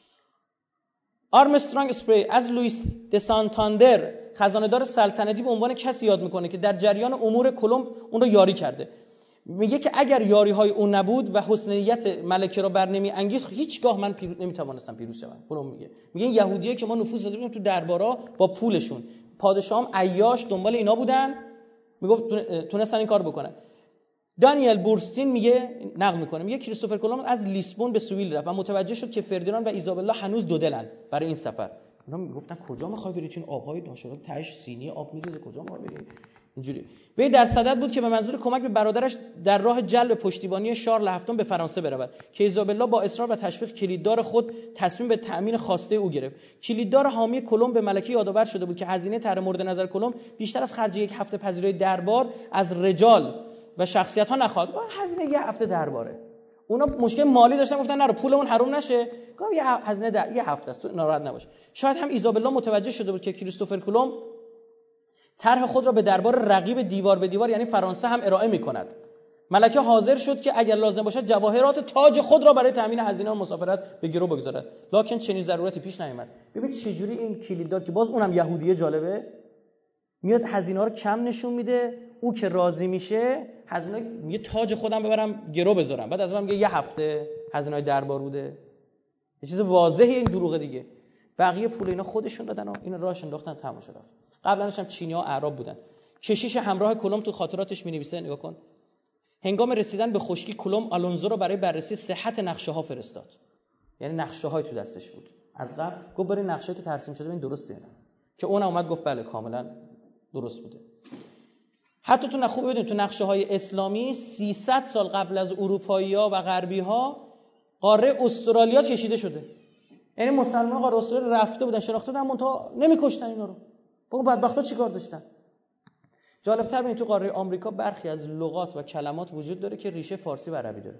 آرمسترانگ اسپری از لوئیس د سانتاندر خزانه‌دار سلطنتی به عنوان کسی یاد میکنه که در جریان امور کلمب اون رو یاری کرده. میگه که اگر یاری‌های اون نبود و حسن نیت ملکه را برنمی انگیخت هیچگاه من نمیتوانستم پیروز شوم. کلمب میگه یهودیایی که ما نفوذ داده بودیم تو دربارا با پولشون، پادشاهام عیاش دنبال اینا بودن، میگفت تونستن این کار بکنن. دانیل بورستین میگه نقل میکنه، میگه کریستوفر کلمب از لیسبون به سوئیل رفت و متوجه شد که فردیناند و ایزابلا هنوز دو دلن برای این سفر. اونا میگفتن کجا میخوای بری؟ این آبهای ناشراب تهش سینی آب میریزه، کجا میخوای بری؟ اینجوری. وی در صدد بود که به منظور کمک به برادرش در راه جلب پشتیبانی شارل هفتم به فرانسه برود که ایزابلا با اصرار و تشویق کلیددار خود تصمیم به تأمین خواسته او گرفت. کلیددار حامی کلمب به ملکه یادآور شده بود که هزینه طرح مورد نظر کلمب بیشتر از خرج یک هفته پذیرایی دربار از رجال و شخصیت ها نخواد. هزینه یه هفته درباره. اونا مشکل مالی داشتن، گفتن نرو پولمون حروم نشه، گفتم یه هزینه در یه هفته است، تو ناراحت نباش. شاید هم ایزابلا متوجه شده بود که کریستوفر کلمب طرح خود را به دربار رقیب دیوار به دیوار یعنی فرانسه هم ارائه می‌کند. ملکه حاضر شد که اگر لازم باشد جواهرات تاج خود را برای تامین هزینه و مسافرت به گرو بگذارد، لکن چنین ضرورتی پیش نیامد. ببین چجوری این کلید داد که باز اونم یهودیه جالبه، میاد هزینه‌ها رو کم نشون میده، او که راضی میشه هزینه میگه تاج خودم ببرم گرو بذارم، بعد از من میگه یه هفته هزینه‌های دربار بوده. یه چیز واضحه این دروغه دیگه. بقیه پول اینا خودشون دادن و این راهش انداختن تموم شد. قبلنش هم چینی‌ها اعراب بودن. کشیش همراه کلمب تو خاطراتش می‌نویسه، نگاه کن. هنگام رسیدن به خشکی کلمب آلونزو را برای بررسی صحت نقشه‌ها فرستاد. یعنی نقشه‌های تو دستش بود. از قبل گفت برای نقشه‌ای که ترسیم شده این درسته نه. که اون اومد گفت بله کاملا درست بوده. حتی تو خوب ببینید تو نقشه‌های اسلامی 300 سال قبل از اروپایی‌ها و غربی‌ها قاره استرالیا کشیده شده. یعنی مسلمان قاره استرالیا رفته بودن شناخته بودن منتها نمی‌کشتن اینا رو. با اون بدبختا چیکار داشتن؟ جالب‌تر ببین تو قاره آمریکا برخی از لغات و کلمات وجود داره که ریشه فارسی و عربی داره.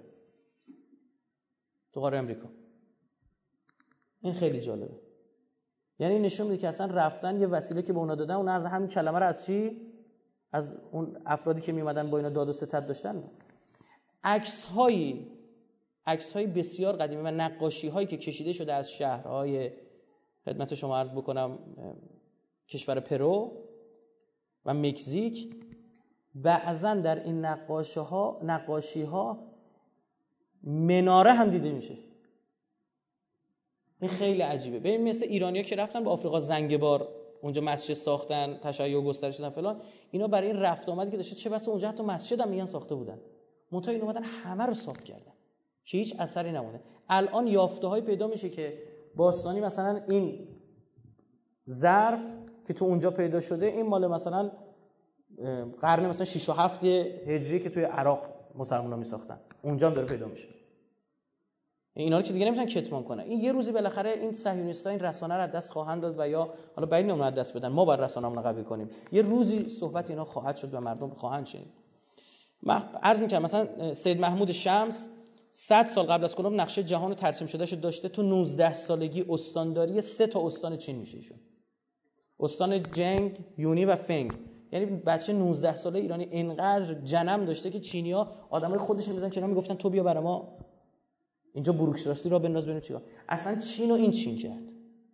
تو قاره آمریکا. این خیلی جالبه. یعنی نشون میده که اصلا رفتن یه وسیله که به اونا دادن، اونا از همین کلمه رو از چی؟ از اون افرادی که میومدن با اینا داد و ستد داشتن. عکس‌های بسیار قدیمی و نقاشی‌هایی که کشیده شده از شهرهای خدمت شما عرض بکنم کشور پرو و مکزیک، بعضا در این نقاشی‌ها مناره هم دیده میشه. این خیلی عجیبه. ببین مثل ایرانی‌ها که رفتن به آفریقا زنگبار اونجا مسجد ساختن، تشیع گسترش دادن فلان، اینا برای این رفت آمدی که داشته چه بسا اونجا حتی مسجد هم میگن ساخته بودن. منتها اینا اومدن همه رو صاف کردن که هیچ اثری نمونه. الان یافته‌های پیدا میشه که باستانی مثلا این ظرف که تو اونجا پیدا شده این مال مثلا قرن مثلا 6 و 7 هجری که توی عراق مسلمان‌ها میساختن، اونجا هم داره پیدا میشه. اینا رو که دیگه نمیتونن کتمان کنن. این یه روزی بالاخره این صهیونیست‌ها این رسانه رو از دست خواهند داد و یا حالا بعید نمی‌دونم از دست بدن، ما باید رسانه‌مون رو قوی کنیم. یه روزی صحبت اینا خواهد شد و مردم خواهند شنید. عرض می‌کنم مثلا سید محمود شمس 100 سال قبل از کلم نقشه جهان ترسیم شدهش داشته. تو 19 سالگی استانداری 3 تا استان چین میشه ایشون. استان جنگ، یونی و فنگ. یعنی بچه 19 ساله ایرانی اینقدر جنم داشته که چینی‌ها آدمای خودشون می‌زدن که اینا میگفتن تو بیا برای ما اینجا بروکراسی را بنداز ببینیم چیکار. اصلا چین رو این چین کرد.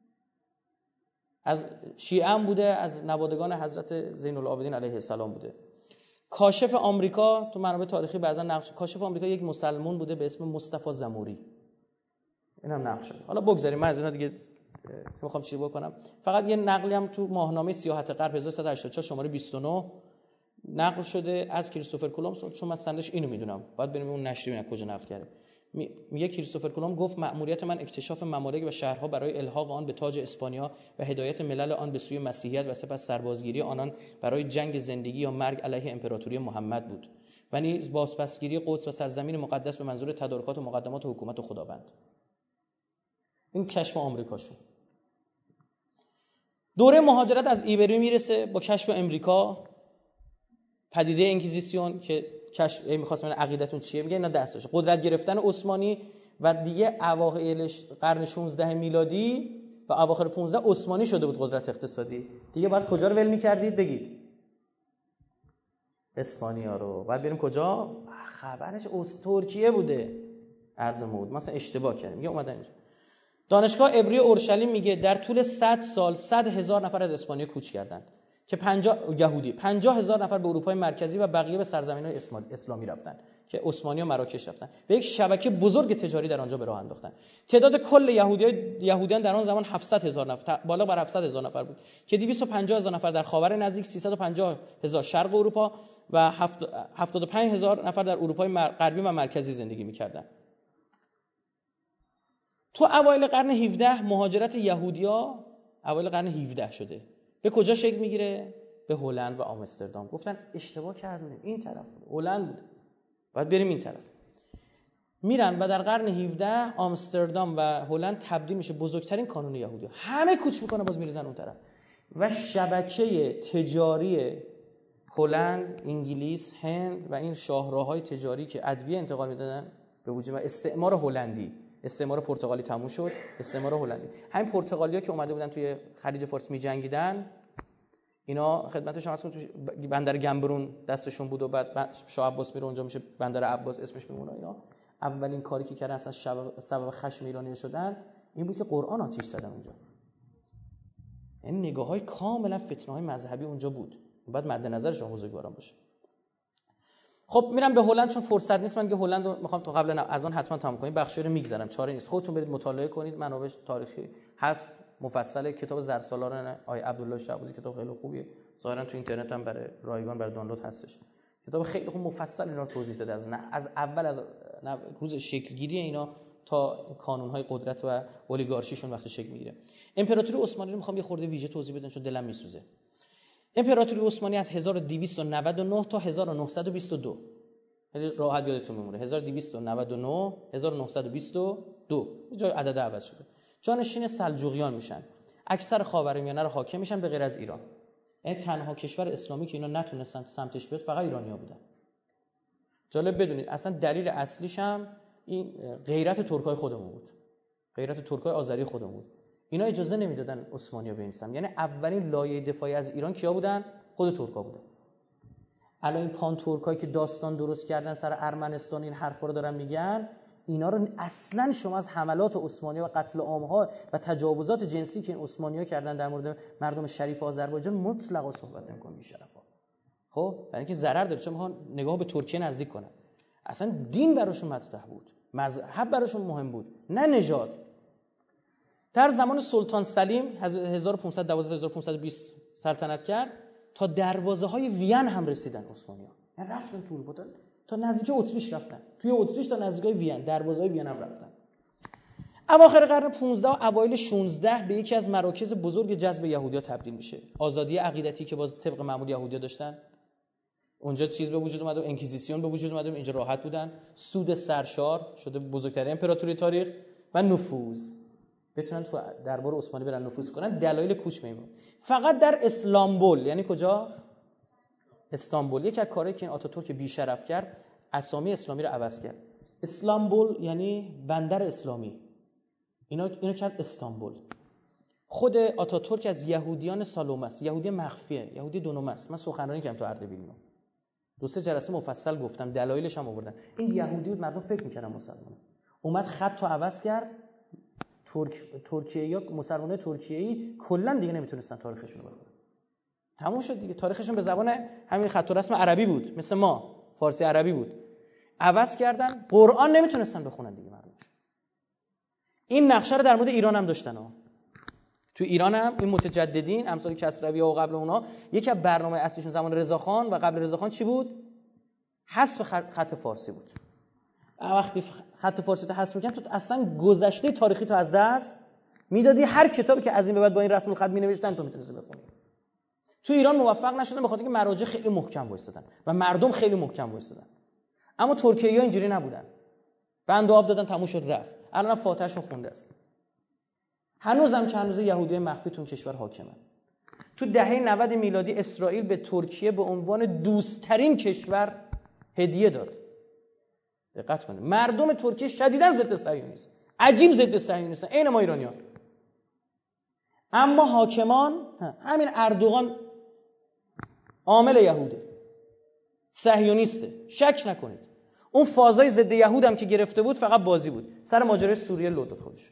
از شیعه هم بوده، از نوادگان حضرت زین العابدین علیه السلام بوده. کاشف آمریکا تو منابع تاریخی بعضا نقش کاشف آمریکا یک مسلمان بوده به اسم مصطفی زموری. اینم نقش شده. حالا بگذاریم من از اینا دیگه میخوام چی بکنم. فقط یه نقلی هم تو ماهنامه سیاحت غرب 1184 شماره 29 نقل شده از کریستوفر کلمبوس، چون من سندش اینو میدونم. باید بریم اون نشریه ببینم کجا نقل کرده. میگه کریستوفر کلمبوس گفت مأموریت من اکتشاف ممالک و شهرها برای الحاق آن به تاج اسپانیا و هدایت ملل آن به سوی مسیحیت و سپس سربازگیری آنان برای جنگ زندگی یا مرگ علیه امپراتوری محمد بود و نیز بازپسگیری قدس و سرزمین مقدس به منظور تدارکات و مقدمات حکومت خداوند. این کشف آمریکاشون. دوره مهاجرت از ایبری میرسه با کشف امریکا، پدیده انکیزیسیون که کشف می‌خواست ببینه عقیدتون چیه، میگه اینا دستش قدرت گرفتن عثمانی و دیگه اواخر قرن 16 میلادی و اواخر 15 عثمانی شده بود قدرت اقتصادی. دیگه باید کجا رو ول می‌کردید بگید؟ اسپانیا رو. بعد بریم کجا؟ خبرش ترکیه بوده. ارزمود مثلا اشتباه کردیم. میگه اومدن اینجا. دانشگاه عبری اورشلیم میگه در طول 100 سال 100,000 نفر از اسپانیا کوچ کردند که 50,000 نفر به اروپای مرکزی و بقیه به سرزمین‌های اسلامی رفتن که عثمانی و مراکش رفتن و یک شبکه بزرگ تجاری در آنجا به راه انداختن. تعداد کل یهودیان در آن زمان 700,000 نفر، بالا بر 700,000 نفر بود که 250,000 نفر در خاور نزدیک، 350,000 شرق اروپا و 75,000 نفر در اروپای غربی و مرکزی زندگی می‌کردند. تو اوایل قرن 17 مهاجرت یهودیا اوایل قرن 17 شده. به کجا شکل میگیره؟ به هلند و آمستردام. گفتن اشتباه کردیم، این طرف هلند بود، باید بریم این طرف. میرن و در قرن 17 آمستردام و هلند تبدیل میشه بزرگترین کانون یهودی. همه کوچ میکنه باز میریزن اون طرف و شبکه تجاری هلند، انگلیس، هند و این شاهراهای تجاری که ادویه انتقال میدادن به وجود و استعمار هلندی، استعمار پرتغالی تموم شد، استعمار هلندی. همین پرتغالیا که اومده بودن توی خلیج فارس می‌جنگیدن، اینا خدمت شما هستم توی بندر گنبرون دستشون بود و بعد شاه عباس میره اونجا میشه بندر عباس اسمش میمونه. اینا اولین کاری که کردن اصلا سبب خشم ایرانی شدن این بود که قرآن آتیش زدن اونجا. یعنی نگاه‌های کاملا فتنه‌های مذهبی اونجا بود. بعد مد نظر شما بزرگواران باشه. خب میرم به هلند چون فرصت نیست. من که هلند رو میخوام تا قبل از آن حتما تمام کنیم. بخشی رو میگذرم، چاره نیست. خودتون برید مطالعه کنید، منابع تاریخی هست مفصل. کتاب زرسالاران آقای عبدالله شعبازی کتاب خیلی خوبیه، ظاهرا تو اینترنت هم برای رایگان برای دانلود هستش. کتاب خیلی خوب مفصل اینا رو توضیح داده از اول از روز شکلگیری اینا تا کانون‌های قدرت و اولیگارشیشون وقتی شکل میگیره. امپراتوری عثمانی رو میخوام یه خورده ویژه توضیح بدم چون دلم میسوزه. امپراتوری عثمانی از 1299 تا 1922 خیلی راحت یادتون میمونه 1299 1922 جای عدد عوض شده. جانشین سلجوقیان میشن. اکثر خاورمیانه رو حاکم میشن به غیر از ایران. این تنها کشور اسلامی که اینا نتونستن سمتش بیاد فقط ایرانی‌ها بودن. جالب بدونید اصلا دلیل اصلیش هم این غیرت ترکای خودمون بود. غیرت ترکای آذری خودمون بود. اینا اجازه نمیدادن عثمانی‌ها بنویسن. یعنی اولین لایه دفاعی از ایران کیا بودن؟ خود ترکا بودن. الان این پان ترکایی که داستان درست کردن سر ارمنستان این حرفا رو دارن میگن، اینا رو اصلا شما از حملات عثمانی‌ها و قتل عام‌ها و تجاوزات جنسی که این عثمانی‌ها کردن در مورد مردم شریف آذربایجان مطلقاً صحبت نمی‌کنن بی‌شرفا. خب برای اینکه ضرر داره، چون می‌خوان نگاه به ترکیه نزدیک کنن. اصلا دین براشون مطرح بود، مذهب براشون مهم بود، نه نژاد. در زمان سلطان سلیم 1512 1520 سلطنت کرد، تا دروازه‌های وین هم رسیدن عثمانی‌ها. یعنی رفتن تو اروپا تا نزدیک اتریش رفتن. توی اتریش تا نزدیک وین، دروازه‌های وین هم رفتن. اواخر قرن 15 و اوایل 16 به یکی از مراکز بزرگ جذب یهودی‌ها تبدیل میشه. آزادی عقیدتی که باز طبق معمول یهودی‌ها داشتن. اونجا چیز به وجود اومد و انکیزیسیون به وجود اومد، اینجا راحت بودن. سود سرشار شده بزرگترین امپراتوری تاریخ و نفوذ. بتونن تو دربار عثمانی برن نفوذ کنن. دلایل کوچ میمون. فقط در استانبول، یعنی کجا؟ استانبول. یک از کارهایی که این آتاتورک بی‌شرف کرد، اسامی اسلامی رو عوض کرد. استانبول یعنی بندر اسلامی. اینو کرد استانبول. خود آتاتورک از یهودیان سالومه است، یهودی مخفیه، یهودی دونومه است. من سخنرانی کردم تو اردبیل، دو سه جلسه مفصل گفتم، دلایلش هم آوردم. این یهودی بود، مردم فکر می‌کردن مسلمانه. اومد خط رو عوض کرد. ترکیه‌ای مسلمانای ترکیه‌ای کلا دیگه نمیتونستن تاریخشون رو بخونن. تموم شد دیگه. تاریخشون به زبان همین خط و رسم عربی بود، مثل ما فارسی عربی بود. عوض کردن، قرآن نمیتونستن بخونن دیگه مردمش. این نقشه رو در مورد ایران هم داشتن ها. تو ایران هم این متجددین امثال کسروی‌ها و قبل اونها، یکی از برنامه اصلیشون زمان رضاخان و قبل رضاخان چی بود؟ حذف خط فارسی بود. وقتی خط فارسی رو حذف می‌کردن، تو اصلا گذشته تاریخی تو از دست میدادی. هر کتابی که از این به بعد با این رسم الخط می‌نوشتن تو می‌تونستی بخونی. تو ایران موفق نشدن به خاطر اینکه مراجع خیلی محکم وایسادن و مردم خیلی محکم وایسادن. اما ترکیه‌ها اینجوری نبودن. بند و آب دادن، تموم شد رفت. الان فاتحه‌شون خونده است. هنوزم که هنوز یهودی مخفی تو کشور حاکمن. تو دهه 90 میلادی اسرائیل به ترکیه به عنوان دوست‌ترین کشور هدیه داد. دقت کنید. مردم ترکیه شدیداً ضد صهیونیسم، عجیب ضد صهیونیسم، عین ما ایرانیان. اما حاکمان، همین اردوغان عامل یهوده، صهیونیسته، شک نکنید. اون فازای ضد یهود هم که گرفته بود فقط بازی بود. سر ماجرای سوریه لو داد خودش.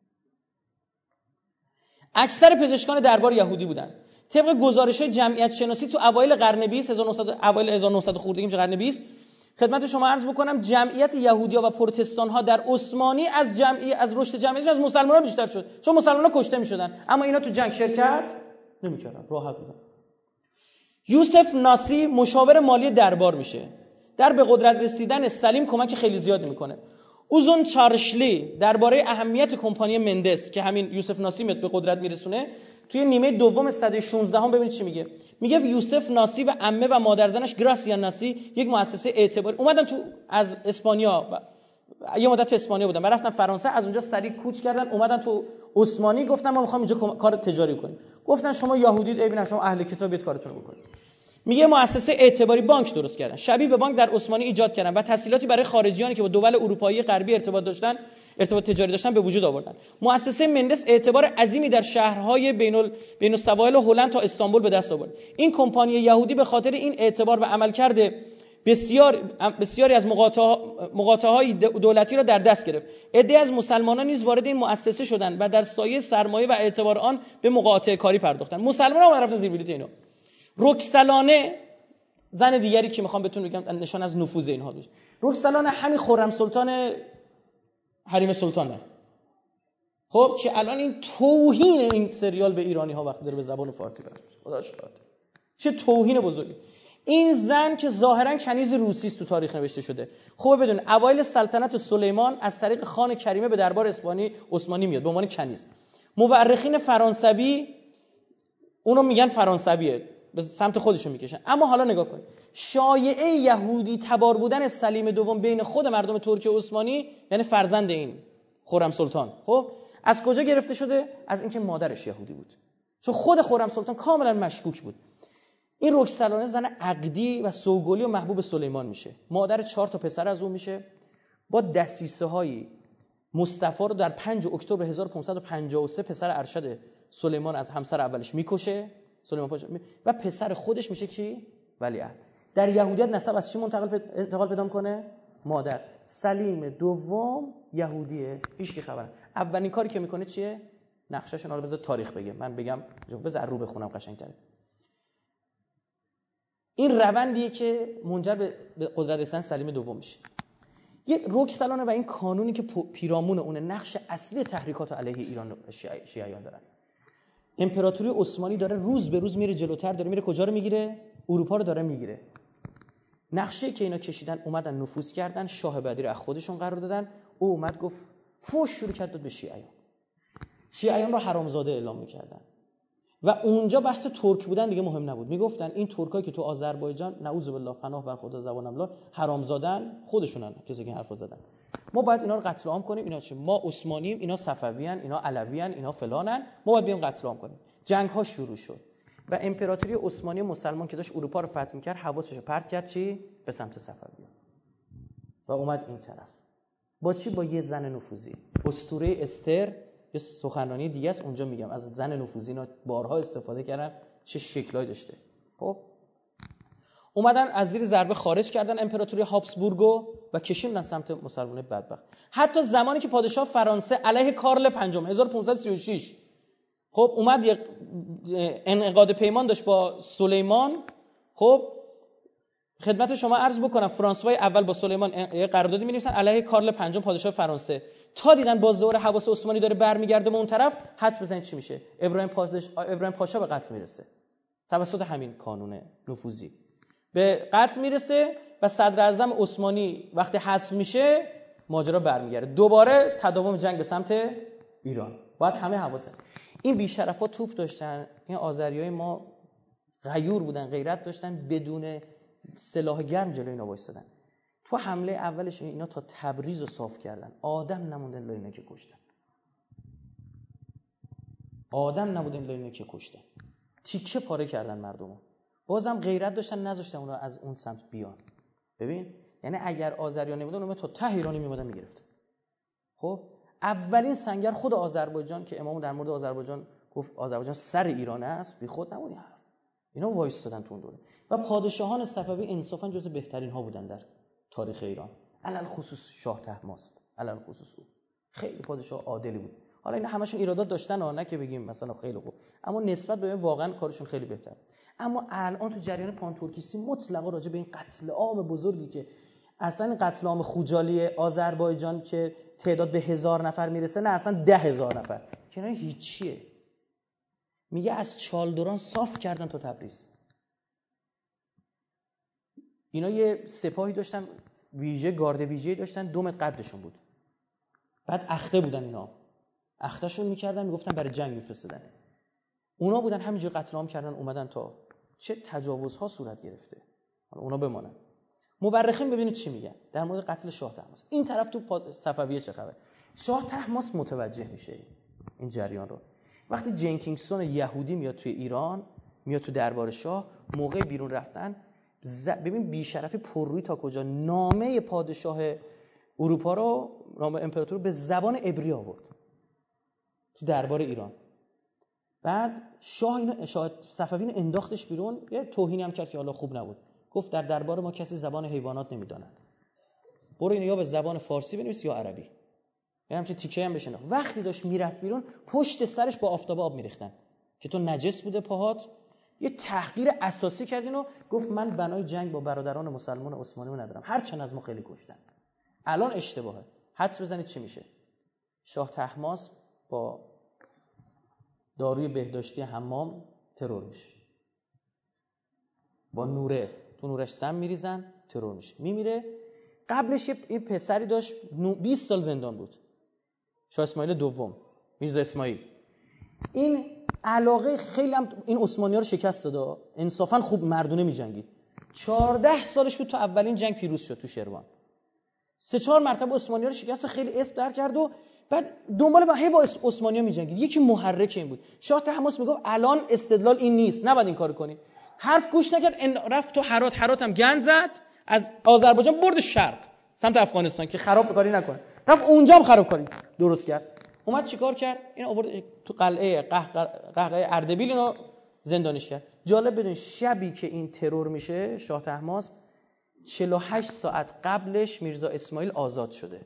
اکثر پزشکان دربار یهودی بودن. طبق گزارش‌های جمعیت شناسی تو اوایل قرن 20 اوایل 1900 خورده میشه قرن 20، خدمت شما عرض بکنم جمعیت یهودی‌ها و پروتستان‌ها در عثمانی از رشد جمعیتش از مسلمان‌ها بیشتر شد، چون مسلمان‌ها کشته می‌شدن، اما اینا تو جنگ شرکت نمی‌کردن، راحت بودن. یوسف ناسی مشاور مالی دربار میشه. در به قدرت رسیدن سلیم کمک خیلی زیادی میکنه. اوزون چارشلی درباره اهمیت کمپانی مندس که همین یوسف ناسی میاد به قدرت میرسونه، توی نیمه دوم سده 16 هم ببینید چی میگه. میگه یوسف ناسی و عمه و مادرزنش گراسیا ناسی یک مؤسسه اعتباری اومدن تو از اسپانیا، یه مدت تو اسپانیا بودن، رفتن فرانسه، از اونجا سریع کوچ کردن اومدن تو عثمانی، گفتن ما میخوام اینجا کار تجاری کنیم. گفتن شما یهودید، ببینن شما اهل کتابید، کارتون رو بکنید. میگه مؤسسه اعتباری بانک درست کردن، شبیه به بانک در عثمانی ایجاد کردن و تسهیلاتی برای خارجیانی که با دول اروپایی غربی ارتباط تجاری داشتن به وجود آوردن. مؤسسه مندس اعتبار عظیمی در شهرهای بین السواحل و هلند تا استانبول به دست آورد. این کمپانی یهودی به خاطر این اعتبار و عملکرد بسیاری از مقاطعه‌های دولتی را در دست گرفت. عده‌ای از مسلمانان نیز وارد این مؤسسه شدند و در سایه سرمایه و اعتبار آن به مقاطعه کاری پرداختند. مسلمانان رفتن زیر بلیط اینا. رکسلانه، زن دیگری که میخوام بهتون بگم نشان از نفوذ اینها داشت. رکسلانه همین خرم سلطان حریم سلطانه. خب که الان این توهین این سریال به ایرانی ها وقتی داره به زبان فارسی برمی‌گرده، خدا شکر چه توهین بزرگی. این زن که ظاهرا کنیز روسی است تو تاریخ نوشته شده. خوبه بدون اوایل سلطنت سلیمان از طریق خان کریمه به دربار عثمانی میاد به عنوان کنیز. مورخین فرانسوی اونو میگن فرانسویه، به سمت خودشون میکشن. اما حالا نگاه کنید، شایعه یهودی تبار بودن سلیم دوم بین خود مردم ترک عثمانی، یعنی فرزند این خرم سلطان، خب از کجا گرفته شده؟ از اینکه مادرش یهودی بود. چون خود خرم سلطان کاملا مشکوک بود. این رکسلانه زن عقدی و سوگلی و محبوب سلیمان میشه، مادر 4 تا پسر از اون میشه. با دسیسه هایی مصطفی رو در 5 اکتبر 1553 پسر ارشد سلیمان از همسر اولش میکشه، سلیمان پاشا، و پسر خودش میشه کی؟ ولیعهد. در یهودیت نسب از چی انتقال پیدا کنه؟ مادر. سلیم دوم یهودیه، هیچ کی خبره. اولین کاری که میکنه چیه؟ نقشه‌شون رو بذار تاریخ بگه، من بگم بذار رو بخونم قشنگ‌تره. این روندیه که منجر به قدرت رسیدن سلیم دوم میشه. یک رکسلانه و این قانونی که پیرامون اون نقش اصلی تحریکات علیه ایران شیعیان دارن. امپراتوری عثمانی داره روز به روز میره جلوتر، داره میره کجا رو میگیره؟ اروپا رو داره میگیره. نقشه که اینا کشیدن، اومدن نفوذ کردن، شاه بعدی رو از خودشون قرار دادن. او اومد گفت فوش شروع کرد داد به شیعیان رو حرامزاده اعلام میکردن. و اونجا بحث ترک بودن دیگه مهم نبود. میگفتن این ترکایی که تو آذربایجان، نعوذ بالله، پناه بر خدا زبانم الله، حرامزادن، خودشونن کسی که حرفا زدن. ما باید اینا رو قتل عام کنیم. اینا چه؟ ما عثمانییم، اینا صفویان، اینا علویان، اینا فلانن، ما باید بیام قتل عام کنیم. جنگ ها شروع شد و امپراتوری عثمانی مسلمان که داشت اروپا رو فتح می‌کرد، حواسش رو پرت کرد چی؟ به سمت صفویان. و اومد این طرف. با چی؟ با یه زن نفوذی. اسطوره استر، یه سخنرانی دیگه است اونجا میگم از زن نفوذی، اینا بارها استفاده کردن، چه شکلایی داشته. خب اومدن از زیر ضربه خارج کردن امپراتوری هابسبورگو و کشیدن سمت مسلمانای بدبخت. حتی زمانی که پادشاه فرانسه علیه کارل پنجم 1536 خب اومد یک انعقاد پیمان داشت با سلیمان. خب خدمت شما عرض بکنم فرانسوای اول با سلیمان یه قراردادی می‌نویسن علیه کارل پنجم پادشاه فرانسه، تا دیدن باز دوباره حواس عثمانی داره برمیگرده به اون طرف، حدس بزنید چی میشه؟ ابراهیم پاشا به قتل میرسه توسط همین قانون نفوذی، به قتل میرسه و صدر اعظم عثمانی وقتی حذف میشه ماجرا برمیگرده دوباره تداوم جنگ به سمت ایران. باید همه حواسه. این بی‌شرفا توپ داشتن، این آذریای ما غیور بودن، غیرت داشتن، بدون سلاح گرم جلوی اینا وایسادن. تو حمله اولش اینا تا تبریز رو صاف کردن، آدم نموندن الا اینا که کشتن. آدم نبودن الا اینا که کشتن. تیکه پاره کردن مردمو. بازم غیرت داشتن، نذاشتن اونا از اون سمت بیان. ببین یعنی اگر آذریان نمیدن اونا تا ته ایرانی میومدن میگرفتن. خب اولین سنگر خود آذربایجان که امام در مورد آذربایجان گفت آذربایجان سر ایران است، بی خود نمونی حرف. اینا وایستادن تو اون دوره و پادشاهان صفوی انصافا جز بهترین ها بودن در تاریخ ایران، علل خصوص شاه طهماسب، علل خصوص او خیلی پادشاه عادلی بود. حالا اینا همشون ایرادات داشتن ها، نه که بگیم مثلا خیلی خوب، اما نسبت به واقعا کارشون خیلی بهتر. اما الان تو جریان پانتورکیستی مطلقا راجع به این قتل عام بزرگی که اصلا قتل عام خوجالی آذربایجان که تعداد به 1000 نفر میرسه، نه اصلا 10,000 نفر، کنار هیچیه. میگه از چالدوران صاف کردن تا تبریز. اینا یه سپاهی داشتن ویژه، گارد ویژه‌ای داشتن، 2 متر قدشون بود. بعد اخته بودن اینا. اختهشون میکردن، میگفتن برای جنگ میفرستادن. اونا بودن همینجوری قتل عام کردن اومدن تا چه تجاوزها صورت گرفته. اونا بمانن. مورخین ببینید چی میگن در مورد قتل شاه طهماسب. این طرف تو صفویه چه خبر؟ شاه طهماسب متوجه میشه این جریان رو. وقتی جنکینگسون یهودی میاد توی ایران، میاد تو دربار شاه، موقع بیرون رفتن ببین بی‌شرفی پررویی تا کجا، نامه پادشاه اروپا رو، نامه امپراتور رو به زبان عبری آورد تو دربار ایران. بعد شاه اینو صفوی انداختش بیرون، یه توهینی هم کرد که حالا خوب نبود. گفت در دربار ما کسی زبان حیوانات نمیدونن، برو اینو یا به زبان فارسی بنویس یا عربی. یعنی همچین تیکه هم بشن. وقتی داشت میرفت بیرون پشت سرش با آفتاب آب میریختن که تو نجس بوده پاهات. یه تحقیر اساسی کردین و گفت من بنای جنگ با برادران مسلمان عثمانی رو ندارم، هرچند از ما خیلی کشتن. الان اشتباهه. حدس بزنید چی میشه؟ شاه طهماسب با داروی بهداشتی حمام ترور میشه، با نوره تو نورش سم میریزن، ترور میشه، میمیره. قبلش یه پسری داشت 20 سال زندان بود، شاه اسماعیل دوم، میرزا اسماعیل. این علاقه خیلی هم این عثمانی‌ها رو شکست داد، انصافا خوب مردونه می‌جنگید. 14 سالش بود تا اولین جنگ پیروز شد تو شروان. 3-4 مرتبه عثمانی‌ها رو شکست، خیلی اسم در کرد و بعد دنبال با عثمانی‌ها می‌جنگید. یکی محرک این بود. شاه طهماسپ میگفت الان استدلال این نیست، نباید این کارو کنی. حرف گوش نکرد، رفت تو هرات هم گند زد، از آذربایجان برد شرق سمت افغانستان که خراب کاری نکنه. رفت اونجا هم خرابکاری درست کرد. اومد چیکار کرد؟ این آورد تو قلعه قهقه اردبیل اینو زندانیش کرد. جالب بدون شبی که این ترور میشه شاه طهماسپ 48 ساعت قبلش میرزا اسماعیل آزاد شده.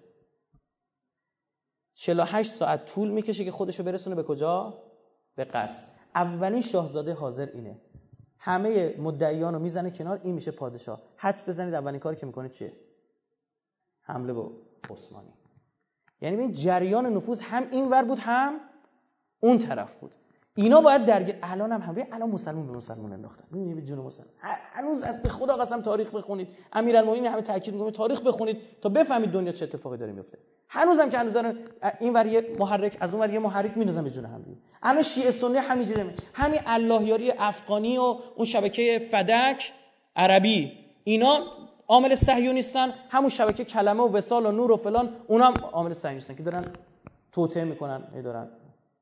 48 ساعت طول میکشه که خودشو برسونه به کجا؟ به قصر. اولین شاهزاده حاضر اینه. همه مدعیان رو میزنه کنار، این میشه پادشاه. حدس بزنید اولین کاری که میکنه چیه؟ حمله به عثمانی. یعنی این جریان نفوذ هم این ور بود هم اون طرف بود. اینا باید درگیر. الان هم الان مسلمان به مسلمان انداختن. میبینید به جون مسلمان. هنوز از به خدا قسم تاریخ بخونید. امیرالمومنین همه تاکید میکنه تاریخ بخونید تا بفهمید دنیا چه اتفاقی داره میفته. هنوزم که هنوزا این ور یه محرک از اون ور یه محرک میندازن به جون هم دیگه. الان شیعه سنی همینجوریه. همین الله یاری افغانی و اون شبکه فدک عربی اینا عامل صهیونیستن، همون شبکه کلمه و وصال و نور و فلان اونا هم عامل صهیونیستن که دارن توطئه میکنن. دارن.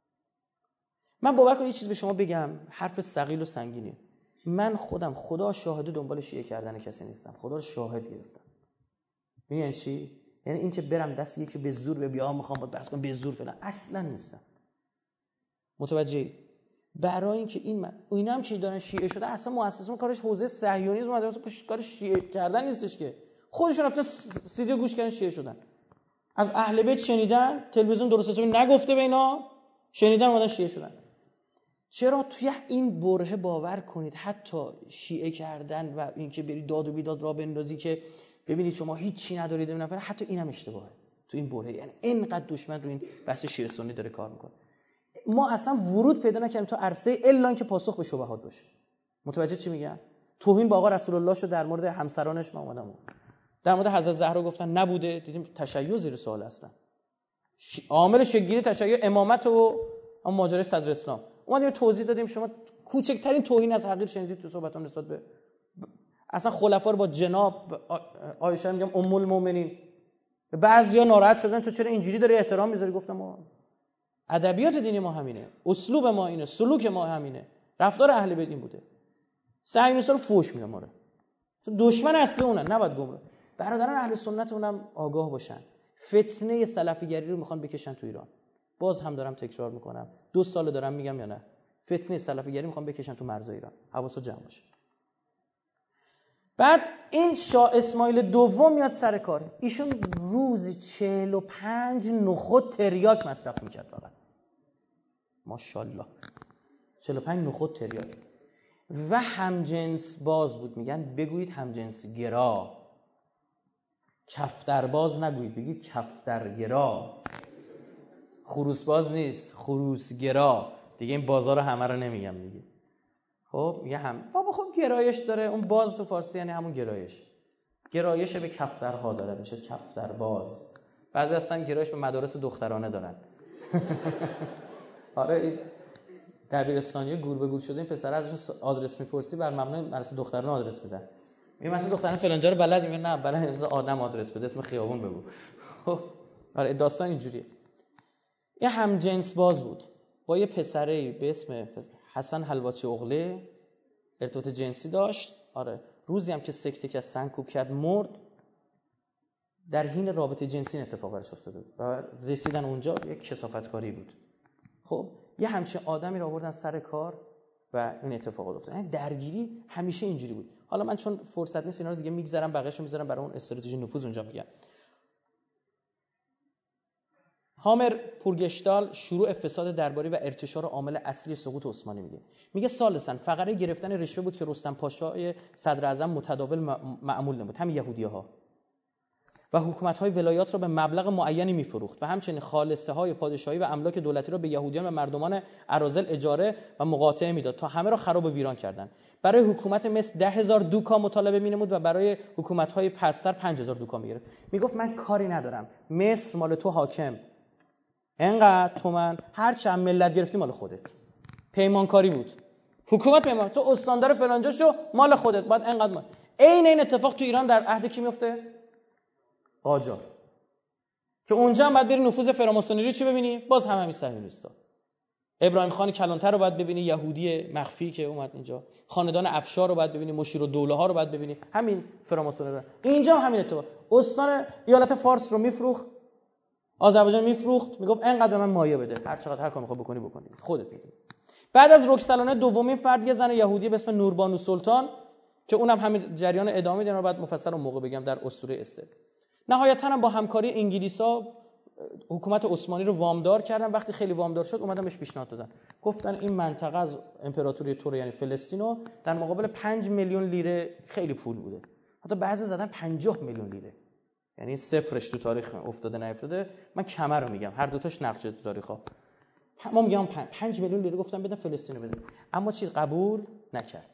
من باور کنید یه چیز به شما بگم، حرف ثقیل و سنگینه. من خودم خدا شاهد دنبال شیعه کردن کسی نیستم. خدا رو شاهد گرفتم. میگن چی؟ یعنی این که برم دست یکی به زور به بیا میخوام با بحث کنم به زور فلان، اصلا نیستم. متوجهید؟ برای اینکه اینا هم که دارن شیعه شده، اصلا مؤسسون کارش حوزه صهیونیسم اومده، کار شیعه کردن نیستش که. خودشون رفتن سیدی گوش کردن شیعه شدن. از اهل بیت شنیدن، تلویزیون درست حسابی نگفته به اینا، شنیدن اومدن شیعه شدن. چرا توی این برهه باور کنید حتی شیعه کردن و اینکه بری داد و بیداد را بندازی که ببینید شما هیچی ندارید نفر، حتی اینم اشتباهه تو این برهه. یعنی اینقدر دشمن رو این بحث شیعه سنی داره کار میکنه. ما اصلا ورود پیدا نکردیم تو عرصه الا اینکه پاسخ به شبهات باشه. متوجه چی میگم؟ توهین با آقا رسول الله شد در مورد همسرانش. ما اومدم در مورد حضرت زهرا گفتن نبوده، دیدیم تشیع زیر سوال هستن. عامل شگیری تشیع امامت و اون ماجرای صدر اسلام اومدیم توضیح دادیم. شما کوچکترین توهین از حقیر شنیدید تو صحبتام نسبت به اصلا خلفا رو با جناب عایشه میگم ام المؤمنین. بعضیا ناراحت شدن تو چرا اینجوری داری احترام میذاری؟ گفتم ما ادبیات دینی ما همینه، اسلوب ما اینه، سلوک ما همینه، رفتار اهل بیت این بوده. صهیونیست‌ها رو فوش میدن ما رو. دشمن اصلی اونن، نباید گمراه. برادران اهل سنت اونم آگاه باشن. فتنه سلفیگری رو میخوان بکشن تو ایران. باز هم دارم تکرار میکنم، 2 سال دارم میگم یا نه، فتنه سلفیگری میخوان بکشن تو مرزهای ایران. حواست جمع باشه. بعد این شاه اسماعیل دوم میاد سر کار. ایشون روزی 45 نخود تریاک مصرف میکرد فقط. ماشاءالله 45 نخود تریاک. و همجنس باز بود. میگن بگویید همجنس گرا، کفتر باز نگویید، بگید کفتر گرا. خروس باز نیست، خروس گرا. دیگه این بازار همه رو نمیگم دیگه. خب میگه هم بابا خب گرایش داره. اون باز تو فارسی یعنی همون گرایش به کفترها داره، میشه کفتر باز. بعضی هستن گرایش به مدارس دخترانه دارن. آره این دبیرستانی گور به گور شده، این پسر ازشون آدرس میپرسی بر مبنای مدرسه دخترانه آدرس میدن. میگه مثلا دخترانه فلان جا رو بلد، میگه نه بلد آدم آدرس بده، اسم خیابون بگو. خب آره داستان اینجوریه. یه همجنس باز بود با یه پسری به اسم حسن حلواچی اغله، ارتباط جنسی داشت. آره روزی هم که سکته که سنگکوب کرد مرد. در حین رابطه جنسی اتفاق براش افتاده بود و رسیدن اونجا یک کثافتکاری بود. خب یه همچین آدمی رو آوردن سر کار و این اتفاقات افتاد. یعنی درگیری همیشه اینجوری بود. حالا من چون فرصت نیست اینا رو دیگه میگذرم، بقیه‌شو میذارم برای اون استراتژی نفوذ اونجا میگم. هامر پورگشتال شروع فساد درباری و ارتشار عامل اصلی سقوط عثمانی میگه. میگه ثالثاً فقره گرفتن رشوه بود که رستم پاشای صدر اعظم متداول معمول نمود، هم یهودی‌ها و حکومت‌های ولایات را به مبلغ معینی می‌فروخت و همچنین خالصه‌های پادشاهی و املاک دولتی را به یهودیان و مردمان اراذل اجاره و مقاطعه میداد تا همه را خراب و ویران کردند. برای حکومت مصر 10,000 دوکا مطالبه می‌نمود و برای حکومت‌های پست‌تر 5,000 دوکا می‌گرفت. میگفت من کاری ندارم، مصر مال تو حاکم، انقدر تومن هر چند ملت گرفتی مال خودت. پیمانکاری بود. حکومت پیمان، تو استاندار فلانجا شو، مال خودت، باید انقدر مال. این اتفاق تو ایران در عهد کی میفته؟ قاجار. که اونجا هم باید بری نفوذ فراماسونری چی ببینی؟ باز همین صهیونیستا. ابراهیم خان کلانتر رو باید ببینی، یهودی مخفی که اومد اینجا. خاندان افشار رو باید ببینی، مشیرالدوله ها رو باید ببینی، همین فراماسونری. اینجا همین اتفاق. استان ایالت فارس رو میفروخت، آذربایجان میفروخت، میگفت انقدر به من مایه بده، هر چقدر هر کاری میخواد بکنی خودت میدونی. بعد از رکسلانه دومین فرد یه زن یهودی به اسم نوربانو سلطان که اونم همین جریان ادامه دیدن رو بعد مفصل اون موقع بگم در اسطوره استر. نهایتاً هم با همکاری انگلیسا حکومت عثمانی رو وامدار کردن. وقتی خیلی وامدار شد اومدن بهش پیشنهاد دادن، گفتن این منطقه از امپراتوری تور یعنی فلسطین رو در مقابل 5 میلیون لیره، خیلی پول بوده، حتی بعضی زدن 50 میلیون لیره، یعنی صفرش تو تاریخ افتاده نیفتاده، من کمر رو میگم، هر دوتاش نقد شده تو تاریخ‌ها. ما میگم 5 میلیون لیره گفتن بده فلسطین رو بده، اما چی قبول نکرد.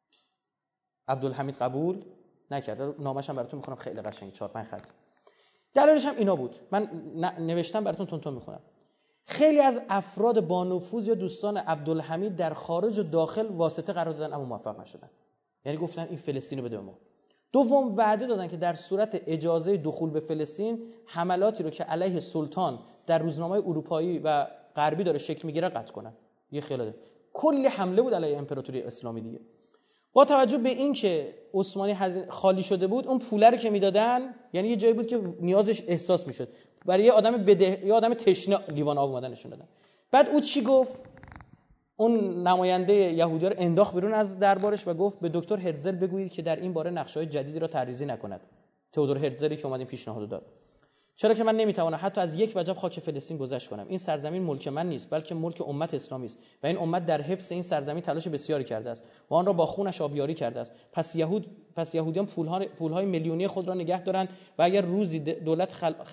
عبدالحمید قبول نکرد. نامش هم براتون میخونم، خیلی قشنگه، 4-5 خط. دلیلش هم اینا بود، من نوشتم براتون تون میخونم. خیلی از افراد با نفوذ یا دوستان عبدالحمید در خارج و داخل واسطه قرار دادن اما موفق نشدن، یعنی گفتن این فلسطین رو بده به ما. دوم وعده دادن که در صورت اجازه دخول به فلسطین حملاتی رو که علیه سلطان در روزنامه‌های اروپایی و غربی داره شکل میگیره قطع کنن. یه خیاله کلی حمله بود علیه امپراتوری اسلامی دیگه. با توجه به این که عثمانی خالی شده بود، اون پوله رو که میدادن یعنی یه جایی بود که نیازش احساس میشد، برای یه آدم یه آدم تشنه لیوان آب اومدن نشون دادن. بعد او چی گفت؟ اون نماینده یهودی‌ها رو انداخت بیرون از دربارش و گفت به دکتر هرزل بگویید که در این باره نقشه‌های جدیدی را طرحریزی نکند. تئودور هرزلی که اومد این پیشنهاد داد. چرا که من نمیتوانم حتی از یک وجب خاک فلسطین گذشت کنم. این سرزمین ملک من نیست، بلکه ملک امت اسلامی است و این امت در حفظ این سرزمین تلاش بسیاری کرده است و آن را با خونش آبیاری کرده است. پس یهودیان پولهای میلیونی خود را نگه دارند و اگر روزی دولت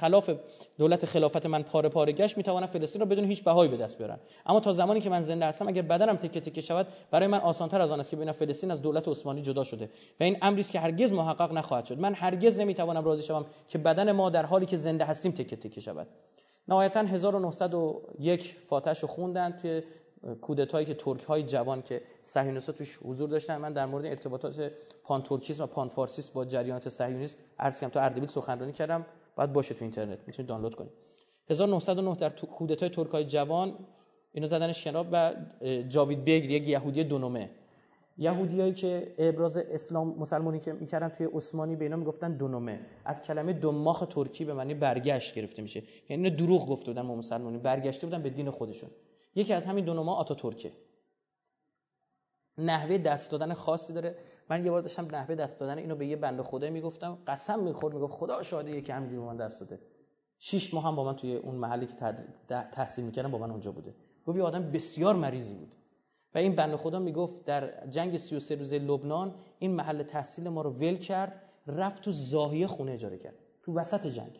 خلافت من پاره پاره گشت، میتوانند فلسطین را بدون هیچ بهایی به دست بیارن. اما تا زمانی که من زنده هستم، اگر بدنم تکه تکه شود، برای من آسان‌تر از آن است که ببینم فلسطین از دولت عثمانی جدا شده و این امری است که هرگز محقق نخواهد شد. من هرگز نمیتوانم راضی شوم که بدن ما در حالی که زنده هستیم تکه تکه شود. نهایتاً 1901 فاتحش رو خوندن توی کودتایی که ترک‌های جوان که صهیونیست‌ها توش حضور داشتن. من در مورد ارتباطات پان ترکیسم و پان فارسیسم با جریانات صهیونیسم عرض کردم، تو اردبیل سخنرانی کردم، بعد باشه تو اینترنت میتونید دانلود کنید. 1909 در کودتای ترک‌های جوان اینو زدنش کنار و جاوید بیگ یک یهودی دونومه، یهودیایی که ابراز اسلام مسلمانی که میکردن توی عثمانی به اینا میگفتن دونومه، از کلمه دماغ ترکی به معنی برگشت گرفته میشه، یعنی دروغ گفته بودن ما مسلمانی، برگشته بودن به دین خودشون. یکی از همین دونوما آتاتورکه. نحوه دست دادن خاصی داره. من یه بار داشتم نحوه دست دادن اینو به یه بنده خدایی میگفتم، قسم میخورد، میگفت خدا شاهده که همینجوری به من دست داده. 6 ماه هم با من توی اون محلی که تحصیل میکردم با من اونجا بوده. گفت یه آدم بسیار مریضی بود و این بنده خدا میگفت در جنگ 33 روزه لبنان این محل تحصیل ما رو ول کرد، رفت تو زاهیه خونه اجاره کرد تو وسط جنگ.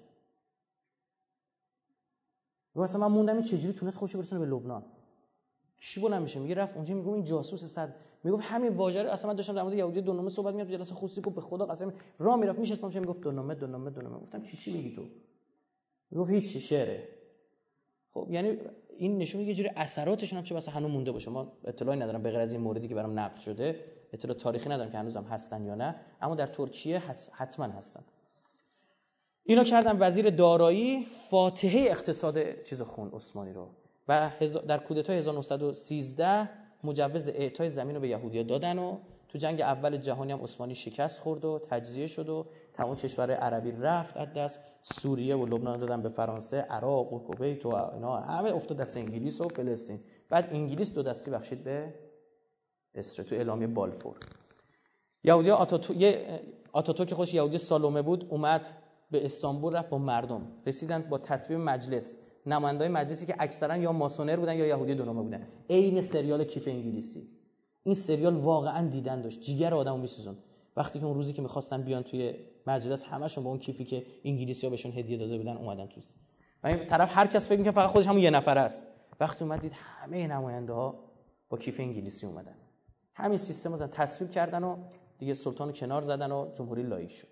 واسه من موندم این چجوری تونست خوشو برسونه به لبنان. کی بلند میشه میگه رفت اونجا، میگه این جاسوس صد، میگفت همین واژه رو اصلا من داشتم در مورد یهودی دونومه صحبت می‌کردم تو جلسه خصوصی، گفت به خدا قسم راه میرفت میشستم میشه میگفت دونومه. گفتم چی میگی تو؟ میگفت هیچ، شعره. خب یعنی این نشون میده یه جوری اثراتشون هم چه بسا هنوز مونده باشه. ما اطلاعی ندارم به غیر از این موردی که برام نقل شده، اطلاع تاریخی ندارم که هنوزم هستن یا نه، اما در ترکیه حتما هستن. اینا کردن وزیر دارایی، فاتحه اقتصاد چیز خون عثمانی رو، و در کودتای 1913 مجوز اعطای زمین رو به یهودی‌ها دادن و تو جنگ اول جهانی هم عثمانی شکست خورد و تجزیه شد و تمام کشورهای عربی رفت از دست. سوریه و لبنان دادن به فرانسه، عراق و کویت و اینا همه افتاد دست انگلیس و فلسطین. بعد انگلیس 2 دستی بخشید به اسرائیل تو اعلامیه بالفور. یهودی‌ها آتاتورک که خوش یهودی سالومه بود، اومد به استانبول، رفت با مردم، رسیدن با تصویب مجلس، نمایندای مجلسی که اکثرا یا ماسونر بودن یا یهودی دونومه بودن، عین سریال کیف انگلیسی. این سریال واقعا دیدن داشت، جیگر آدمو میسوزون. وقتی که اون روزی که می‌خواستن بیان توی مجلس، همشون با اون کیفی که انگلیسی‌ها بهشون هدیه داده بودن اومدن تو. و این طرف هر کس فکر می‌کنه فقط خودش همون یه نفر است. وقتی اومد دید همه نماینده‌ها با کیف انگلیسی اومدن. همین سیستم رو تصویب کردن و دیگه سلطانو کنار زدن و جمهوری لایق شد.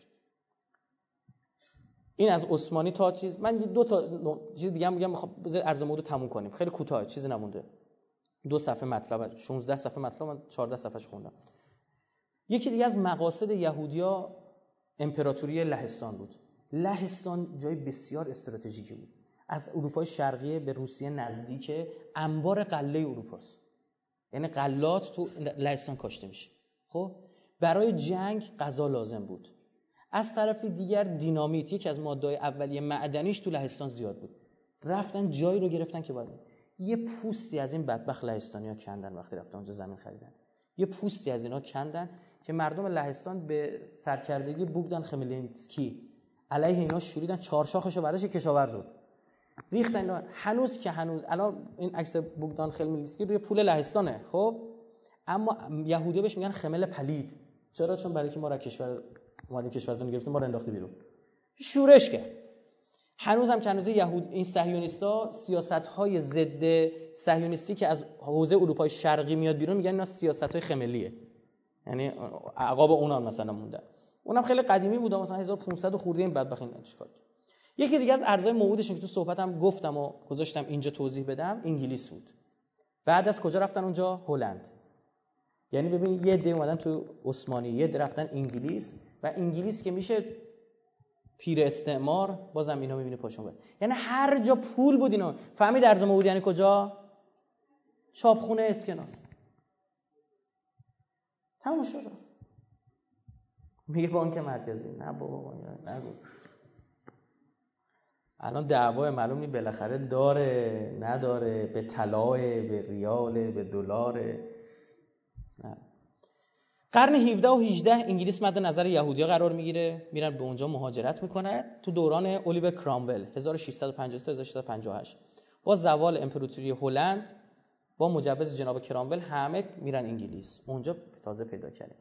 این از عثمانی تا چیز. من 2 تا چیز دیگه هم میگم، میخوام بذار عرض موضوع تموم کنیم، خیلی کوتاه، چیزی نمونده. 2 صفحه مطلب، 16 صفحه مطلب، من 14 صفحهش خوندم. یکی دیگه از مقاصد یهودیا امپراتوری لهستان بود. لهستان جای بسیار استراتژیکی بود. از اروپای شرقی به روسیه نزدیک، انبار غله اروپاست. یعنی غلات تو لهستان کاشته میشه. خب برای جنگ غذا لازم بود. از طرف دیگر دینامیت، یکی از ماده‌های اولیه معدنیش تو لهستان زیاد بود. رفتن جایی رو گرفتن که باید یه پوستی از این بدبخت لهستانی‌ها کندن. وقتی رفتن اونجا زمین خریدن، یه پوستی از اینا کندن که مردم لهستان به سرکردگی بوگدان خملینسکی علیه اینا شوریدن، چهارشاخشو برداشت کشاورز بود ریختن اینا. هنوز الان این عکس بوگدان خملینسکی روی پول لهستانه. خب اما یهودی‌ها بهش میگن خمل پلید. چرا؟ چون برای که ما را کشور اومدیم کشورتون گرفتیم، ما رو انداخته بیرون، شورش کرد. هنوزم که هنوز یهود این صهیونیست‌ها سیاست‌های ضد صهیونیستی که از حوزه اروپای شرقی میاد بیرون میگن اینا سیاست‌های خملیه، یعنی عقاب اونان مثلا موندن. اونم خیلی قدیمی بود، مثلا 1500 خورده این بدبخت این چیکار کرد. یکی دیگه از ارزهای موعودش که تو صحبتم گفتم و گذاشتم اینجا توضیح بدم، انگلیس بود. بعد از کجا رفتن اونجا؟ هلند. یعنی ببین یه عده اومدن تو عثمانی، یه عده رفتن انگلیس، و انگلیس که میشه پیر استعمار، بازم اینا میبینی پاشون بود. یعنی هر جا پول بود اینا. فهمید ارز موعود یعنی کجا؟ چاپخونه اسکناس. تموم شد. میگه بانک مرکزی. نه بابا نگو. الان دعوای معلوم نی بالاخره داره نداره، به طلاه، به ریال، به دلار. نه. قرن 17 و 18 انگلیس مد نظر یهودی‌ها قرار میگیره، میرن به اونجا مهاجرت میکنن. تو دوران الیور کرامول 1650 تا 1658 با زوال امپراتوری هلند با مجوز جناب کرامول همه میرن انگلیس. اونجا تازه پیدا کردن.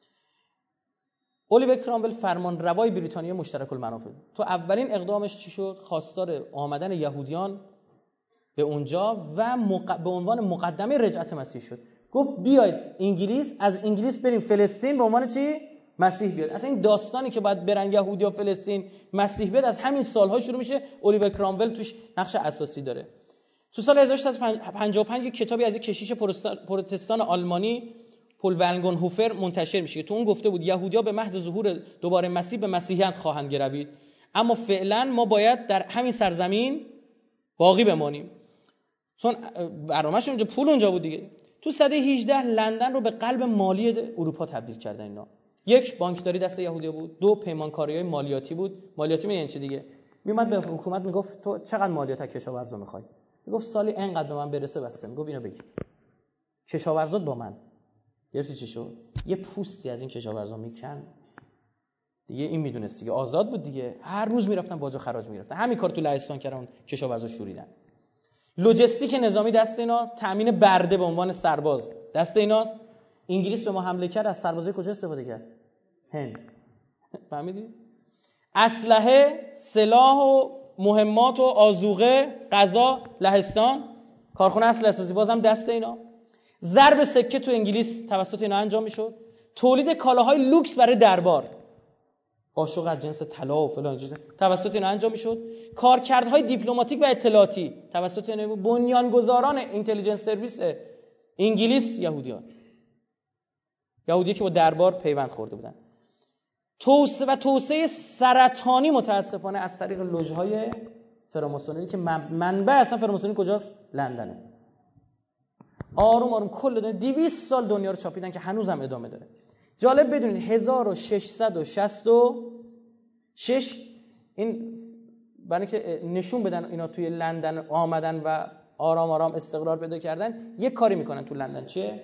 الیور کرامول فرمان روای بریتانیا مشترک المنافع. تو اولین اقدامش چی شد؟ خواستار آمدن یهودیان به اونجا و به عنوان مقدمه رجعت مسیح شد. گفت بیاید انگلیس، از انگلیس بریم فلسطین، به عنوان چی؟ مسیح بیاد. اصلا این داستانی که باید برن یهودیا فلسطین مسیح بیاد از همین سالها شروع میشه. الیور کرامول توش نقش اساسی داره. تو سال 1655 یک کتابی از یک کشیش پروتستان آلمانی پول ونگونهوفر منتشر میشه. تو اون گفته بود یهودیا به محض ظهور دوباره مسیح به مسیحیت خواهند گروید، اما فعلا ما باید در همین سرزمین باقی بمانیم، چون برنامه‌شون اونجا پول اونجا بود دیگه. تو سده 18 لندن رو به قلب مالی اروپا تبدیل کردن اینا. یک، بانکداری دست یهودیا بود. دو، پیمانکاری‌های مالیاتی بود. مالیاتی یعنی چی دیگه؟ میومد به حکومت میگفت تو چقدر مالیات از کشاورزا میخوای؟ میگفت سالی اینقدر به من برسه بسته. میگفت اینو بگیر. کشاورزات با من. گرفتی چی شد؟ یه پوستی از این کشاورزا میکن. دیگه این میدونست دیگه آزاد بود دیگه. هر روز میرفتن باج و خراج میگرفتن. همین کار تو لهستان کردن، کشاورزا شوریدن. لوجستیک نظامی دست اینا، تامین برده به عنوان سرباز دست ایناست. انگلیس به ما حمله کرد، از سربازای کجا استفاده کرد؟ هند. فهمیدی؟ اسلحه، سلاح و مهمات و آذوقه، غذا، لهستان، کارخونه اسلحه سازی بازم دست اینا. ضرب سکه تو انگلیس توسط اینا انجام میشد. تولید کالاهای لوکس برای دربار، قاشق از جنس طلا و فلان چیز توسط اینا انجام میشد. کارکردهای دیپلماتیک و اطلاعاتی توسط اینا. بنیانگذاران اینتلیجنس سرویس انگلیس یهودی که با دربار پیوند خورده بودن. توسعه سرطانی متاسفانه از طریق لوژهای فراماسونری که منبع اصلا فراماسونری کجاست؟ لندنه. آروم آروم کل دنیا 200 سال دنیا رو چاپیدن که هنوز هم ادامه داره. جالب بدونید 1666 این برای که نشون بدن اینا توی لندن آمدن و آرام آرام استقرار پیدا کردن، یک کاری میکنن تو لندن. چیه؟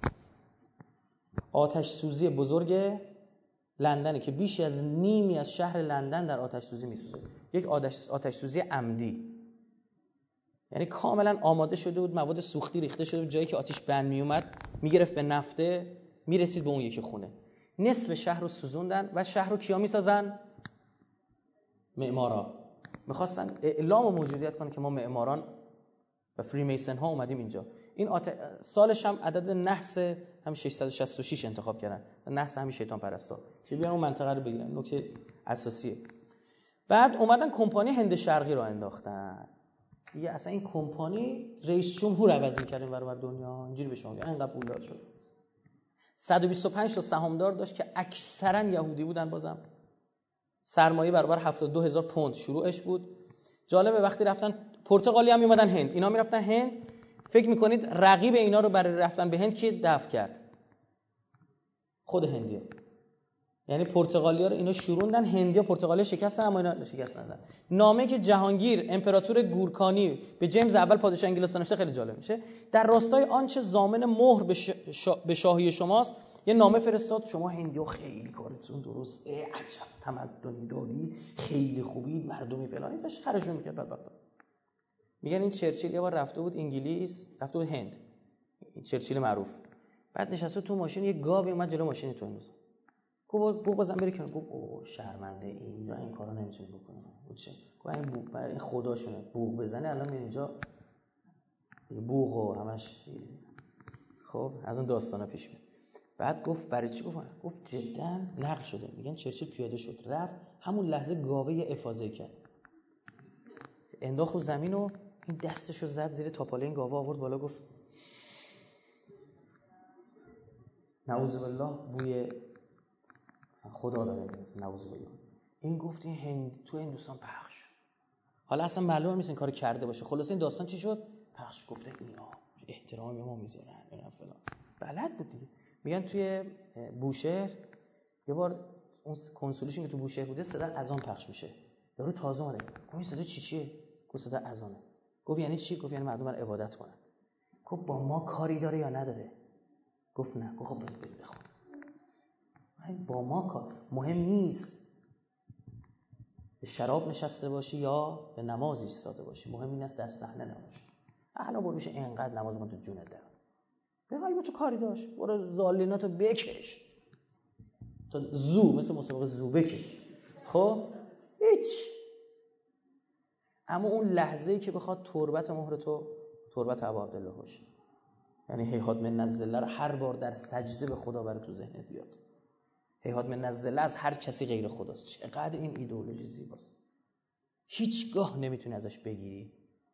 آتش سوزی بزرگ لندنه که بیش از نیمی از شهر لندن در آتش سوزی میسوزه. یک آتش سوزی عمدی، یعنی کاملا آماده شده بود، مواد سوختی ریخته شده بود، جایی که آتش بند میومد میگرفت به نفته میرسید به اون یکی خونه. نصف شهر رو سوزوندن و شهر رو کیا میسازن؟ معمارا. میخواستن اعلام و موجودیت کنن که ما معماران و فریمیسن ها اومدیم اینجا. این سالش هم عدد نحس هم 666 انتخاب کردن. نحس همین شیطان پرستا که بیان اون منطقه رو بگیرن. نکته اساسیه. بعد اومدن کمپانی هند شرقی رو انداختن. دیگه اصلا این کمپانی رئیس جمهور عوض می‌کردیم برابر دنیا. اینجوری به شما میگم اینقدر پولدار شد. 125 تا سهامدار داشت که اکثرا یهودی بودن. بازم سرمایه برابر 72000 پوند شروعش بود. جالبه وقتی رفتن پرتغالی هم میومدن هند، اینا میرفتن هند، فکر میکنید رقیب اینا رو برای رفتن به هند کی دفع کرد؟ خود هندیا. یعنی پرتغالیا رو اینا شوروندن، هندیا پرتغالیا شکستن، اما اینا شکست. نامه که جهانگیر امپراتور گورکانی به جیمز اول پادشاه انگلستان نوشته خیلی جالب میشه. در راستای آنچه ضامن مهر به شاهی شماست یه نامه فرستاد. شما هندیا خیلی کارتون درسته، عجب تمدنی دارید، خیلی خوبید، مردمی فلانی. داشت خرشون میکرد. بدبختا میگن این چرچیل یه بار رفته بود انگلیس، رفته بود هند، این چرچیل معروف، بعد نشسته تو ماشین، یه گاوی اومد جلو ماشین تو انداز. گفت بوق بزن بری کنار. گفت اوه شرمنده، اینجا این کارا نمیتونی بکنی. گفت این بوق برای خداشونه، بوق بزنه الان اینجا بوق و همش. خب از اون داستانا پیش میاد. بعد گفت برای چی؟ گفت جدا نقل شده، میگن چرچیل پیاده شد رفت، همون لحظه گاوه افاضه کرد، انداخت رو زمین و این دستشو زد زیر تاپاله این گاوه، آورد بالا، گفت نعوذ بالله بوی مثلا خدا داره میاد، نعوذ بالله. این گفت این هند تو هندوستان پخش. حالا اصلا معلومه نیست این کارو کرده باشه. خلاص این داستان چی شد؟ پخش. گفته اینا احترام ما میذارن اینا فلان. بلد بود دیگه. میگن توی بوشهر یه بار اون کنسولیشون که تو بوشهر بوده صدا اذان پخش میشه. یارو تازه اومده. گفت این صدا چیه؟ گفت صدا اذانه. گفت یعنی چی؟ گفت یعنی مردم برن عبادت کنن. گفت با ما کاری داره یا نداره؟ گفت نه. گفت خب برید بخون. با ما کار مهم نیست به شراب نشسته باشی یا به نماز ایستاده باشی، مهم این است در صحنه نباشی. الان برو بشه اینقدر نماز ما تو جونت در بخوای، با تو کاری داشت، برو زالیناتو بکش تا زو، مثل مسابقه زو بکش. خب هیچ. اما اون لحظه‌ای که بخواد تربت مهر تو تربت ابا عبدالله باشه، یعنی هیهات من الذله رو هر بار در سجده به خدا برای تو ذهنت بیاد. هیهات من الذله از هر کسی غیر خداست. چقدر این ایدئولوژی زیباست، هیچگاه نمیتونی ازش بگیری.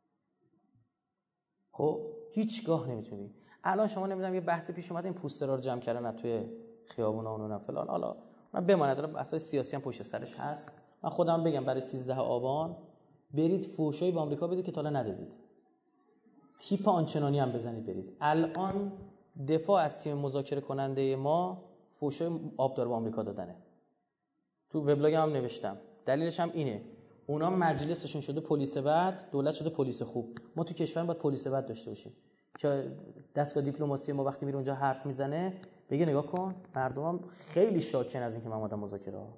خب هیچگاه نمیتونی. الان شما نمیدونم یه بحثی پیش اومد این پوسترها رو جمع کردن توی خیابونا و فلان، حالا من بماند الان اساس سیاسی هم پشت سرش هست. من خودم بگم برای 13 آبان برید فوشای به آمریکا بدید که تا الان ندادید، تیپ آنچنانی هم بزنید برید. الان دفاع از تیم مذاکره کننده ما فوشای آبدار به آمریکا دادنه. تو وبلاگم هم نوشتم، دلیلش هم اینه اونا مجلسشون شده پلیس بد، دولت شده پلیس خوب. ما تو کشور باید پلیس بد داشته باشیم که دستگاه دیپلماسی ما وقتی میره اونجا حرف میزنه بگه نگاه کن مردمم خیلی شاکن از اینکه من اومدم مذاکره ها.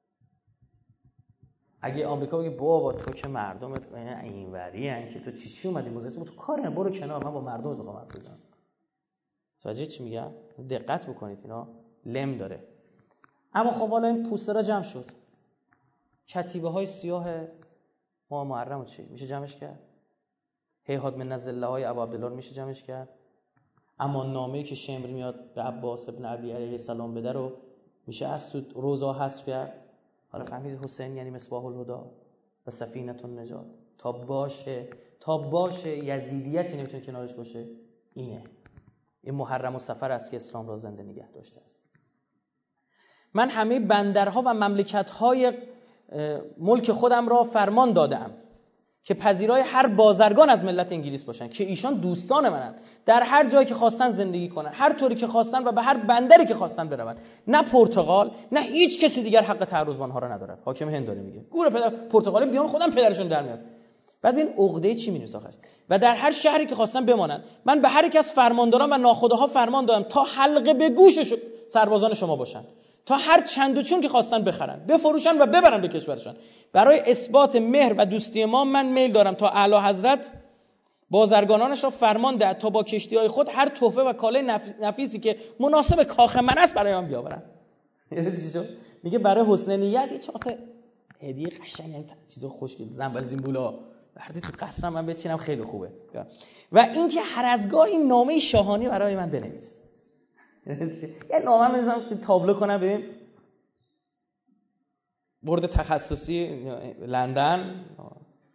اگه آمریکا بگه بابا تو که مردمت اینوری ان که تو چی اومدی مذاکره، تو کار نه، برو کنار، من با مردمت میخوام حرف بزنم. توجه چی میگم؟ دقت بکنید اینا لم داره. اما خب حالا این پوسترها جمع شد، کتیبه های سیاه ما محرم چی میشه جمعش کرد؟ هیهات من الذله های ابا عبدالله میشه جمعش کرد. اما نامه‌ای که شمر میاد به عباس ابن ابی علیه السلام بده رو میشه از تو روزا حذف کرد. حالا فهمید حسین یعنی مصباح الهدی و سفینه النجات. تا باشه یزیدیتی نمیتونه کنارش باشه. این محرم و سفر است که اسلام را زنده نگه داشته است. من همه بندرها و مملکت‌های ملک خودم را فرمان دادم که پذیرای هر بازرگان از ملت انگلیس باشن که ایشان دوستان منند، در هر جایی که خواستن زندگی کنن، هر طوری که خواستن و به هر بندری که خواستن بروند. نه پرتغال نه هیچ کسی دیگر حق تعرض به آنها را ندارد. حاکم هند داره میگه گور پدر پرتغالی بیام خودم پدرشون در میاد. بعد ببین عقده چی می‌نویسه آخرش. و در هر شهری که خواستن بمانند. من به هر یک از فرمانداران و ناخداها فرمان دادم تا حلقه به گوش سربازان شما باشن، تا هر چند و چون که خواستن بخرن، بفروشن و ببرن به کشورشان. برای اثبات مهر و دوستی ما من میل دارم تا اعلی حضرت بازرگانانش را فرمان دهد تا با کشتی‌های خود هر تحفه و کالای نفیسی که مناسب کاخ من است برای آن بیاورن. میگه برای حسن نیت یه چاقه هدیه قشنگ، این چیزا خوشگل، زنبل زینبولا بردی تو قصرم من بچینم خیلی خوبه. و اینکه هر از گاهی نامه شاهانی برای من بنویس. یه نامه می‌نویسم که تابلو کنم ببین برد تخصصی لندن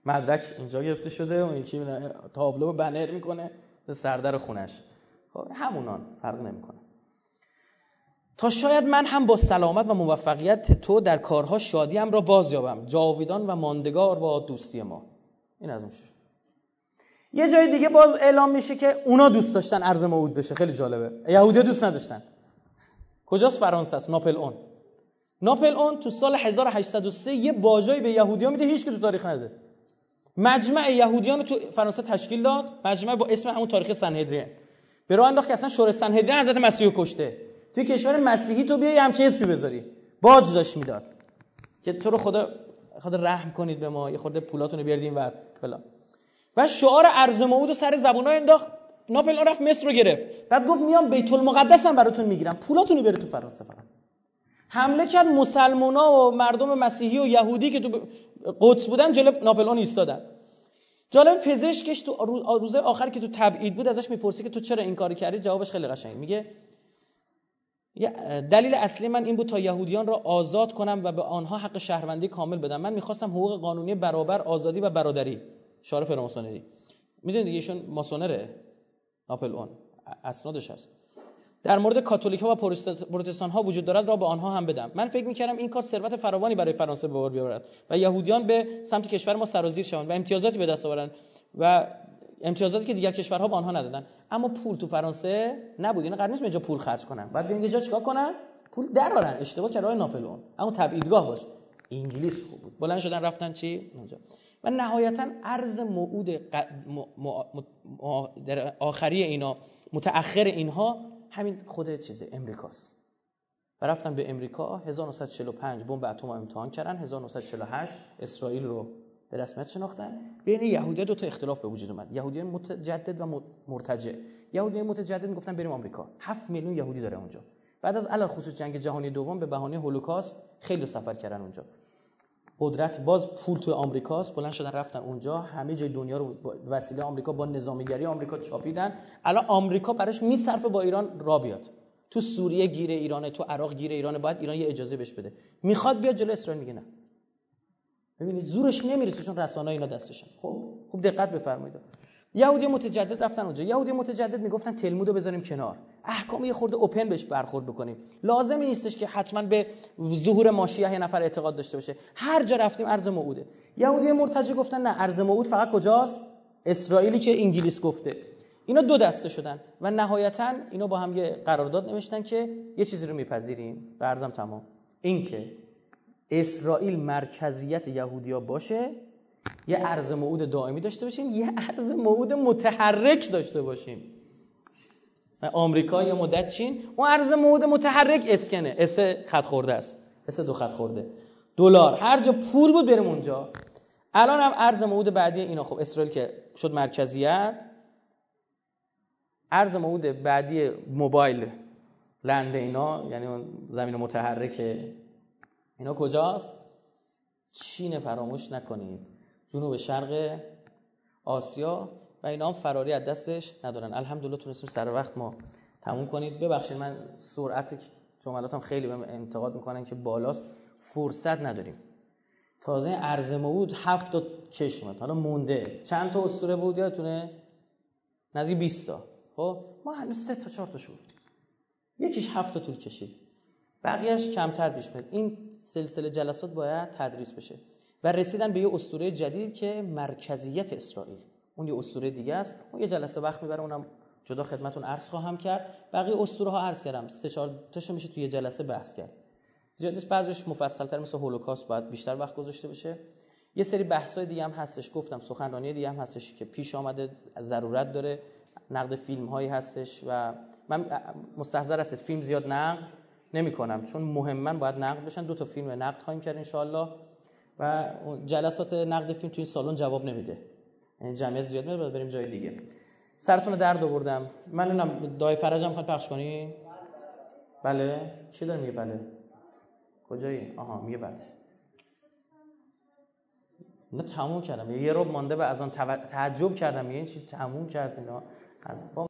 مدرک اینجا گرفته شده، اون یکی تابلو بنر میکنه سردر خونش. خب همونان، فرق نمیکنه. تا شاید من هم با سلامت و موفقیت تو در کارها شادیم را باز یابم، جاویدان و ماندگار با دوستی ما. این از اون شد. یه جای دیگه باز اعلام میشه که اونا دوست داشتن ارض موعود بشه. خیلی جالبه. یهودی‌ها دوست نداشتن. کجاست؟ فرانسه است. ناپلئون تو سال 1803 یه باجایی به یهودی‌ها میده، هیچ که تو تاریخ نده. مجمع یهودیان تو فرانسه تشکیل داد، مجمع با اسم همون تاریخ سنهدرین. به راه انداخت که اصلا شورای سنهدرین حضرت مسیح رو کشته. توی کشور مسیحی تو بیای همچین اسمی بذاری. باج داشت میداد که تو رو خدا رحم کنید به ما، یه خورده پولاتون رو بیارید اینور فلان. و شعار ارض موعود رو سر زبونا انداخت. ناپلئون رفت مصر رو گرفت. بعد گفت میام بیت المقدس هم براتون میگیرم، پولاتون رو بیارید تو فرانسه. فقط حمله کرد، مسلمونا و مردم مسیحی و یهودی که تو قدس بودن جلوی ناپلئون ایستادن. جالب، پزشکش تو روز آخر که تو تبعید بود ازش میپرسی که تو چرا این کارو کردی، جوابش خیلی قشنگه. میگه دلیل اصلی من این بود تا یهودیان را آزاد کنم و به آنها حق شهروندی کامل بدم. من میخواستم حقوق قانونی برابر، آزادی و برادری. شعار فراماسونری. میدونید دیگه ایشون ماسونره. ناپلئون اسنادش هست. در مورد کاتولیک‌ها و پروتستان‌ها وجود دارد را به آنها هم بدم. من فکر می‌کردم این کار ثروت فراوانی برای فرانسه به بار بیاورد و یهودیان به سمت کشور ما سرازیر شوند و امتیازاتی به دست آورند و امتیازاتی که دیگر کشورها به آنها ندادن. اما پول تو فرانسه نبود. اینا قرار نیست اینجا پول خرج کنن. بعد بیان اینجا چیکار کنن؟ پول درارن. اشتباه کرد آقای ناپلئون. اما تبعیدگاه باش. انگلیس خوب بود. بلند شدن رفتن چی؟ اونجا. و نهایتاً ارض موعود در آخری اینا، متأخر اینها همین خود چیزه، امریکاست. و رفتن به امریکا. 1945 بمب اتم امتحان کردن. 1948 اسرائیل رو به رسمیت شناختن. بین یهودی‌ها دو تا اختلاف به وجود اومد. یهودیان متجدد و مرتجع. یهودیان متجدد میگفتن بریم آمریکا. 7 میلیون یهودی داره اونجا. بعد از علل خصوص جنگ جهانی دوم به بهانه هولوکاست خیلی سفر کردن اونجا. قدرت باز پول تو آمریکاست، بلند شدن رفتن اونجا، همه جای دنیا رو به وسیله آمریکا با نظامیگری آمریکا چاپیدن. الان آمریکا براش میصرفه با ایران را بیاد. تو سوریه گیر ایرانه، تو عراق گیر ایرانه، باید ایران یه اجازه بهش بده. میخواد بیاد جلوی اسرائیل، میگه نه. ببینید زورش نمیرسه چون رسانه‌ها اینا دستشن. خب دقت بفرمایید. یهودی متجدد رفتن اونجا. یهودی متجدد میگفتن تلمودو بذاریم کنار، احکام یه خورده اوپن بهش برخورد بکنیم. لازمی نیستش که حتما به ظهور ماشیه یه نفر اعتقاد داشته باشه. هر جا رفتیم ارض موعوده. یهودی مرتجع گفتن نه، ارض موعود فقط کجاست؟ اسرائیلی که انگلیس گفته. اینا دو دسته شدن و نهایتاً اینا با هم یه قرارداد نوشتن که یه چیزی رو میپذیریم، به ارزم تمام، این که اسرائیل مرکزیت یهودیا باشه، یه ارض موعود دائمی داشته باشیم، یه ارض موعود متحرک داشته باشیم. آمریکا یا مدت چین، اون ارض موعود متحرک اسکنه، اس خط خورده است، اس 2 خط خورده، دلار، هر جا پول بود بریم اونجا. الان هم ارض موعود بعدی اینا، خب اسرائیل که شد مرکزیت، ارض موعود بعدی موبایل لند اینا، یعنی اون زمین متحرک اینا کجاست؟ چین. فراموش نکنید جنوب شرق آسیا و اینا هم فراری از دستش ندارن. الحمدلله تونستیم سر وقت ما تموم کنید. ببخشید من سرعت جملاتم خیلی بهم انتقاد میکنن که بالاست، فرصت نداریم. تازه ارض موعود 7 تا چشمه، حالا مونده چند تا اسطوره بود یادتونه؟ نزدیک 20 تا. خب ما هنوز 3 تا 4 تا شد، یکیش 7 تا طول کشید، بقیه‌اش کمتر پیش میاد. این سلسله جلسات باید تدریس بشه و رسیدن به یه اسطوره جدید که مرکزیت اسرائیل. اون یه اسطوره دیگه است، اون یه جلسه وقت میبره، اونم جدا خدمتتون عرض خواهم کرد. بقیه اسطوره ها عرض کردم 3-4 تاشو میشه توی یه جلسه بحث کرد. زیاد نیست، بعضیش مفصل‌تر مثل هولوکاست باید بیشتر وقت گذاشته بشه. یه سری بحث‌های دیگه هم هستش، گفتم سخنرانی دیگه هم هستش که پیش آمده، ضرورت داره. نقد فیلم‌هایی هستش و من مستحضر هستم فیلم زیاد نقد نمی‌کنم چون مهماً باید نقد بشن. 2 تا فیلم نقد خواهیم کرد ان شاءالله و جلسات نقد فیلم توی سالن جواب نمیده، یعنی جمعیت زیاد میاد، باید بریم جای دیگه. سرتون رو درد آوردم. من اینم دای فرجم میخواد پخش کنی؟ بله. چی داره میگه بله؟ کجایی؟ آها میگه بله. نه تموم کردم، یه ربع مونده به اذان تعجب کردم، یعنی چی تموم کرد اینا.